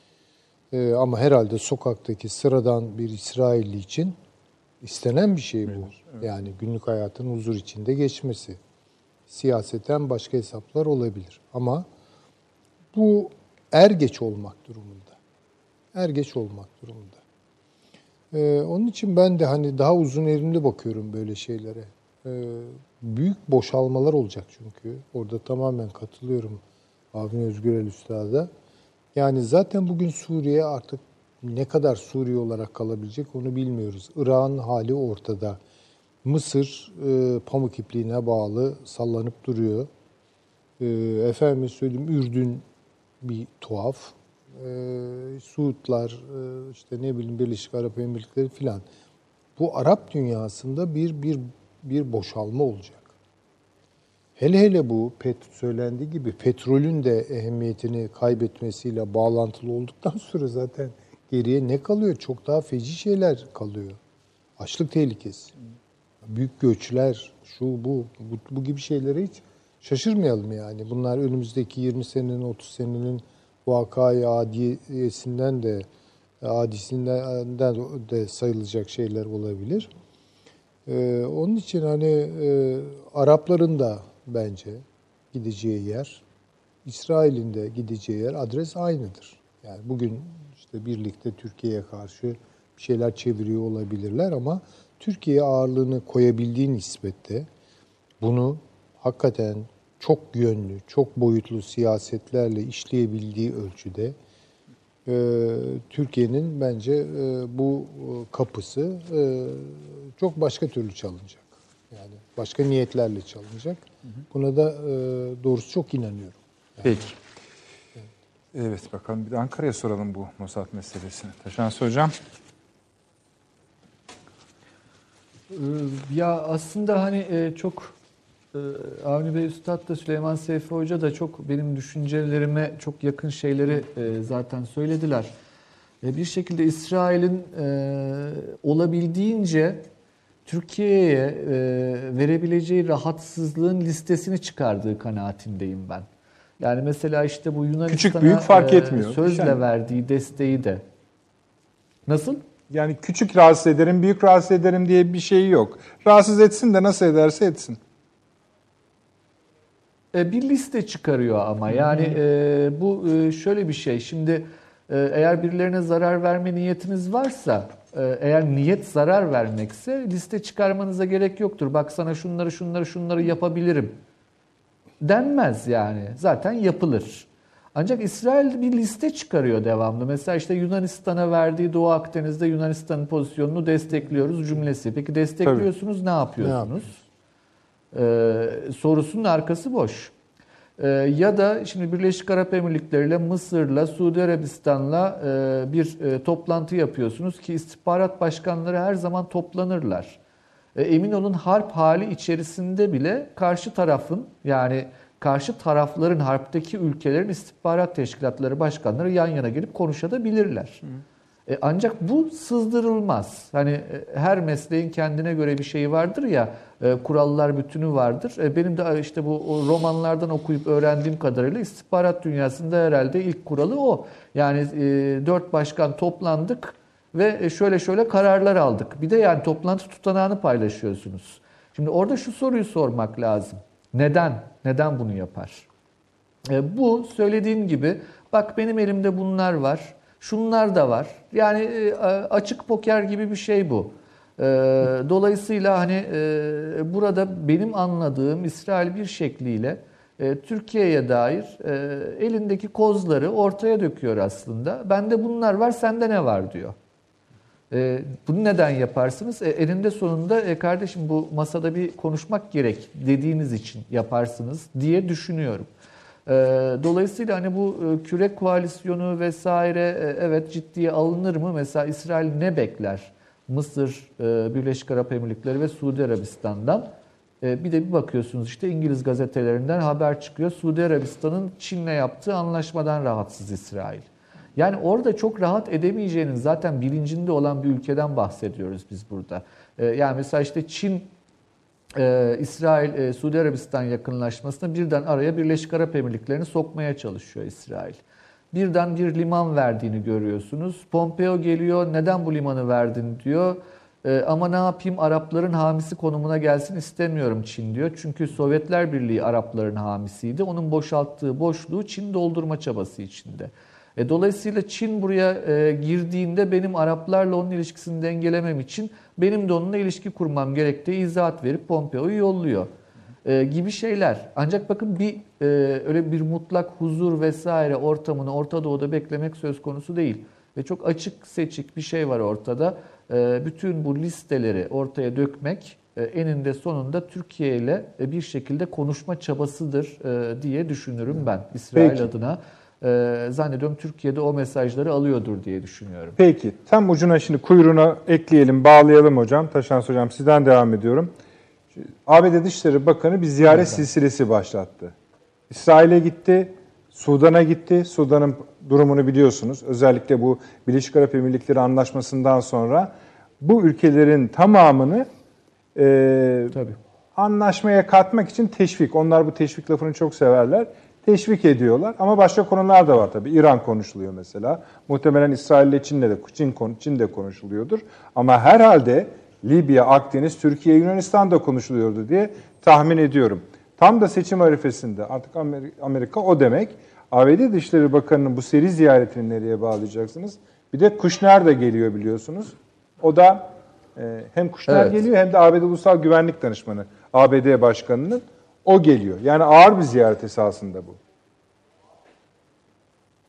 Ama herhalde sokaktaki sıradan bir İsrailli için istenen bir şey bu. Evet. Yani günlük hayatın huzur içinde geçmesi. Siyaseten başka hesaplar olabilir. Ama bu er geç olmak durumunda. Er geç olmak durumunda. Onun için ben de hani daha uzun erimli bakıyorum böyle şeylere. Büyük boşalmalar olacak çünkü. Orada tamamen katılıyorum Avni Özgürel Üstad'a. Yani zaten bugün Suriye artık ne kadar Suriye olarak kalabilecek onu bilmiyoruz. Irak'ın hali ortada. Mısır pamuk ipliğine bağlı sallanıp duruyor. Efendim söyleyeyim, Ürdün bir tuhaf. Suudlar, işte ne bileyim Birleşik Arap Emirlikleri filan. Bu Arap dünyasında bir boşalma olacak. Hele bu söylendiği gibi petrolün de ehemmiyetini kaybetmesiyle bağlantılı olduktan sonra zaten geriye ne kalıyor? Çok daha feci şeyler kalıyor. Açlık tehlikesi, büyük göçler, bu gibi şeylere hiç şaşırmayalım yani. Bunlar önümüzdeki 20 senenin, 30 senenin vakayı adisinden de sayılacak şeyler olabilir. Onun için hani Arapların da bence gideceği yer, İsrail'in de gideceği yer, adres aynıdır. Yani bugün işte birlikte Türkiye'ye karşı bir şeyler çeviriyor olabilirler ama Türkiye ağırlığını koyabildiği nispette bunu hakikaten çok yönlü, çok boyutlu siyasetlerle işleyebildiği ölçüde Türkiye'nin bence bu kapısı çok başka türlü çalınacak. Yani başka niyetlerle çalınacak. Buna da doğrusu çok inanıyorum. Peki. Evet, bakalım bir de Ankara'ya soralım bu Mossad meselesini. Taşansı Hocam. Ya aslında hani çok Avni Bey Üstad da Süleyman Seyfi Hoca da çok benim düşüncelerime çok yakın şeyleri zaten söylediler. Bir şekilde İsrail'in olabildiğince Türkiye'ye verebileceği rahatsızlığın listesini çıkardığı kanaatindeyim ben. Yani mesela işte bu Yunanistan'a Küçük büyük fark etmiyor. Sözle verdiği desteği de. Nasıl? Yani küçük rahatsız ederim, büyük rahatsız ederim diye bir şey yok. Rahatsız etsin de nasıl ederse etsin. Bir liste çıkarıyor ama yani bu şöyle bir şey. Şimdi eğer birilerine zarar verme niyetiniz varsa, eğer niyet zarar vermekse liste çıkarmanıza gerek yoktur. Bak sana şunları yapabilirim denmez yani. Zaten yapılır. Ancak İsrail bir liste çıkarıyor devamlı. Mesela işte Yunanistan'a verdiği Doğu Akdeniz'de Yunanistan'ın pozisyonunu destekliyoruz cümlesi. Peki destekliyorsunuz, ne yapıyorsunuz? Sorusunun arkası boş. Ya da şimdi Birleşik Arap Emirlikleri ile Mısır'la, Suudi Arabistan'la bir toplantı yapıyorsunuz ki istihbarat başkanları her zaman toplanırlar. Emin olun harp hali içerisinde bile karşı tarafın yani karşı tarafların harpteki ülkelerin istihbarat teşkilatları başkanları yan yana gelip konuşabilirler. Ancak bu sızdırılmaz. Hani her mesleğin kendine göre bir şeyi vardır ya, kurallar bütünü vardır. Benim de işte bu romanlardan okuyup öğrendiğim kadarıyla istihbarat dünyasında herhalde ilk kuralı o. Yani 4 başkan toplandık ve şöyle kararlar aldık. Bir de yani toplantı tutanağını paylaşıyorsunuz. Şimdi orada şu soruyu sormak lazım. Neden? Neden bunu yapar? Bu söylediğim gibi bak benim elimde bunlar var. Şunlar da var. Yani açık poker gibi bir şey bu. Dolayısıyla hani burada benim anladığım İsrail bir şekliyle Türkiye'ye dair elindeki kozları ortaya döküyor aslında. Bende bunlar var, sende ne var diyor. Bunu neden yaparsınız? Eninde sonunda kardeşim bu masada bir konuşmak gerek dediğiniz için yaparsınız diye düşünüyorum. Dolayısıyla hani bu küre koalisyonu vesaire evet ciddiye alınır mı? Mesela İsrail ne bekler? Mısır, Birleşik Arap Emirlikleri ve Suudi Arabistan'dan. Bir bakıyorsunuz işte İngiliz gazetelerinden haber çıkıyor. Suudi Arabistan'ın Çin'le yaptığı anlaşmadan rahatsız İsrail. Yani orada çok rahat edemeyeceğinin zaten bilincinde olan bir ülkeden bahsediyoruz biz burada. Yani mesela işte Çin, İsrail, Suudi Arabistan yakınlaşmasına birden araya Birleşik Arap Emirlikleri'ni sokmaya çalışıyor İsrail. Birden bir liman verdiğini görüyorsunuz. Pompeo geliyor, neden bu limanı verdin diyor. Ama ne yapayım, Arapların hamisi konumuna gelsin istemiyorum Çin diyor. Çünkü Sovyetler Birliği Arapların hamisiydi. Onun boşalttığı boşluğu Çin doldurma çabası içinde. Dolayısıyla Çin buraya girdiğinde benim Araplarla onun ilişkisini dengelemem için benim de onunla ilişki kurmam gerektiği izahat verip Pompeo'yu yolluyor gibi şeyler. Ancak bakın öyle bir mutlak huzur vesaire ortamını Orta Doğu'da beklemek söz konusu değil. Ve çok açık seçik bir şey var ortada. Bütün bu listeleri ortaya dökmek eninde sonunda Türkiye ile bir şekilde konuşma çabasıdır diye düşünürüm ben İsrail Peki. adına. Zannediyorum Türkiye'de o mesajları alıyordur diye düşünüyorum. Peki, tam ucuna şimdi kuyruğuna ekleyelim, bağlayalım hocam. Taşans Hocam sizden devam ediyorum. ABD Dışişleri Bakanı bir ziyaret silsilesi başlattı. İsrail'e gitti, Sudan'a gitti. Sudan'ın durumunu biliyorsunuz. Özellikle bu Birleşik Arap Emirlikleri Anlaşması'ndan sonra bu ülkelerin tamamını Tabii. anlaşmaya katmak için teşvik. Onlar bu teşvik lafını çok severler. Teşvik ediyorlar ama başka konular da var tabii. İran konuşuluyor mesela. Muhtemelen İsrail ile Çin de konuşuluyordur. Ama herhalde Libya, Akdeniz, Türkiye, Yunanistan da konuşuluyordu diye tahmin ediyorum. Tam da seçim arifesinde artık Amerika o demek. ABD Dışişleri Bakanı'nın bu seri ziyaretini nereye bağlayacaksınız? Bir de Kushner de geliyor biliyorsunuz. O da hem Kushner geliyor hem de ABD Ulusal Güvenlik Danışmanı, ABD Başkanı'nın o geliyor. Yani ağır bir ziyaret esasında bu.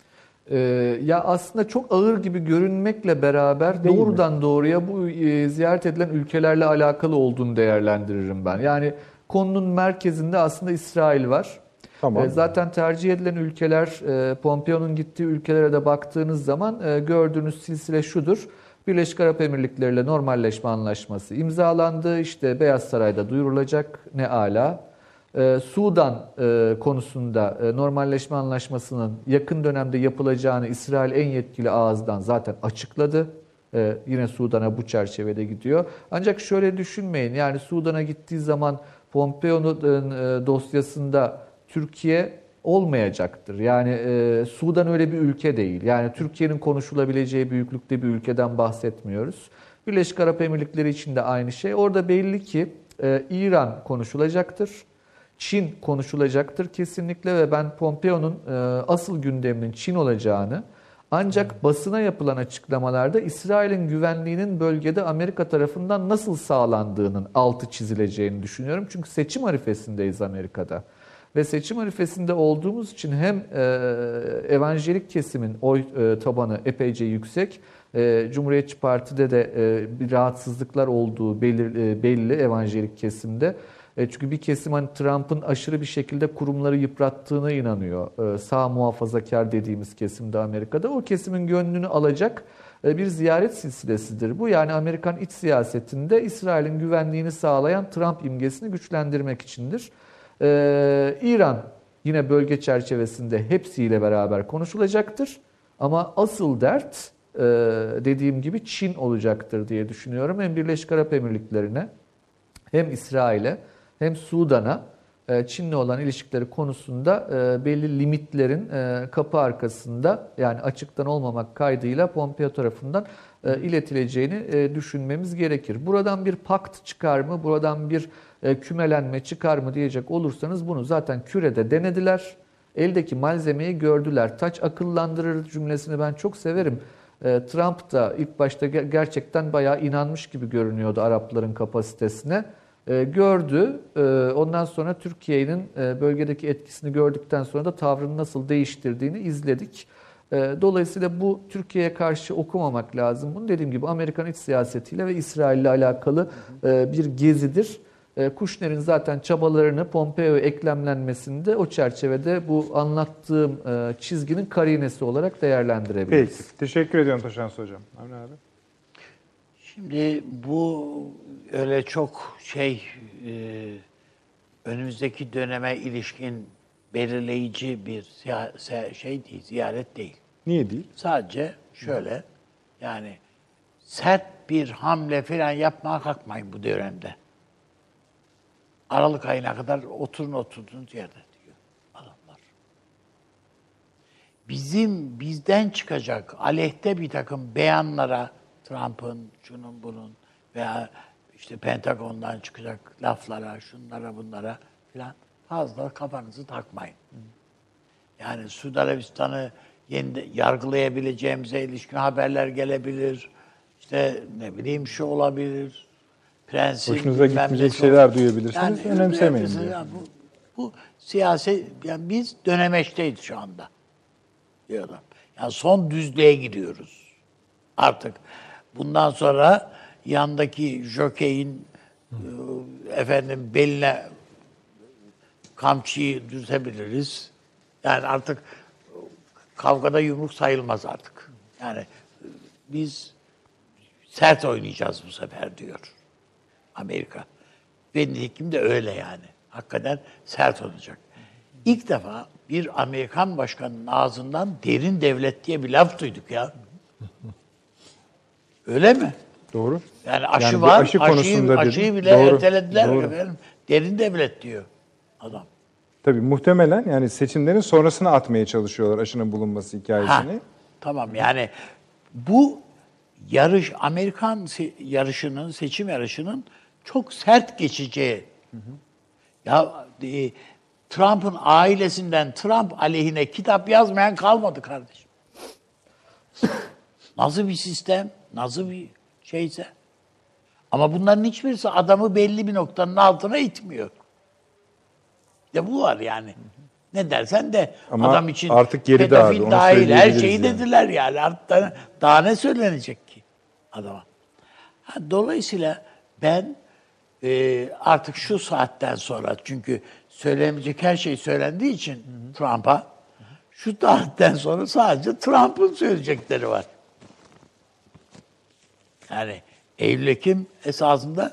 Ya aslında çok ağır gibi görünmekle beraber Değil mi? doğrudan doğruya bu ziyaret edilen ülkelerle alakalı olduğunu değerlendiririm ben. Yani konunun merkezinde aslında İsrail var. Tamam. Zaten tercih edilen ülkeler, Pompeo'nun gittiği ülkelere de baktığınız zaman gördüğünüz silsile şudur. Birleşik Arap Emirlikleri ile normalleşme anlaşması imzalandı. İşte Beyaz Saray'da duyurulacak, ne ala. Sudan konusunda normalleşme anlaşmasının yakın dönemde yapılacağını İsrail en yetkili ağızdan zaten açıkladı. Yine Sudan'a bu çerçevede gidiyor. Ancak şöyle düşünmeyin, yani Sudan'a gittiği zaman Pompeo'nun dosyasında Türkiye olmayacaktır. Yani Sudan öyle bir ülke değil. Yani Türkiye'nin konuşulabileceği büyüklükte bir ülkeden bahsetmiyoruz. Birleşik Arap Emirlikleri için de aynı şey. Orada belli ki İran konuşulacaktır. Çin konuşulacaktır kesinlikle ve ben Pompeo'nun asıl gündeminin Çin olacağını, ancak basına yapılan açıklamalarda İsrail'in güvenliğinin bölgede Amerika tarafından nasıl sağlandığının altı çizileceğini düşünüyorum. Çünkü seçim arifesindeyiz Amerika'da. Ve seçim arifesinde olduğumuz için hem evanjelik kesimin oy tabanı epeyce yüksek, Cumhuriyetçi Parti'de de bir rahatsızlıklar olduğu belli evanjelik kesimde. Çünkü bir kesim hani Trump'ın aşırı bir şekilde kurumları yıprattığına inanıyor. Sağ muhafazakar dediğimiz kesimde Amerika'da. O kesimin gönlünü alacak bir ziyaret silsilesidir bu. Yani Amerikan iç siyasetinde İsrail'in güvenliğini sağlayan Trump imgesini güçlendirmek içindir. İran yine bölge çerçevesinde hepsiyle beraber konuşulacaktır. Ama asıl dert dediğim gibi Çin olacaktır diye düşünüyorum. Hem Birleşik Arap Emirlikleri'ne hem İsrail'e hem Sudan'a Çin'le olan ilişkileri konusunda belli limitlerin kapı arkasında, yani açıktan olmamak kaydıyla Pompeo tarafından iletileceğini düşünmemiz gerekir. Buradan bir pakt çıkar mı, buradan bir kümelenme çıkar mı diyecek olursanız bunu zaten kürede denediler. Eldeki malzemeyi gördüler. Taç akıllandırır cümlesini ben çok severim. Trump da ilk başta gerçekten bayağı inanmış gibi görünüyordu Arapların kapasitesine. Gördü. Ondan sonra Türkiye'nin bölgedeki etkisini gördükten sonra da tavrını nasıl değiştirdiğini izledik. Dolayısıyla bu Türkiye'ye karşı okumamak lazım. Bunu dediğim gibi Amerikan iç siyasetiyle ve İsrail'le alakalı bir gezidir. Kushner'in zaten çabalarını Pompeo'ya eklemlenmesinde o çerçevede bu anlattığım çizginin karinesi olarak değerlendirebiliriz. Peki. Teşekkür ediyorum Taşans Hocam. Avni abi. Şimdi bu öyle çok önümüzdeki döneme ilişkin belirleyici bir şey değil, ziyaret değil. Niye değil? Sadece şöyle, yani sert bir hamle falan yapmaya kalkmayın bu dönemde. Aralık ayına kadar oturduğunuz yerde diyor adamlar. Bizden çıkacak aleyhte bir takım beyanlara, Trump'ın, şunun bunun veya işte Pentagon'dan çıkacak laflara, şunlara bunlara falan fazla kafanızı takmayın. Yani Suudi Arabistan'ı yargılayabileceğimize ilişkin haberler gelebilir. İşte ne bileyim şu olabilir. Prensin hoşunuza gitmeyecek şeyler duyabilirsiniz. Yani önemsemeyin diyor. yani bu siyaset, yani biz dönemeçteyiz şu anda diyor adam. Yani son düzlüğe gidiyoruz. Artık bundan sonra yandaki jokeyin beline kamçıyı düzebiliriz. Yani artık kavgada yumruk sayılmaz artık. Yani biz sert oynayacağız bu sefer diyor Amerika. Ve nitekim de öyle yani. Hakikaten sert olacak. İlk defa bir Amerikan başkanının ağzından derin devlet diye bir laf duyduk ya. Öyle mi? Doğru. Yani aşı Yani var, aşıyı bile doğru, ertelediler. doğru. Efendim. Derin devlet diyor adam. Tabii muhtemelen yani seçimlerin sonrasına atmaya çalışıyorlar aşının bulunması hikayesini. Tamam, yani bu yarış, Amerikan yarışının, seçim yarışının çok sert geçeceği. Ya Trump'ın ailesinden Trump aleyhine kitap yazmayan kalmadı kardeşim. Nasıl bir sistem, nasıl bir şeyse. Ama bunların hiçbirisi adamı belli bir noktanın altına itmiyor. Ya bu var yani. Ne dersen de Ama adam için artık geride abi, pedofil onu dahil her söyleyebiliriz şeyi yani. dediler yani. Artık daha ne söylenecek ki adama? Dolayısıyla ben artık şu saatten sonra, çünkü söylemeyecek her şey söylendiği için Trump'a, şu saatten sonra sadece Trump'ın söyleyecekleri var. Yani Eylül-Ekim esasında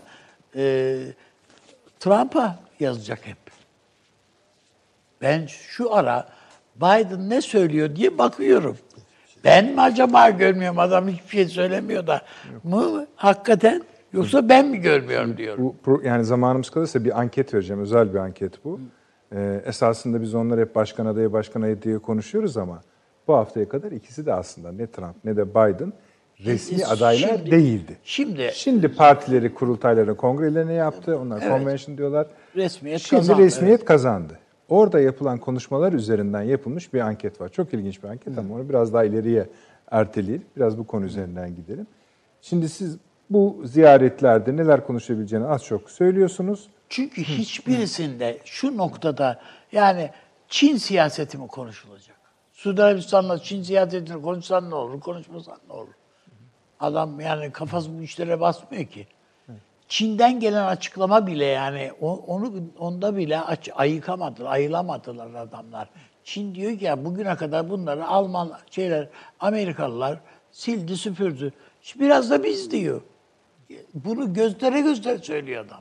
Trump'a yazacak hep. Ben şu ara Biden ne söylüyor diye bakıyorum. Ben mi acaba görmüyorum, adam hiçbir şey söylemiyor da mı hakikaten, yoksa ben mi görmüyorum diyorum. Yani zamanımız kalırsa bir anket vereceğim. Özel bir anket bu. Esasında biz onlar hep başkan adayı diye konuşuyoruz ama bu haftaya kadar ikisi de aslında ne Trump ne de Biden resmi adaylar değildi. Şimdi partileri kurultaylarına, kongrelerine yaptı. Onlar convention diyorlar. Şimdi resmiyet kazandı. Orada yapılan konuşmalar üzerinden yapılmış bir anket var. Çok ilginç bir anket ama onu biraz daha ileriye erteleyelim. Biraz bu konu üzerinden gidelim. Şimdi siz bu ziyaretlerde neler konuşabileceğini az çok söylüyorsunuz. Çünkü hiçbirisinde şu noktada, yani Çin siyaseti mi konuşulacak? Suudi Arabistan'la Çin siyasetini konuşsan ne olur, konuşmasan ne olur? Adam yani kafası bu işlere basmıyor ki. Çin'den gelen açıklama bile, yani onda bile ayılamadılar adamlar. Çin diyor ki ya bugüne kadar bunları Amerikalılar sildi, süpürdü. Şimdi biraz da biz diyor. Bunu göstere söylüyor adam.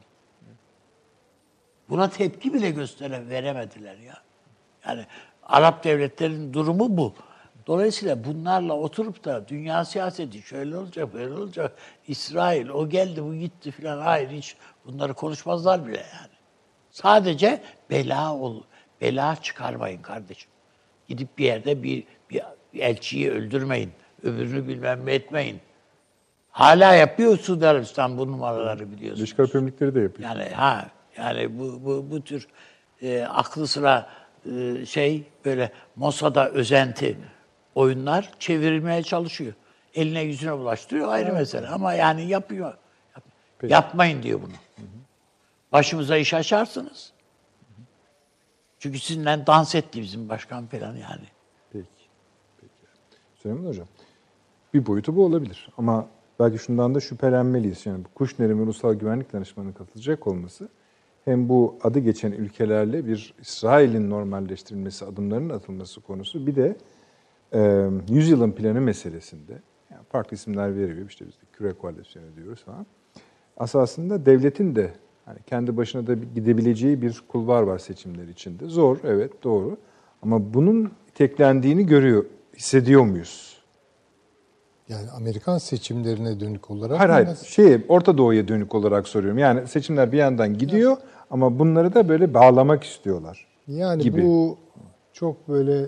Buna tepki bile veremediler ya. Yani Arap devletlerinin durumu bu. Dolayısıyla bunlarla oturup da dünya siyaseti şöyle olacak, böyle olacak, İsrail o geldi, bu gitti filan, hayır, hiç bunları konuşmazlar bile yani. Sadece bela çıkarmayın kardeşim. Gidip bir yerde bir elçiyi öldürmeyin, öbürünü bilmem ne etmeyin. Hala yapıyor Suudi Arabistan bu numaraları, biliyorsunuz. Birleşik Arap Emirlikleri de yapıyor. Yani bu tür aklı sıra böyle Mossad'a özenti oyunlar çevirmeye çalışıyor. Eline yüzüne bulaştırıyor, ayrı mesele. Ama yani yapıyor. Yapmayın diyor bunu. Başımıza iş açarsınız. Çünkü sizinle dans etti bizim başkan falan yani. Peki. Süleyman Hocam, bir boyutu bu olabilir. Ama belki şundan da şüphelenmeliyiz. Yani bu Kushner'in Ulusal Güvenlik Danışmanı'nın katılacak olması, hem bu adı geçen ülkelerle bir İsrail'in normalleştirilmesi, adımlarının atılması konusu, bir de 100 yılın planı meselesinde, yani farklı isimler veriyor, işte biz de küre koalisyonu diyoruz falan. Esasında devletin de hani kendi başına da gidebileceği bir kulvar var seçimler içinde. Zor, evet, doğru. Ama bunun teklendiğini hissediyor muyuz? Yani Amerikan seçimlerine dönük olarak... Hayır, Orta Doğu'ya dönük olarak soruyorum. Yani seçimler bir yandan gidiyor ama bunları da böyle bağlamak istiyorlar yani gibi. Bu çok böyle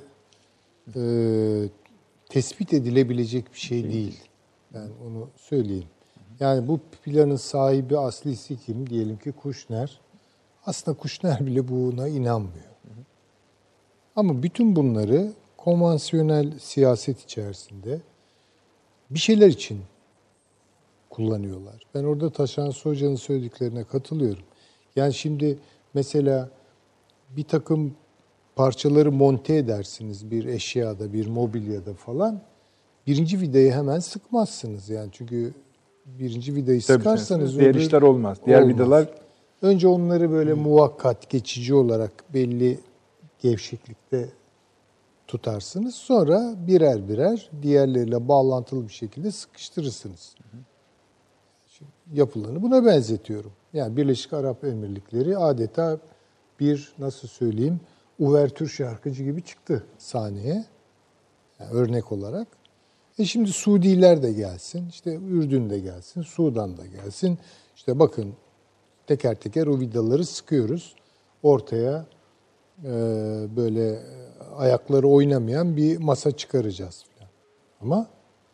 tespit edilebilecek bir şey değil. Ben onu söyleyeyim. Yani bu planın sahibi, aslisi kim? Diyelim ki Kushner. Aslında Kushner bile buna inanmıyor. Ama bütün bunları konvansiyonel siyaset içerisinde bir şeyler için kullanıyorlar. Ben orada Taşansı Hoca'nın söylediklerine katılıyorum. Yani şimdi mesela bir takım parçaları monte edersiniz bir eşyada, bir mobilyada falan. Birinci vidayı hemen sıkmazsınız yani. Çünkü birinci vidayı sıkarsanız diğer işler olmaz. Diğer vidalar... Önce onları böyle muvakkat, geçici olarak belli gevşeklikte tutarsınız. Sonra birer birer diğerleriyle bağlantılı bir şekilde sıkıştırırsınız. Şimdi yapılanı buna benzetiyorum. Yani Birleşik Arap Emirlikleri adeta bir, nasıl söyleyeyim, uvertür şarkıcı gibi çıktı sahneye. Yani örnek olarak. Şimdi Suudiler de gelsin, işte Ürdün de gelsin, Sudan da gelsin. İşte bakın teker teker o vidaları sıkıyoruz. Ortaya böyle ayakları oynamayan bir masa çıkaracağız falan. Ama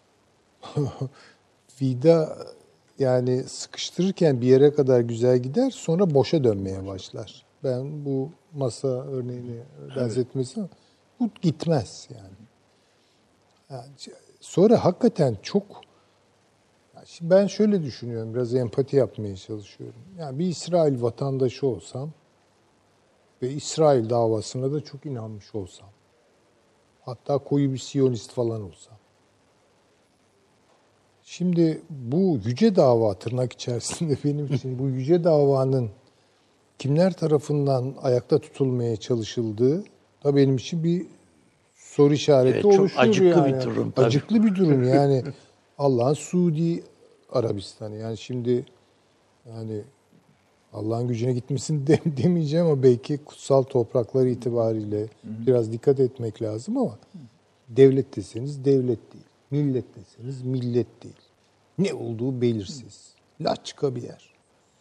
vida yani sıkıştırırken bir yere kadar güzel gider, sonra boşa dönmeye başlar. Ben bu masa örneğini benzetmesi, bu gitmez yani. Sonra hakikaten çok, şimdi ben şöyle düşünüyorum, biraz empati yapmaya çalışıyorum. Yani bir İsrail vatandaşı olsam ve İsrail davasına da çok inanmış olsam, hatta koyu bir Siyonist falan olsam, şimdi bu yüce dava, tırnak içerisinde benim için bu yüce davanın kimler tarafından ayakta tutulmaya çalışıldığı da benim için bir soru işareti Evet, çok oluşuyor acıklı yani. bir durum tabii. Acıklı bir durum yani. Allah'ın Suudi Arabistan'ı, yani şimdi yani Allah'ın gücüne gitmesin demeyeceğim ama belki kutsal toprakları itibariyle biraz dikkat etmek lazım ama devlet deseniz devlet değil. Millet deseniz millet değil. Ne olduğu belirsiz. Laçka bir yer.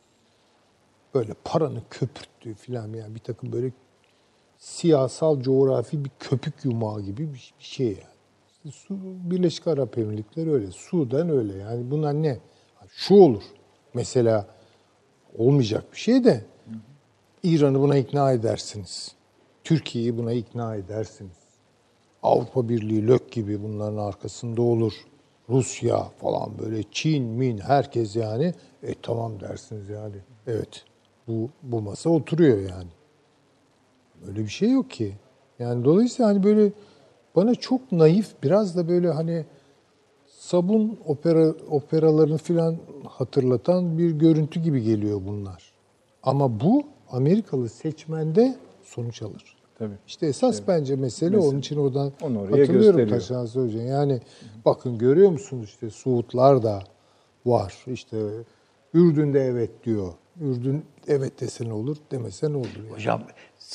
Böyle paranın köpürttüğü falan, yani bir takım böyle siyasal coğrafi bir köpük yumağı gibi bir şey yani. İşte Birleşik Arap Emirlikleri öyle. Sudan öyle. Yani bunlar ne? Şu olur. Mesela olmayacak bir şey de İran'ı buna ikna edersiniz. Türkiye'yi buna ikna edersiniz. Avrupa Birliği lök gibi bunların arkasında olur. Rusya falan böyle, Çin, Min, herkes yani tamam dersiniz yani. Evet. Bu masa oturuyor yani. Öyle bir şey yok ki. Yani dolayısıyla hani böyle bana çok naif, biraz da böyle hani sabun operalarını falan hatırlatan bir görüntü gibi geliyor bunlar. Ama bu Amerikalı seçmende sonuç alır. Tabii. İşte esas bence mesele onun için oradan onu oraya katılıyorum gösteriyor. Taşansı Hocam. Yani bakın görüyor musunuz, işte Suudlar da var. İşte Ürdün'de evet diyor. Ürdün evet dese ne olur, demese ne olur? Yani. Hocam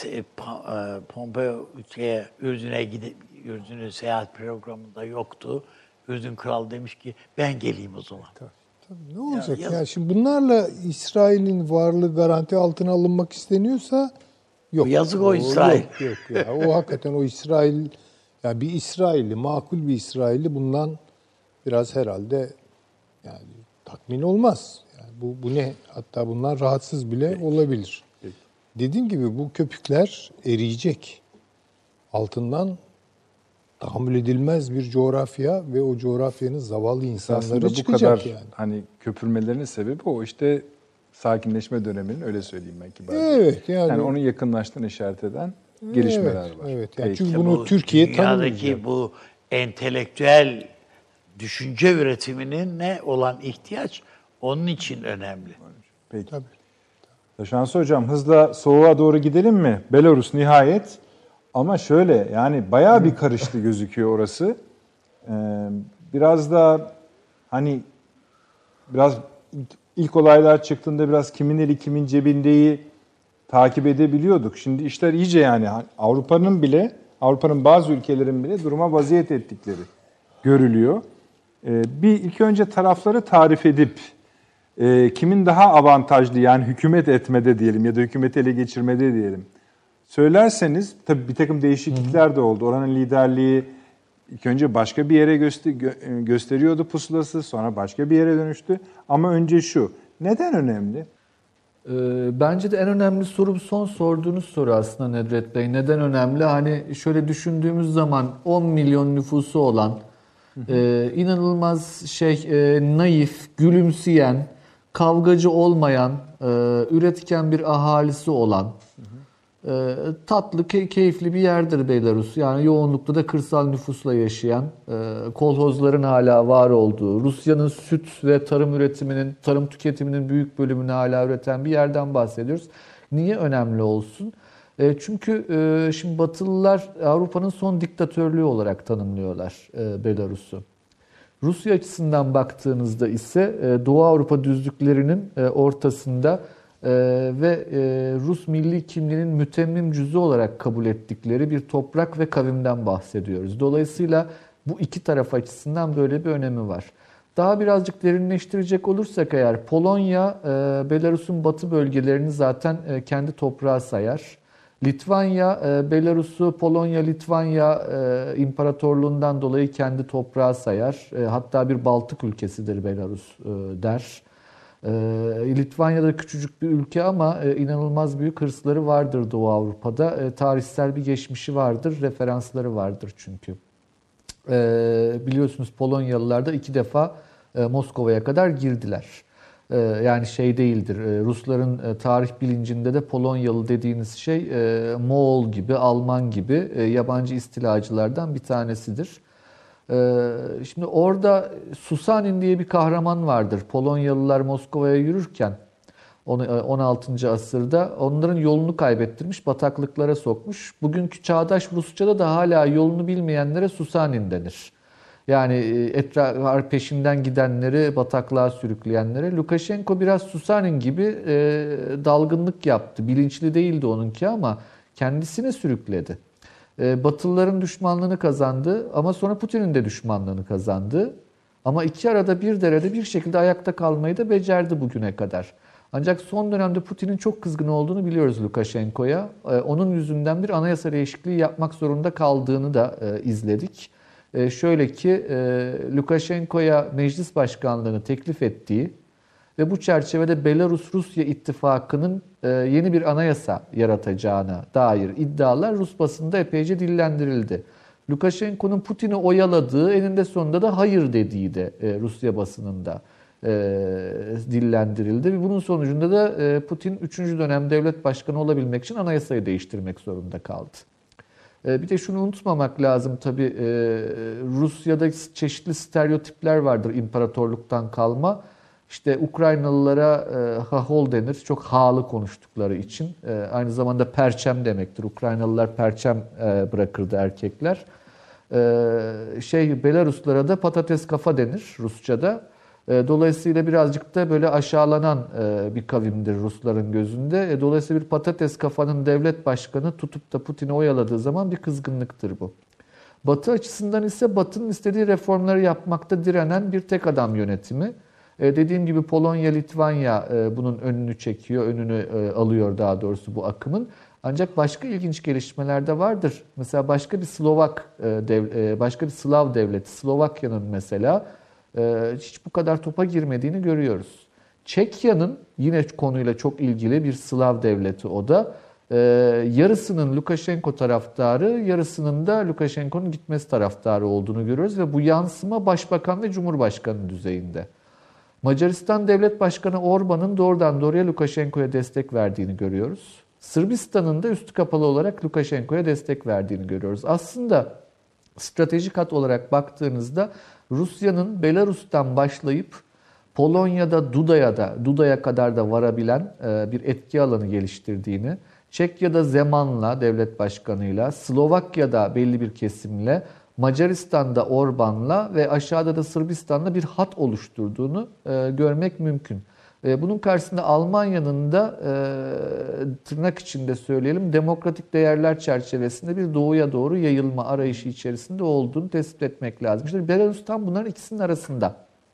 Pompeo Ürdün'e seyahat programında yoktu. Ürdün kralı demiş ki ben geleyim o zaman. Tabii, ne olacak? Ya, Yani şimdi bunlarla İsrail'in varlığı garanti altına alınmak isteniyorsa yok. Yazık o İsrail. Yok ya. O hakikaten o İsrail, yani bir İsrailli, makul bir İsrailli bundan biraz herhalde yani tatmin olmaz. Yani bu ne? Hatta bundan rahatsız bile olabilir. Peki. Dediğim gibi bu köpükler eriyecek. Altından tahammül edilmez bir coğrafya ve o coğrafyanın zavallı insanları Aslında bu çıkacak kadar yani. hani köpürmelerinin sebebi o işte sakinleşme döneminin, öyle söyleyeyim ben kibarca. Evet Yani onun yakınlaştığını işaret eden gelişmeler var. Evet. Yani Peki. çünkü İşte bunu bu Türkiye dünyadaki tanımayacak. bu entelektüel düşünce üretiminin ne olan ihtiyaç onun için önemli. Peki. Tabii. Taşansı Hocam, hızla soğuğa doğru gidelim mi? Belarus nihayet. Ama şöyle, yani bayağı bir karıştı gözüküyor orası. Biraz da hani biraz ilk olaylar çıktığında biraz kimin eli kimin cebindeyi takip edebiliyorduk. Şimdi işler iyice yani Avrupa'nın bazı ülkelerin bile duruma vaziyet ettikleri görülüyor. Bir ilk önce tarafları tarif edip kimin daha avantajlı, yani hükümet etmede diyelim ya da hükümeti ele geçirmede diyelim söylerseniz, tabii bir takım değişiklikler de oldu. Oranın liderliği ilk önce başka bir yere gösteriyordu pusulası, sonra başka bir yere dönüştü. Ama önce şu, neden önemli? Bence de en önemli soru son sorduğunuz soru aslında Nedret Bey. Neden önemli? Hani şöyle düşündüğümüz zaman 10 milyon nüfusu olan, inanılmaz naif, gülümseyen, kavgacı olmayan, üretken bir ahalisi olan, tatlı, keyifli bir yerdir Belarus. Yani yoğunlukta da kırsal nüfusla yaşayan, kolhozların hala var olduğu, Rusya'nın süt ve tarım tüketiminin büyük bölümünü hala üreten bir yerden bahsediyoruz. Niye önemli olsun? Çünkü şimdi Batılılar Avrupa'nın son diktatörlüğü olarak tanımlıyorlar Belarus'u. Rusya açısından baktığınızda ise Doğu Avrupa düzlüklerinin ortasında ve Rus milli kimliğinin mütemmim cüzü olarak kabul ettikleri bir toprak ve kavimden bahsediyoruz. Dolayısıyla bu iki taraf açısından böyle bir önemi var. Daha birazcık derinleştirecek olursak eğer, Polonya, Belarus'un batı bölgelerini zaten kendi toprağı sayar. Litvanya, Belarus'u Polonya-Litvanya İmparatorluğundan dolayı kendi toprağı sayar. Hatta bir Baltık ülkesidir Belarus der. Litvanya da küçücük bir ülke ama inanılmaz büyük hırsları vardır Doğu Avrupa'da. Tarihsel bir geçmişi vardır, referansları vardır çünkü. Biliyorsunuz Polonyalılar da 2 defa Moskova'ya kadar girdiler. Yani şey değildir. Rusların tarih bilincinde de Polonyalı dediğiniz şey Moğol gibi, Alman gibi yabancı istilacılardan bir tanesidir. Şimdi orada Susanin diye bir kahraman vardır. Polonyalılar Moskova'ya yürürken 16. asırda onların yolunu kaybettirmiş, bataklıklara sokmuş. Bugünkü çağdaş Rusça'da da hala yolunu bilmeyenlere Susanin denir. Yani peşinden gidenleri bataklığa sürükleyenlere. Lukashenko biraz Susanin gibi dalgınlık yaptı. Bilinçli değildi onunki ama kendisini sürükledi. Batılıların düşmanlığını kazandı ama sonra Putin'in de düşmanlığını kazandı. Ama iki arada bir derede bir şekilde ayakta kalmayı da becerdi bugüne kadar. Ancak son dönemde Putin'in çok kızgın olduğunu biliyoruz Lukashenko'ya. Onun yüzünden bir anayasa değişikliği yapmak zorunda kaldığını da izledik. Şöyle ki Lukashenko'ya meclis başkanlığını teklif ettiği ve bu çerçevede Belarus-Rusya ittifakının yeni bir anayasa yaratacağına dair iddialar Rus basında epeyce dillendirildi. Lukashenko'nun Putin'i oyaladığı, eninde sonunda da hayır dediği de Rusya basınında dillendirildi. Ve bunun sonucunda da Putin 3. dönem devlet başkanı olabilmek için anayasayı değiştirmek zorunda kaldı. Bir de şunu unutmamak lazım tabii, Rusya'da çeşitli stereotipler vardır imparatorluktan kalma. İşte Ukraynalılara hahol denir, çok halı konuştukları için. Aynı zamanda perçem demektir. Ukraynalılar perçem bırakırdı erkekler. Belaruslara da patates kafa denir Rusça'da. Dolayısıyla birazcık da böyle aşağılanan bir kavimdir Rusların gözünde. Dolayısıyla bir patates kafanın devlet başkanı tutup da Putin'i oyaladığı zaman bir kızgınlıktır bu. Batı açısından ise Batı'nın istediği reformları yapmakta direnen bir tek adam yönetimi. Dediğim gibi Polonya, Litvanya bunun önünü çekiyor, önünü alıyor daha doğrusu bu akımın. Ancak başka ilginç gelişmeler de vardır. Mesela başka bir Slav devleti, Slovakya'nın mesela hiç bu kadar topa girmediğini görüyoruz. Çekya'nın yine konuyla çok ilgili bir Slav devleti o da. Yarısının Lukashenko taraftarı, yarısının da Lukashenko'nun gitmesi taraftarı olduğunu görüyoruz ve bu yansıma başbakan ve cumhurbaşkanı düzeyinde. Macaristan Devlet Başkanı Orban'ın doğrudan doğruya Lukashenko'ya destek verdiğini görüyoruz. Sırbistan'ın da üstü kapalı olarak Lukashenko'ya destek verdiğini görüyoruz. Aslında stratejik hat olarak baktığınızda Rusya'nın Belarus'tan başlayıp Polonya'da Duda'ya kadar da varabilen bir etki alanı geliştirdiğini, Çekya'da Zeman'la, devlet başkanıyla, Slovakya'da belli bir kesimle, Macaristan'da Orban'la ve aşağıda da Sırbistan'la bir hat oluşturduğunu görmek mümkün. Bunun karşısında Almanya'nın da tırnak içinde söyleyelim demokratik değerler çerçevesinde bir doğuya doğru yayılma arayışı içerisinde olduğunu tespit etmek lazım. İşte Belarus tam bunların ikisinin arasında.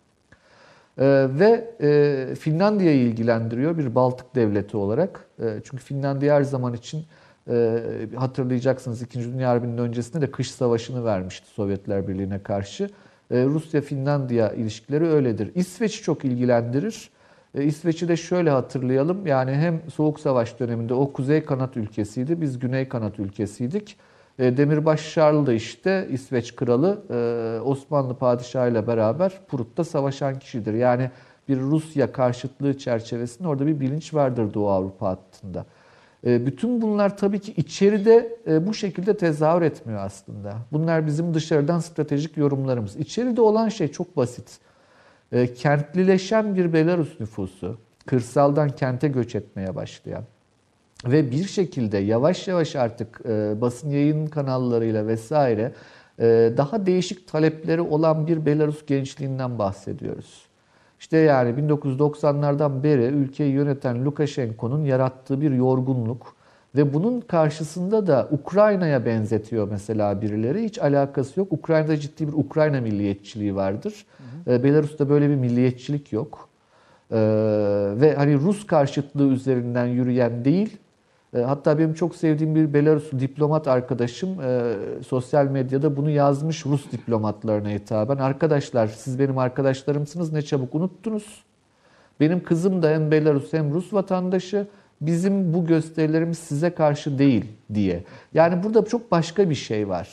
Ve Finlandiya'yı ilgilendiriyor bir Baltık devleti olarak. Çünkü Finlandiya her zaman için hatırlayacaksınız 2. Dünya Harbi'nin öncesinde de kış savaşını vermişti Sovyetler Birliği'ne karşı. Rusya-Finlandiya ilişkileri öyledir. İsveç'i çok ilgilendirir. İsveç'i de şöyle hatırlayalım. Yani hem Soğuk Savaş döneminde o kuzey kanat ülkesiydi, biz güney kanat ülkesiydik. Demirbaş Charles da işte İsveç kralı Osmanlı padişahıyla beraber Prut'ta savaşan kişidir. Yani bir Rusya karşıtlığı çerçevesinde orada bir bilinç vardır Doğu Avrupa hattında. Bütün bunlar tabii ki içeride bu şekilde tezahür etmiyor aslında. Bunlar bizim dışarıdan stratejik yorumlarımız. İçeride olan şey çok basit. Kentlileşen bir Belarus nüfusu, kırsaldan kente göç etmeye başlayan ve bir şekilde yavaş yavaş artık basın yayın kanallarıyla vesaire daha değişik talepleri olan bir Belarus gençliğinden bahsediyoruz. İşte yani 1990'lardan beri ülkeyi yöneten Lukashenko'nun yarattığı bir yorgunluk ve bunun karşısında da Ukrayna'ya benzetiyor mesela birileri. Hiç alakası yok. Ukrayna'da ciddi bir Ukrayna milliyetçiliği vardır. Belarus'ta böyle bir milliyetçilik yok. Ve hani Rus karşıtlığı üzerinden yürüyen değil. Hatta benim çok sevdiğim bir Belarus diplomat arkadaşım sosyal medyada bunu yazmış Rus diplomatlarına hitaben. Arkadaşlar siz benim arkadaşlarımsınız, ne çabuk unuttunuz. Benim kızım da hem Belarus hem Rus vatandaşı. Bizim bu gösterilerimiz size karşı değil diye. Yani burada çok başka bir şey var.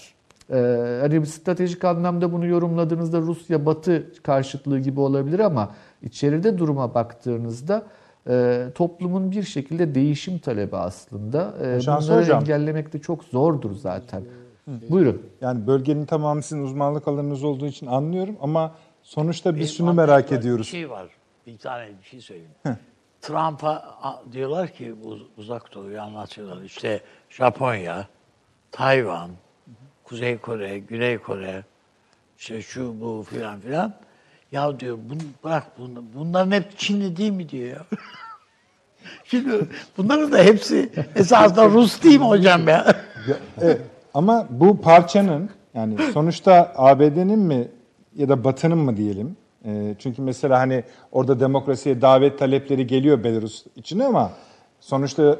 Hani stratejik anlamda bunu yorumladığınızda Rusya-Batı karşıtlığı gibi olabilir ama içeride duruma baktığınızda toplumun bir şekilde değişim talebi aslında. Şansı Bunları hocam. engellemek de çok zordur zaten. Buyurun. Yani bölgenin tamamı sizin uzmanlık alanınız olduğu için anlıyorum ama sonuçta biz şunu merak ediyoruz. Bir şey var. Bir tane bir şey söyleyeyim. Trump'a diyorlar ki uzak doğuyu anlatıyorlar. İşte Japonya, Tayvan, Kuzey Kore, Güney Kore, işte şu bu filan filan. Ya diyor bırak bunların hep Çinli değil mi diyor ya. Şimdi bunların da hepsi esasında Rus değil mi hocam ya? Evet. Ama bu parçanın yani sonuçta ABD'nin mi ya da Batı'nın mı diyelim? Çünkü mesela hani orada demokrasiye davet talepleri geliyor Belarus için ama sonuçta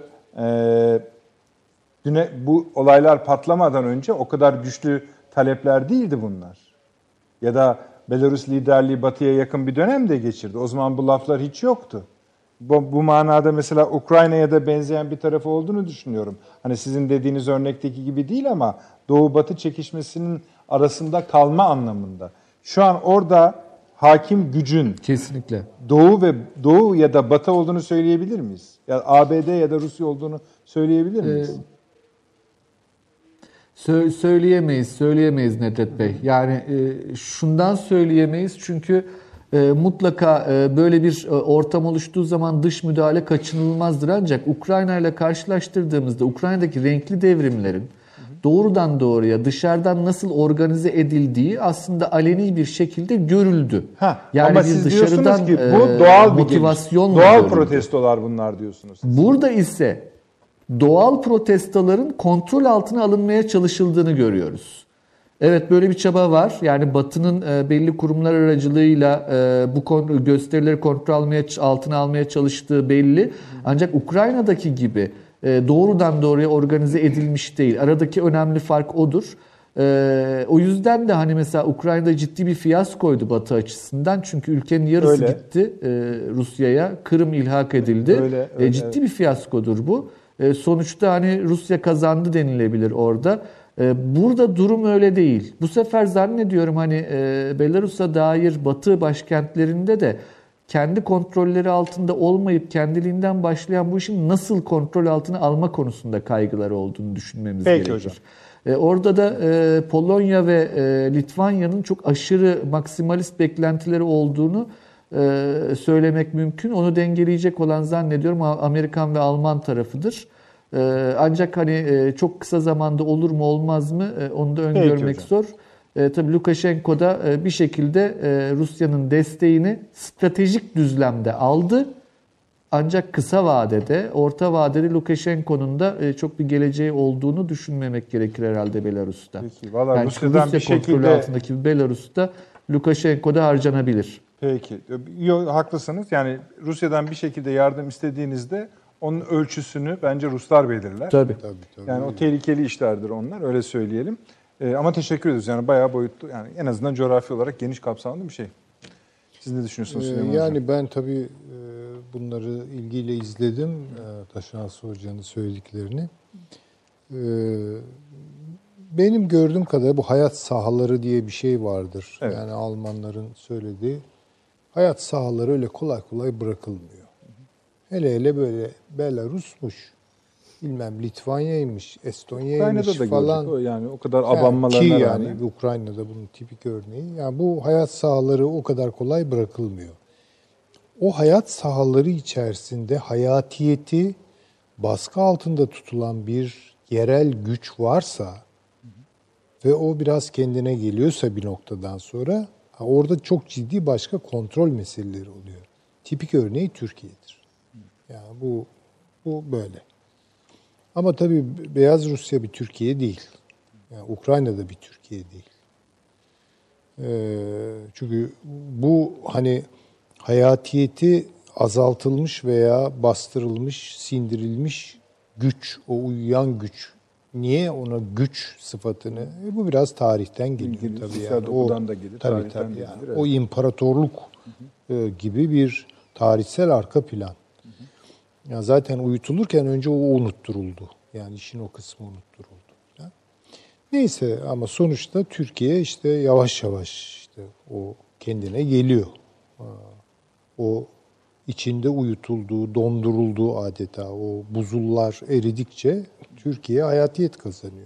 bu olaylar patlamadan önce o kadar güçlü talepler değildi bunlar. Ya da Belarus liderliği Batı'ya yakın bir dönem de geçirdi. O zaman bu laflar hiç yoktu. Bu manada mesela Ukrayna'ya da benzeyen bir tarafı olduğunu düşünüyorum. Hani sizin dediğiniz örnekteki gibi değil ama Doğu-Batı çekişmesinin arasında kalma anlamında. Şu an orada hakim gücün Kesinlikle. Doğu ya da Batı olduğunu söyleyebilir miyiz? Ya ABD ya da Rusya olduğunu söyleyebilir miyiz? Söyleyemeyiz Nedret Bey. Yani şundan söyleyemeyiz çünkü mutlaka böyle bir ortam oluştuğu zaman dış müdahale kaçınılmazdır. Ancak Ukrayna ile karşılaştırdığımızda Ukrayna'daki renkli devrimlerin doğrudan doğruya dışarıdan nasıl organize edildiği aslında aleni bir şekilde görüldü. Yani ama siz diyorsunuz ki bu doğal bir motivasyon, doğal protestolar bunlar diyorsunuz. Burada ise doğal protestoların kontrol altına alınmaya çalışıldığını görüyoruz. Evet, böyle bir çaba var. Yani Batı'nın belli kurumlar aracılığıyla bu gösterileri kontrol altına almaya çalıştığı belli. Ancak Ukrayna'daki gibi doğrudan doğruya organize edilmiş değil. Aradaki önemli fark odur. O yüzden de hani mesela Ukrayna'da ciddi bir fiyaskoydu Batı açısından. Çünkü ülkenin yarısı gitti Rusya'ya. Kırım ilhak edildi. Ciddi bir fiyaskodur bu. Sonuçta hani Rusya kazandı denilebilir orada. Burada durum öyle değil. Bu sefer zannediyorum hani Belarus'a dair Batı başkentlerinde de kendi kontrolleri altında olmayıp kendiliğinden başlayan bu işin nasıl kontrol altına alma konusunda kaygıları olduğunu düşünmemiz gerekir. Hocam. Orada da Polonya ve Litvanya'nın çok aşırı maksimalist beklentileri olduğunu söylemek mümkün. Onu dengeleyecek olan zannediyorum Amerikan ve Alman tarafıdır. Ancak hani çok kısa zamanda olur mu olmaz mı onu da öngörmek zor. Tabii Lukashenko da bir şekilde Rusya'nın desteğini stratejik düzlemde aldı. Ancak kısa vadede, orta vadede Lukashenko'nun da çok bir geleceği olduğunu düşünmemek gerekir herhalde Belarus'ta. Peki, vallahi yani Rusya'dan Rusya bir şekilde kontrolü altındaki bir Belarus'ta Lukashenko'da harcanabilir. Peki, haklısınız. Yani Rusya'dan bir şekilde yardım istediğinizde onun ölçüsünü bence Ruslar belirler. Tabii. Yani o tehlikeli işlerdir onlar, öyle söyleyelim. Ama teşekkür ederiz. Yani bayağı boyutlu, yani en azından coğrafi olarak geniş kapsamlı bir şey. Siz ne düşünüyorsunuz Süleyman Hocam? Yani ben tabii bunları ilgiyle izledim. Taşansı Hoca'nın söylediklerini. Benim gördüğüm kadarıyla bu hayat sahaları diye bir şey vardır. Evet. Yani Almanların söylediği. Hayat sahaları öyle kolay kolay bırakılmıyor. Hele böyle Belarus'muş, bilmem Litvanya'ymış, Estonya'ymış falan. Gördük. Yani o kadar abanmalarına ki rağmen. Yani Ukrayna'da bunun tipik örneği. Yani bu hayat sahaları o kadar kolay bırakılmıyor. O hayat sahaları içerisinde hayatiyeti baskı altında tutulan bir yerel güç varsa ve o biraz kendine geliyorsa bir noktadan sonra orada çok ciddi başka kontrol meseleleri oluyor. Tipik örneği Türkiye'dir. Yani bu böyle. Ama tabii Beyaz Rusya bir Türkiye değil. Yani Ukrayna'da bir Türkiye değil. Çünkü bu hani hayatiyeti azaltılmış veya bastırılmış, sindirilmiş güç, o uyuyan güç. Niye ona güç sıfatını? Bu biraz tarihten geliyor tabii. Yani o da gelir, tabii yani. Evet. O imparatorluk gibi bir tarihsel arka plan. Ya zaten uyutulurken önce o unutturuldu. Yani işin o kısmı unutturuldu. Neyse ama sonuçta Türkiye işte yavaş yavaş işte o kendine geliyor. O içinde uyutulduğu, dondurulduğu adeta o buzullar eridikçe Türkiye hayatiyet kazanıyor.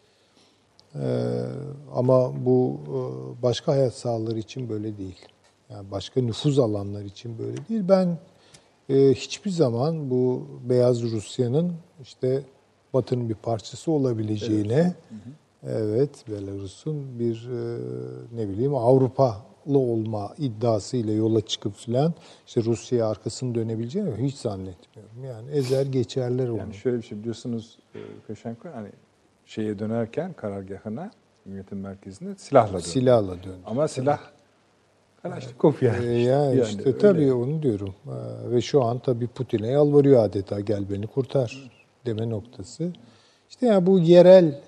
Ama bu başka hayat sahaları için böyle değil. Yani başka nüfuz alanları için böyle değil. Ben hiçbir zaman bu Beyaz Rusya'nın işte Batı'nın bir parçası olabileceğine, evet Belarus'un bir ne bileyim Avrupalı olma iddiasıyla yola çıkıp filan işte Rusya'ya arkasını dönebileceğini hiç zannetmiyorum. Yani ezer geçerler onu. Yani şöyle bir şey biliyorsunuz Lukashenko hani şeye dönerken karargahına yönetim merkezinde silahla döndü. Silahla döndü. Ama silah Kalaşnikov yani. Yani işte öyle. tabii onu diyorum. Ve şu an tabii Putin'e yalvarıyor adeta gel beni kurtar deme noktası. İşte yani bu yerel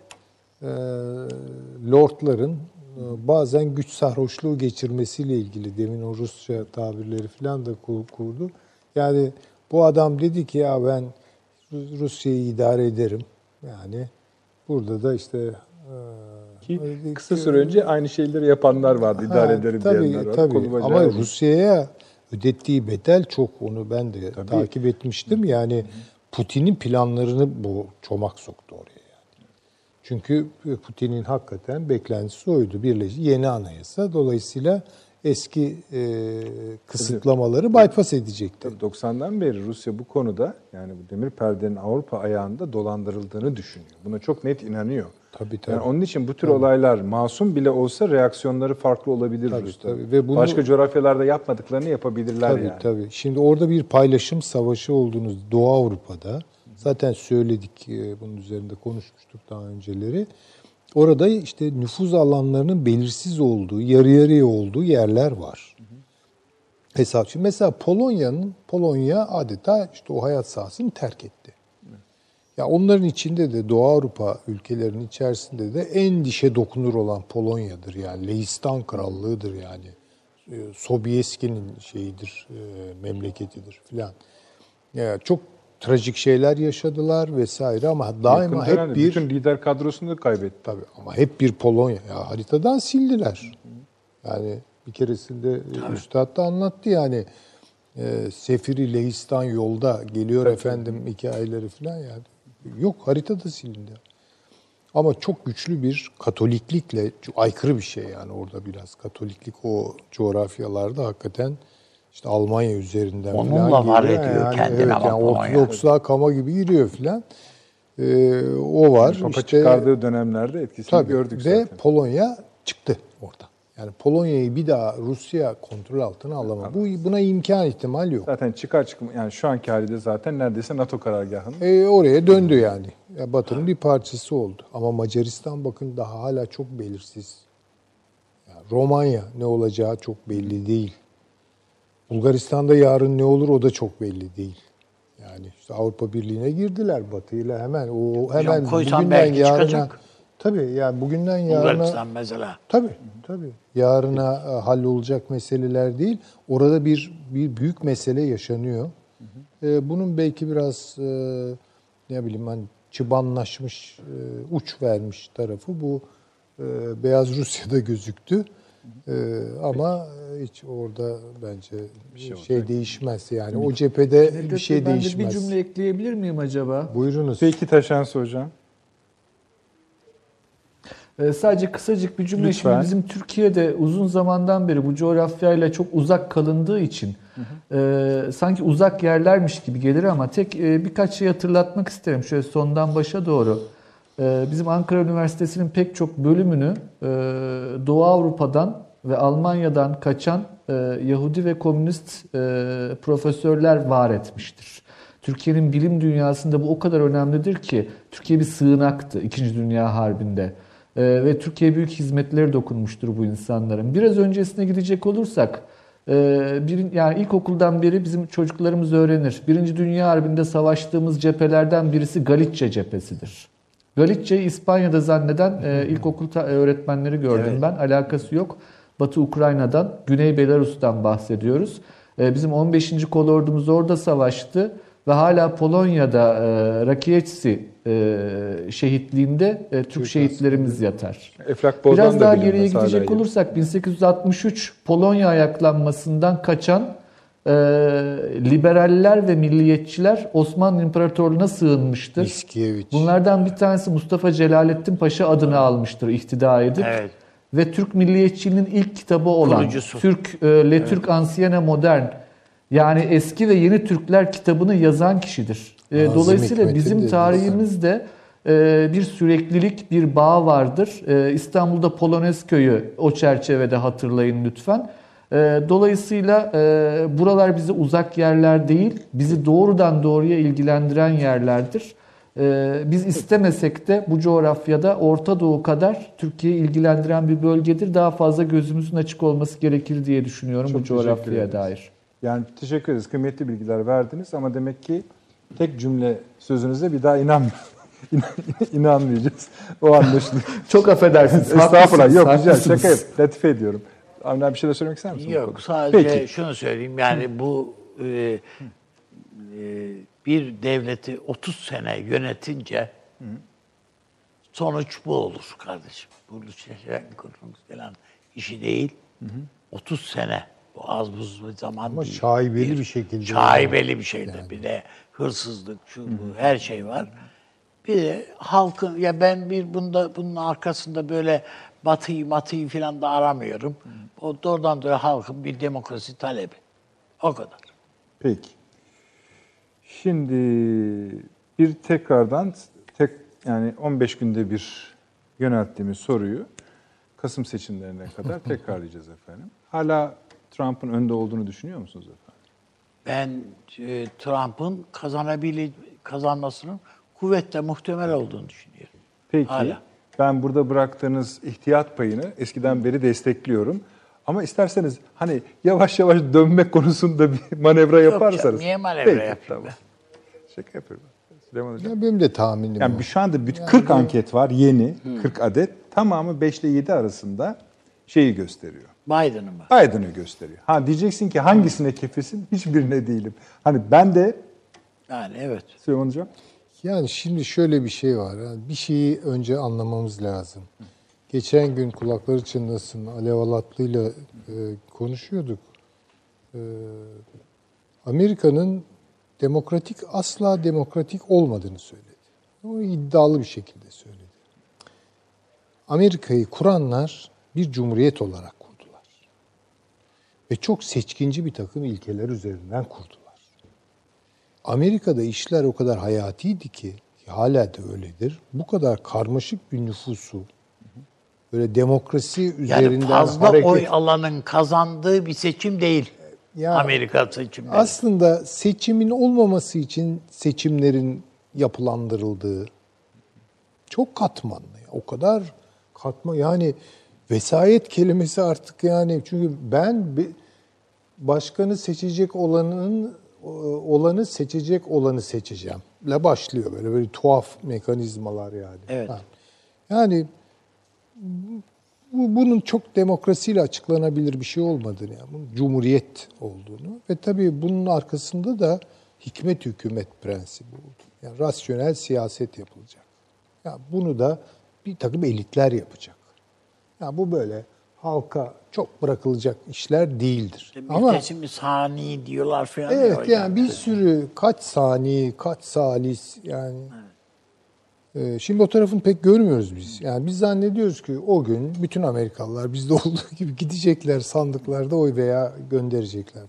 lordların bazen güç sarhoşluğu geçirmesiyle ilgili demin o Rusça tabirleri falan da kurdu. Yani bu adam dedi ki ya ben Rusya'yı idare ederim. Yani burada da işte Ki kısa süre önce aynı şeyleri yapanlar vardı, idare ederim diyenler vardı. Tabii. Ama Rusya'ya ödettiği bedel çok, onu ben de takip etmiştim. Yani Putin'in planlarını bu çomak soktu oraya. Yani. Çünkü Putin'in hakikaten beklentisi oydu. Yeni anayasa. Dolayısıyla eski kısıtlamaları bypass edecekti. 90'dan beri Rusya bu konuda yani bu demir perdenin Avrupa ayağında dolandırıldığını düşünüyor. Buna çok net inanıyor. Tabii. Yani onun için bu tür olaylar masum bile olsa reaksiyonları farklı olabilir Rus'ta. Ve bunu, başka coğrafyalarda yapmadıklarını yapabilirler yani. Tabii. Şimdi orada bir paylaşım savaşı olduğunu Doğu Avrupa'da zaten söyledik, bunun üzerinde konuşmuştuk daha önceleri. Orada işte nüfuz alanlarının belirsiz olduğu, yarı yarıya olduğu yerler var. Hesapçı. Mesela Polonya adeta işte o hayat sahasını terk etti. Ya onların içinde de Doğu Avrupa ülkelerinin içerisinde de en dişe dokunur olan Polonya'dır yani. Lehistan Krallığı'dır yani. Sobieski'nin şeyidir, memleketidir filan. Yani çok trajik şeyler yaşadılar vesaire ama daima hep bir... Bütün lider kadrosunu da kaybetti. Tabii ama hep bir Polonya. Ya haritadan sildiler. Yani bir keresinde Üstad da anlattı yani. Sefiri Lehistan yolda geliyor efendim hikayeleri falan yani. Yok, haritada silindi. Ama çok güçlü bir Katoliklikle, aykırı bir şey yani orada biraz. Katoliklik o coğrafyalarda hakikaten işte Almanya üzerinden onunla falan var geliyor. ediyor yani, kendine evet, yani Ortodoksluğa kama gibi giriyor falan. O var. Papa işte, çıkardığı dönemlerde etkisini gördük zaten. Ve Polonya çıktı oradan. Yani Polonya'yı bir daha Rusya kontrol altına alamaz. Buna ihtimal yok. Zaten çıkar yani şu anki haliyle zaten neredeyse NATO karargahının. Oraya döndü yani. Batı'nın bir parçası oldu. Ama Macaristan bakın daha hala çok belirsiz. Yani Romanya ne olacağı çok belli değil. Bulgaristan'da yarın ne olur o da çok belli değil. Yani işte Avrupa Birliği'ne girdiler Batı'yla hemen. O hemen bugünden yarına. Çıkacak. Tabii yani bugünden yarına. Bulgaristan mesela. Tabii. Yarına hallolacak meseleler değil. Orada bir büyük mesele yaşanıyor. Bunun belki biraz ne bileyim hani çıbanlaşmış, uç vermiş tarafı bu Beyaz Rusya'da gözüktü. Ama hiç orada bence bir şey değişmez yani. O cephede bir şey değişmez. Ben de bir cümle ekleyebilir miyim acaba? Buyurunuz. Peki Taşansı Hocam. Sadece kısacık bir cümle. Lütfen. Şimdi bizim Türkiye'de uzun zamandan beri bu coğrafyayla çok uzak kalındığı için sanki uzak yerlermiş gibi gelir ama birkaç şey hatırlatmak isterim. Şöyle sondan başa doğru. Bizim Ankara Üniversitesi'nin pek çok bölümünü Doğu Avrupa'dan ve Almanya'dan kaçan Yahudi ve komünist profesörler var etmiştir. Türkiye'nin bilim dünyasında bu o kadar önemlidir ki Türkiye bir sığınaktı 2. Dünya Harbi'nde. Ve Türkiye'ye büyük hizmetleri dokunmuştur bu insanların. Biraz öncesine gidecek olursak, yani ilkokuldan beri bizim çocuklarımız öğrenir. 1. Dünya Harbi'nde savaştığımız cephelerden birisi Galicia cephesidir. Galicia'yı İspanya'da zanneden ilkokul öğretmenleri gördüm ben. Alakası yok. Batı Ukrayna'dan, Güney Belarus'tan bahsediyoruz. Bizim 15. kolordumuz orada savaştı. ve hala Polonya'da Rakiecki şehitliğinde Türk şehitlerimiz yatar. Eflak Bozdan Biraz da daha bilinmez geriye hala gidecek iyi. olursak 1863 Polonya ayaklanmasından kaçan liberaller ve milliyetçiler Osmanlı İmparatorluğu'na sığınmıştır. Mickiewicz. Bunlardan bir tanesi Mustafa Celalettin Paşa adını almıştır ihtida edip. Evet. Ve Türk milliyetçiliğinin ilk kitabı olan Kurucusu. Le Türk Ancienne Modern, yani Eski ve Yeni Türkler kitabını yazan kişidir. Dolayısıyla Hikmet'in bizim de tarihimizde bir süreklilik, bir bağ vardır. İstanbul'da Polonezköy'ü o çerçevede hatırlayın lütfen. Dolayısıyla buralar bize uzak yerler değil, bizi doğrudan doğruya ilgilendiren yerlerdir. Biz istemesek de bu coğrafyada Orta Doğu kadar Türkiye'yi ilgilendiren bir bölgedir. Daha fazla gözümüzün açık olması gerekir diye düşünüyorum Çok bu teşekkür coğrafyaya ederiz. dair. Yani teşekkür ederiz. Kıymetli bilgiler verdiniz ama demek ki tek cümle sözünüze bir daha inanmayacağız. O anlaşıldı. Çok affedersiniz. Estağfurullah. haklısınız, Yok güzel. haklısınız. Şaka yap. Latife ediyorum. Avni bir şeyler söylemek ister misin? bu Yok, konuda? sadece Peki. şunu söyleyeyim. Yani bu bir devleti 30 sene yönetince sonuç bu olur kardeşim. Bu Çeşenko'nun falan işi değil. 30 sene. Bu az buz bir zaman Ama değil. şaibeli bir şekilde. Şaibeli bir şeydir. Bir de hırsızlık, şu bu, her şey var. Bir de halkın, ya ben bunun arkasında böyle batıyı falan da aramıyorum. O doğrudan doğruya halkın bir demokrasi talebi. O kadar. Peki. Şimdi bir tekrardan yani 15 günde bir yönelttiğimiz soruyu Kasım seçimlerine kadar tekrarlayacağız efendim. Hala Trump'ın önde olduğunu düşünüyor musunuz efendim? Ben Trump'ın kazanmasının kuvvetle muhtemel olduğunu düşünüyorum. Peki. Hala. Ben burada bıraktığınız ihtiyat payını eskiden beri destekliyorum. Ama isterseniz hani yavaş yavaş dönmek konusunda bir manevra yaparsanız. canım, niye manevra Peki, yapayım tamam. ben? Şaka yapıyorum. Süleyman Hocam. Ya benim de tahminim Yani o. şu anda 40 anket var yeni. 40 adet. Tamamı 5 ile 7 arasında şeyi gösteriyor. Biden'ın mı? Biden'ı gösteriyor. Ha diyeceksin ki hangisine kefilsin? Hiçbirine değilim. Hani ben de Yani evet. Süleyman Hocam. Yani şimdi şöyle bir şey var. Yani bir şeyi önce anlamamız lazım. Geçen gün kulakları çınlasın Alev Alatlı'yla konuşuyorduk. Amerika'nın asla demokratik olmadığını söyledi. O iddialı bir şekilde söyledi. Amerika'yı kuranlar bir cumhuriyet olarak kurdular. Ve çok seçkinci bir takım ilkeler üzerinden kurdular. Amerika'da işler o kadar hayatiydi ki hala da öyledir. Bu kadar karmaşık bir nüfusu böyle demokrasi Yani üzerinden fazla hareket... oy alanın kazandığı bir seçim değil. Ya, Amerika seçimleri. aslında seçimin olmaması için seçimlerin yapılandırıldığı çok katmanlı. O kadar yani vesayet kelimesi artık yani çünkü ben başkanı seçecek olanı seçecek olanı seçeceğim ile başlıyor böyle tuhaf mekanizmalar yani. Evet. Yani bunun çok demokrasiyle açıklanabilir bir şey olmadığını, yani bunun cumhuriyet olduğunu ve tabii bunun arkasında da hikmet hükümet prensibi oldu. Yani rasyonel siyaset yapılacak. Yani bunu da bir takım elitler yapacak. Yani bu böyle halka çok bırakılacak işler değildir. Ama Mülteci sani diyorlar falan. evet diyor yani bir sürü kaç sani, kaç salis yani. Şimdi o tarafını pek görmüyoruz biz. Yani biz zannediyoruz ki o gün bütün Amerikalılar bizde olduğu gibi gidecekler sandıklarda oy veya gönderecekler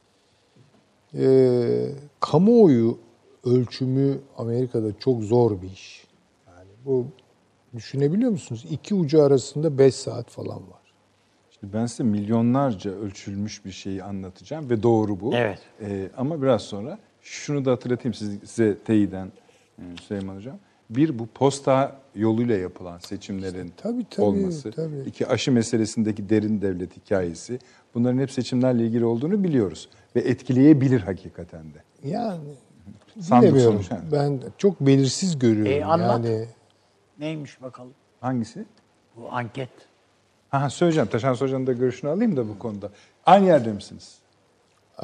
falan. Kamuoyu ölçümü Amerika'da çok zor bir iş. Yani bu düşünebiliyor musunuz? İki ucu arasında 5 saat falan var. Şimdi ben size milyonlarca ölçülmüş bir şeyi anlatacağım ve doğru bu. Evet. Ama biraz sonra şunu da hatırlatayım size teyiden Süleyman Hocam. Bir, bu posta yoluyla yapılan seçimlerin Tabii, olması. tabii. İki, aşı meselesindeki derin devlet hikayesi. Bunların hep seçimlerle ilgili olduğunu biliyoruz. Ve etkileyebilir hakikaten de. Yani Sandık bilemiyorum. sonuç, yani. Ben çok belirsiz görüyorum. Anlat. Yani Neymiş bakalım Hangisi? bu anket? Söyleyeceğim. Taşan Hoca'nın da görüşünü alayım da bu konuda. Aynı yerde misiniz?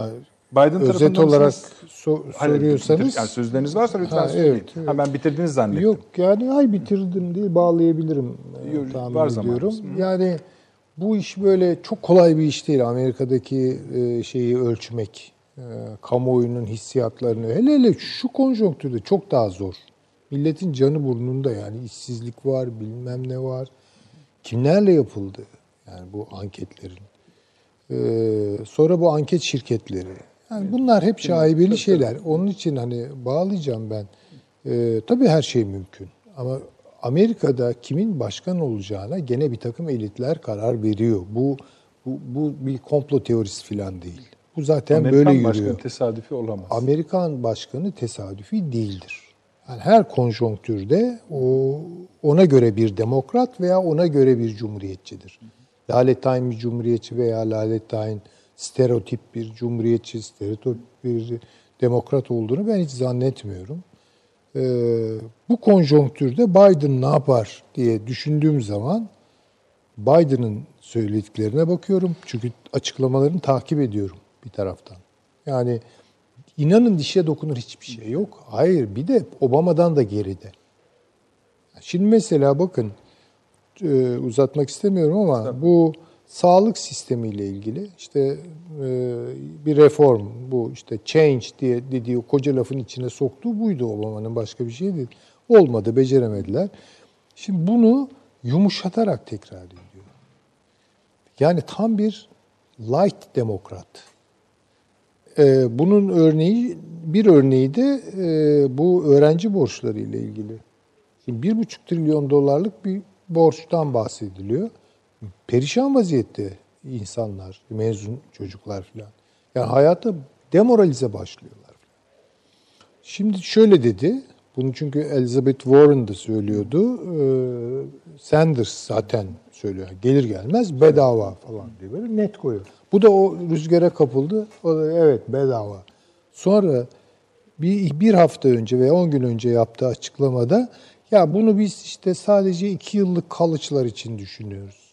Biden özet tarafında olarak mısınız? Hayır, soruyorsanız... yani sözleriniz varsa lütfen Ha, söyleyin. evet, evet. Ha, ben bitirdiniz zannettim. Yok yani bitirdim değil, bağlayabilirim tahmin var ediyorum. zamanımız. Yani bu iş böyle çok kolay bir iş değil. Amerika'daki şeyi ölçmek, kamuoyunun hissiyatlarını, hele şu konjonktürde çok daha zor. Milletin canı burnunda, yani işsizlik var, bilmem ne var. Kimlerle yapıldı yani bu anketlerin? Sonra bu anket şirketleri. Yani bunlar hep şaibeli şeyler. Onun için hani bağlayacağım ben. Tabii her şey mümkün. Ama Amerika'da kimin başkan olacağına gene bir takım elitler karar veriyor. Bu bir komplo teorisi falan değil. Bu zaten Amerikan böyle yürüyor. başkanı tesadüfi olamaz. Amerikan başkanı tesadüfi değildir. Yani her konjonktürde ona göre bir demokrat veya ona göre bir cumhuriyetçidir. Lalettayn bir cumhuriyetçi veya Lalettayn stereotip bir cumhuriyetçi, stereotip bir demokrat olduğunu ben hiç zannetmiyorum. Bu konjonktürde Biden ne yapar diye düşündüğüm zaman Biden'ın söylediklerine bakıyorum. Çünkü açıklamalarını takip ediyorum bir taraftan. Yani inanın dişe dokunur hiçbir şey yok. Hayır, bir de Obama'dan da geride. Şimdi mesela bakın, uzatmak istemiyorum ama bu sağlık sistemiyle ilgili işte bir reform, bu işte change diye dediği o koca lafın içine soktuğu buydu Obama'nın, başka bir şey değil. Olmadı, beceremediler. Şimdi bunu yumuşatarak tekrar ediyor. Yani tam bir light demokrat. Bunun bir örneği de bu öğrenci borçları ile ilgili. Şimdi 1,5 trilyon dolarlık bir borçtan bahsediliyor. Perişan vaziyette insanlar, mezun çocuklar falan. Yani hayata demoralize başlıyorlar. Şimdi şöyle dedi, bunu çünkü Elizabeth Warren da söylüyordu, Sanders zaten söylüyor. Gelir gelmez bedava falan diye böyle net koyuyor. Bu da o rüzgara kapıldı. O da evet bedava. Sonra bir hafta önce veya 10 gün önce yaptığı açıklamada ya bunu biz işte sadece 2 yıllık kalıçlar için düşünüyoruz.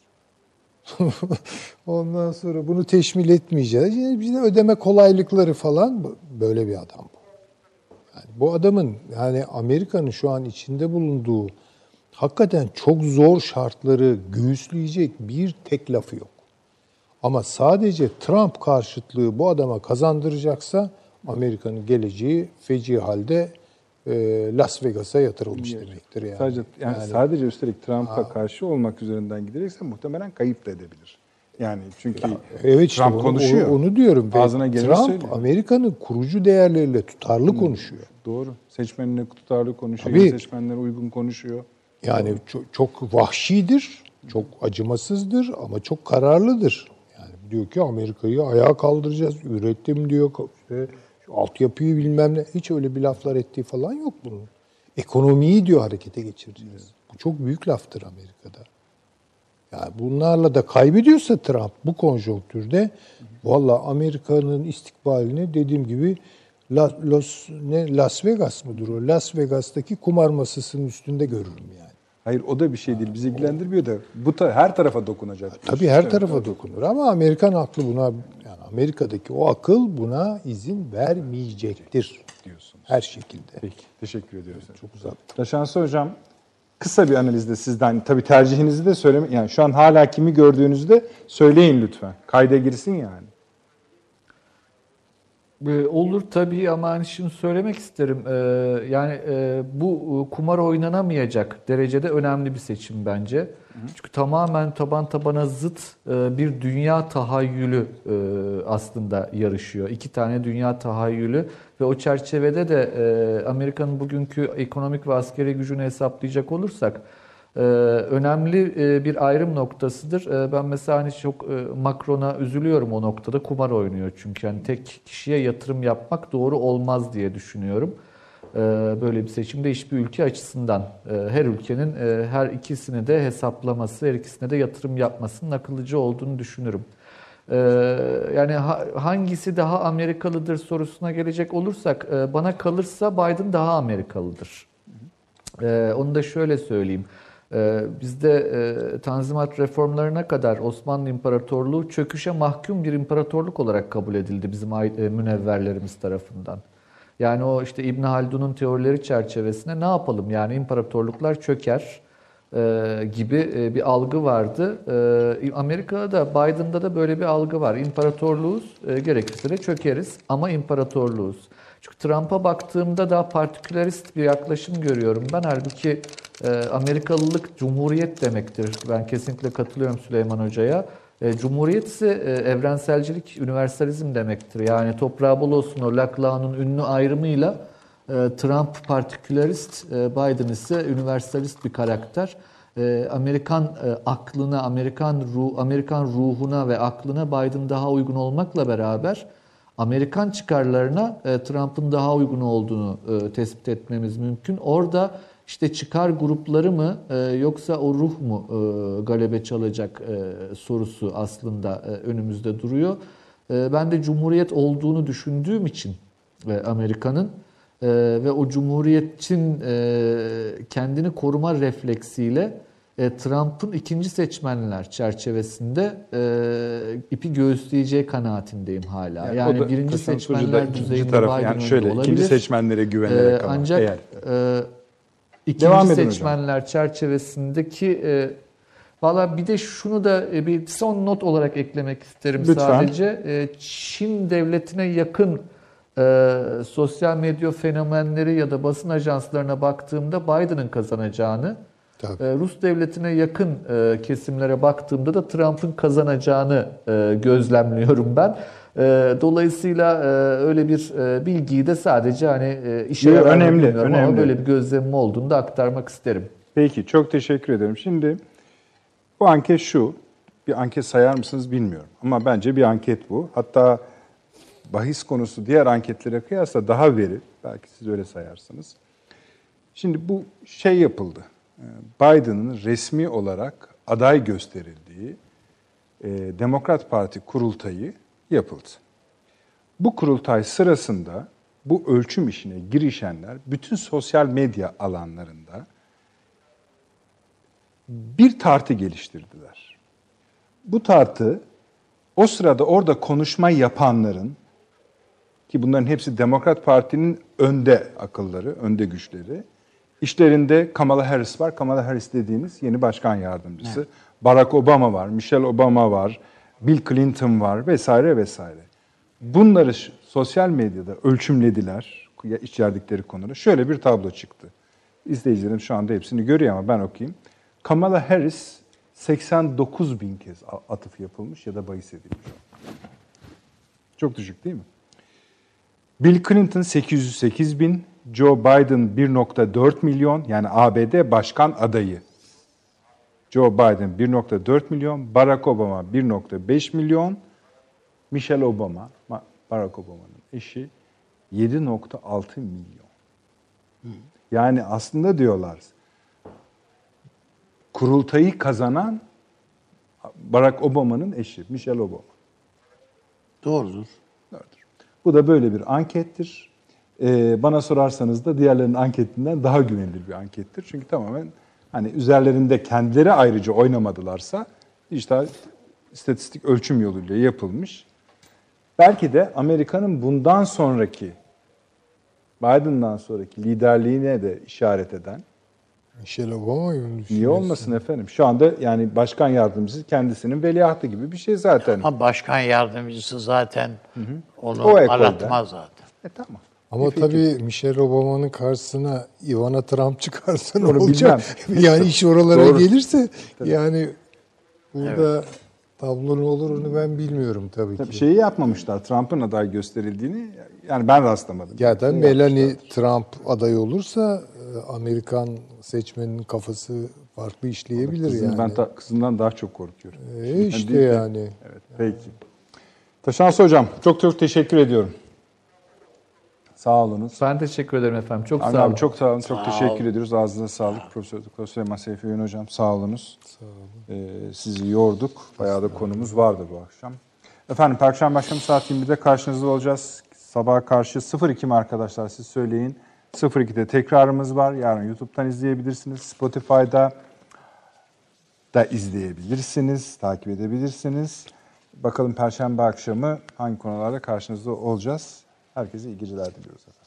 Ondan sonra bunu teşmil etmeyeceğiz. Yani bize ödeme kolaylıkları falan, böyle bir adam bu. Yani bu adamın, yani Amerika'nın şu an içinde bulunduğu hakikaten çok zor şartları göğüsleyecek bir tek lafı yok. Ama sadece Trump karşıtlığı bu adama kazandıracaksa Amerika'nın geleceği feci halde Las Vegas'a yatırılmış demektir yani. Sadece üstelik Trump'a karşı olmak üzerinden giderekse muhtemelen kayıp da edebilir. Yani çünkü evet, işte Trump konuşuyor. Onu diyorum. Ağzına geleni Trump söylüyor. Amerika'nın kurucu değerleriyle tutarlı konuşuyor. Doğru. Seçmenine tutarlı konuşuyor. Tabii. Seçmenlere uygun konuşuyor. Yani çok vahşidir, çok acımasızdır ama çok kararlıdır. Yani diyor ki Amerika'yı ayağa kaldıracağız, üretim diyor, işte altyapıyı bilmem ne. Hiç öyle bir laflar ettiği falan yok bunun. Ekonomiyi diyor harekete geçireceğiz. Bu çok büyük laftır Amerika'da. Yani bunlarla da kaybediyorsa Trump bu konjonktürde valla Amerika'nın istikbalini dediğim gibi Las Vegas mıdır o? Las Vegas'taki kumar masasının üstünde görürüm yani. Hayır, o da bir şey değil. Bizi ilgilendirmiyor da bu her tarafa dokunacak. Tabii her tarafa dokunur ama Amerikan aklı buna, yani Amerika'daki o akıl buna izin vermeyecektir diyorsunuz. her şekilde. Peki, teşekkür ediyoruz. Çok uzattım. Taşansı Hocam, kısa bir analizde sizden, tabii tercihinizi de söyleme, yani şu an hala kimi gördüğünüzü de söyleyin lütfen. Kayda girsin yani. Olur tabii ama hani şunu söylemek isterim. Yani bu kumar oynanamayacak derecede önemli bir seçim bence. Çünkü tamamen taban tabana zıt bir dünya tahayyülü aslında yarışıyor. 2 tane dünya tahayyülü ve o çerçevede de Amerika'nın bugünkü ekonomik ve askeri gücünü hesaplayacak olursak önemli bir ayrım noktasıdır. Ben mesela hani çok Macron'a üzülüyorum o noktada. Kumar oynuyor çünkü yani tek kişiye yatırım yapmak doğru olmaz diye düşünüyorum. Böyle bir seçimde hiçbir ülke açısından her ülkenin her ikisini de hesaplaması, her ikisine de yatırım yapmasının akıllıca olduğunu düşünürüm. Yani hangisi daha Amerikalıdır sorusuna gelecek olursak bana kalırsa Biden daha Amerikalıdır. Onu da şöyle söyleyeyim. Bizde Tanzimat reformlarına kadar Osmanlı İmparatorluğu çöküşe mahkum bir imparatorluk olarak kabul edildi bizim münevverlerimiz tarafından. Yani o işte İbn Haldun'un teorileri çerçevesinde ne yapalım yani imparatorluklar çöker gibi bir algı vardı. Amerika'da da Biden'da da böyle bir algı var. İmparatorluğuz, gerekirse de çökeriz ama imparatorluğuz. Çünkü Trump'a baktığımda daha partikülerist bir yaklaşım görüyorum ben. Halbuki Amerikalılık cumhuriyet demektir. Ben kesinlikle katılıyorum Süleyman Hoca'ya. Cumhuriyet ise evrenselcilik, üniversalizm demektir. Yani toprağı bol olsun o Laclau'nun ünlü ayrımıyla Trump partikülerist, Biden ise üniversalist bir karakter. Amerikan aklına, Amerikan ruhuna ve aklına Biden daha uygun olmakla beraber Amerikan çıkarlarına Trump'ın daha uygun olduğunu tespit etmemiz mümkün. Orada işte çıkar grupları mı yoksa o ruh mu galebe çalacak sorusu aslında önümüzde duruyor. Ben de cumhuriyet olduğunu düşündüğüm için Amerika'nın ve o cumhuriyetin kendini koruma refleksiyle Trump'ın ikinci seçmenler çerçevesinde ipi göğüsleyeceği kanaatindeyim hala. Yani birinci seçmenler düzeyinde Biden yani şöyle, olabilir. İkinci seçmenlere güvenerek kalan. Ancak ikinci seçmenler çerçevesindeki valla bir de şunu da bir son not olarak eklemek isterim. Lütfen. Sadece. Çin devletine yakın sosyal medya fenomenleri ya da basın ajanslarına baktığımda Biden'ın kazanacağını, Rus devletine yakın kesimlere baktığımda da Trump'ın kazanacağını gözlemliyorum ben. Dolayısıyla öyle bir bilgiyi de sadece hani işe yarar önemli ama böyle bir gözlemim olduğunu da aktarmak isterim. Peki, çok teşekkür ederim. Şimdi bu anket şu, bir anket sayar mısınız bilmiyorum ama bence bir anket bu. Hatta bahis konusu diğer anketlere kıyasla daha veri, belki siz öyle sayarsınız. Şimdi bu şey yapıldı, Biden'ın resmi olarak aday gösterildiği Demokrat Parti kurultayı yapıldı. Bu kurultay sırasında bu ölçüm işine girişenler bütün sosyal medya alanlarında bir tartı geliştirdiler. Bu tartı o sırada orada konuşma yapanların, ki bunların hepsi Demokrat Parti'nin önde akılları, önde güçleri, İşlerinde Kamala Harris var. Kamala Harris dediğiniz yeni başkan yardımcısı. Evet. Barack Obama var, Michelle Obama var, Bill Clinton var vesaire vesaire. Bunları sosyal medyada ölçümlediler içerdikleri konuda. Şöyle bir tablo çıktı. İzleyicilerim şu anda hepsini görüyor ama ben okuyayım. Kamala Harris 89 bin kez atıf yapılmış ya da bahis edilmiş. Çok düşük değil mi? Bill Clinton 808 bin, Joe Biden 1.4 milyon, yani ABD başkan adayı. Joe Biden 1.4 milyon, Barack Obama 1.5 milyon, Michelle Obama, Barack Obama'nın eşi 7.6 milyon. Yani aslında diyorlar, kurultayı kazanan Barack Obama'nın eşi, Michelle Obama. Doğrudur. Bu da böyle bir ankettir. Bana sorarsanız da diğerlerinin anketinden daha güvenilir bir ankettir. Çünkü tamamen hani üzerlerinde kendileri ayrıca oynamadılarsa dijital istatistik ölçüm yoluyla yapılmış. Belki de Amerika'nın bundan sonraki, Biden'dan sonraki liderliğine de işaret eden. Michelle Obama niye olmasın efendim? Şu anda yani başkan yardımcısı kendisinin veliahtı gibi bir şey zaten. Ama başkan yardımcısı zaten onu aratmaz zaten. Tamam. Ama tabii Michelle Obama'nın karşısına Ivana Trump çıkarsa ne olacak? Yani iş oralara gelirse yani burada tablo ne olur onu ben bilmiyorum tabii ki. Şeyi yapmamışlar, Trump'ın aday gösterildiğini yani ben rastlamadım. Ya da Melania Trump aday olursa Amerikan seçmenin kafası farklı işleyebilir yani. Ben kızından daha çok korkuyorum. İşte yani. Evet, peki. Taşansı Hocam çok teşekkür ediyorum. Sağ olunuz. Ben teşekkür ederim efendim. Çok sağ olun. Çok sağ olun. Çok teşekkür ediyoruz. Ağzınıza sağlık. Profesör Doktor Süleyman Seyfi Öğün Hocam sağ olunuz. Sağ olun. Sizi yorduk. Bayağı da konumuz vardı bu akşam. Efendim Perşembe akşamı saat 21'de karşınızda olacağız. Sabaha karşı 02 mi arkadaşlar siz söyleyin. 02'de tekrarımız var. Yarın YouTube'dan izleyebilirsiniz. Spotify'da, da izleyebilirsiniz, takip edebilirsiniz. Bakalım Perşembe akşamı hangi konularla karşınızda olacağız. Herkese iyi geceler diliyoruz efendim.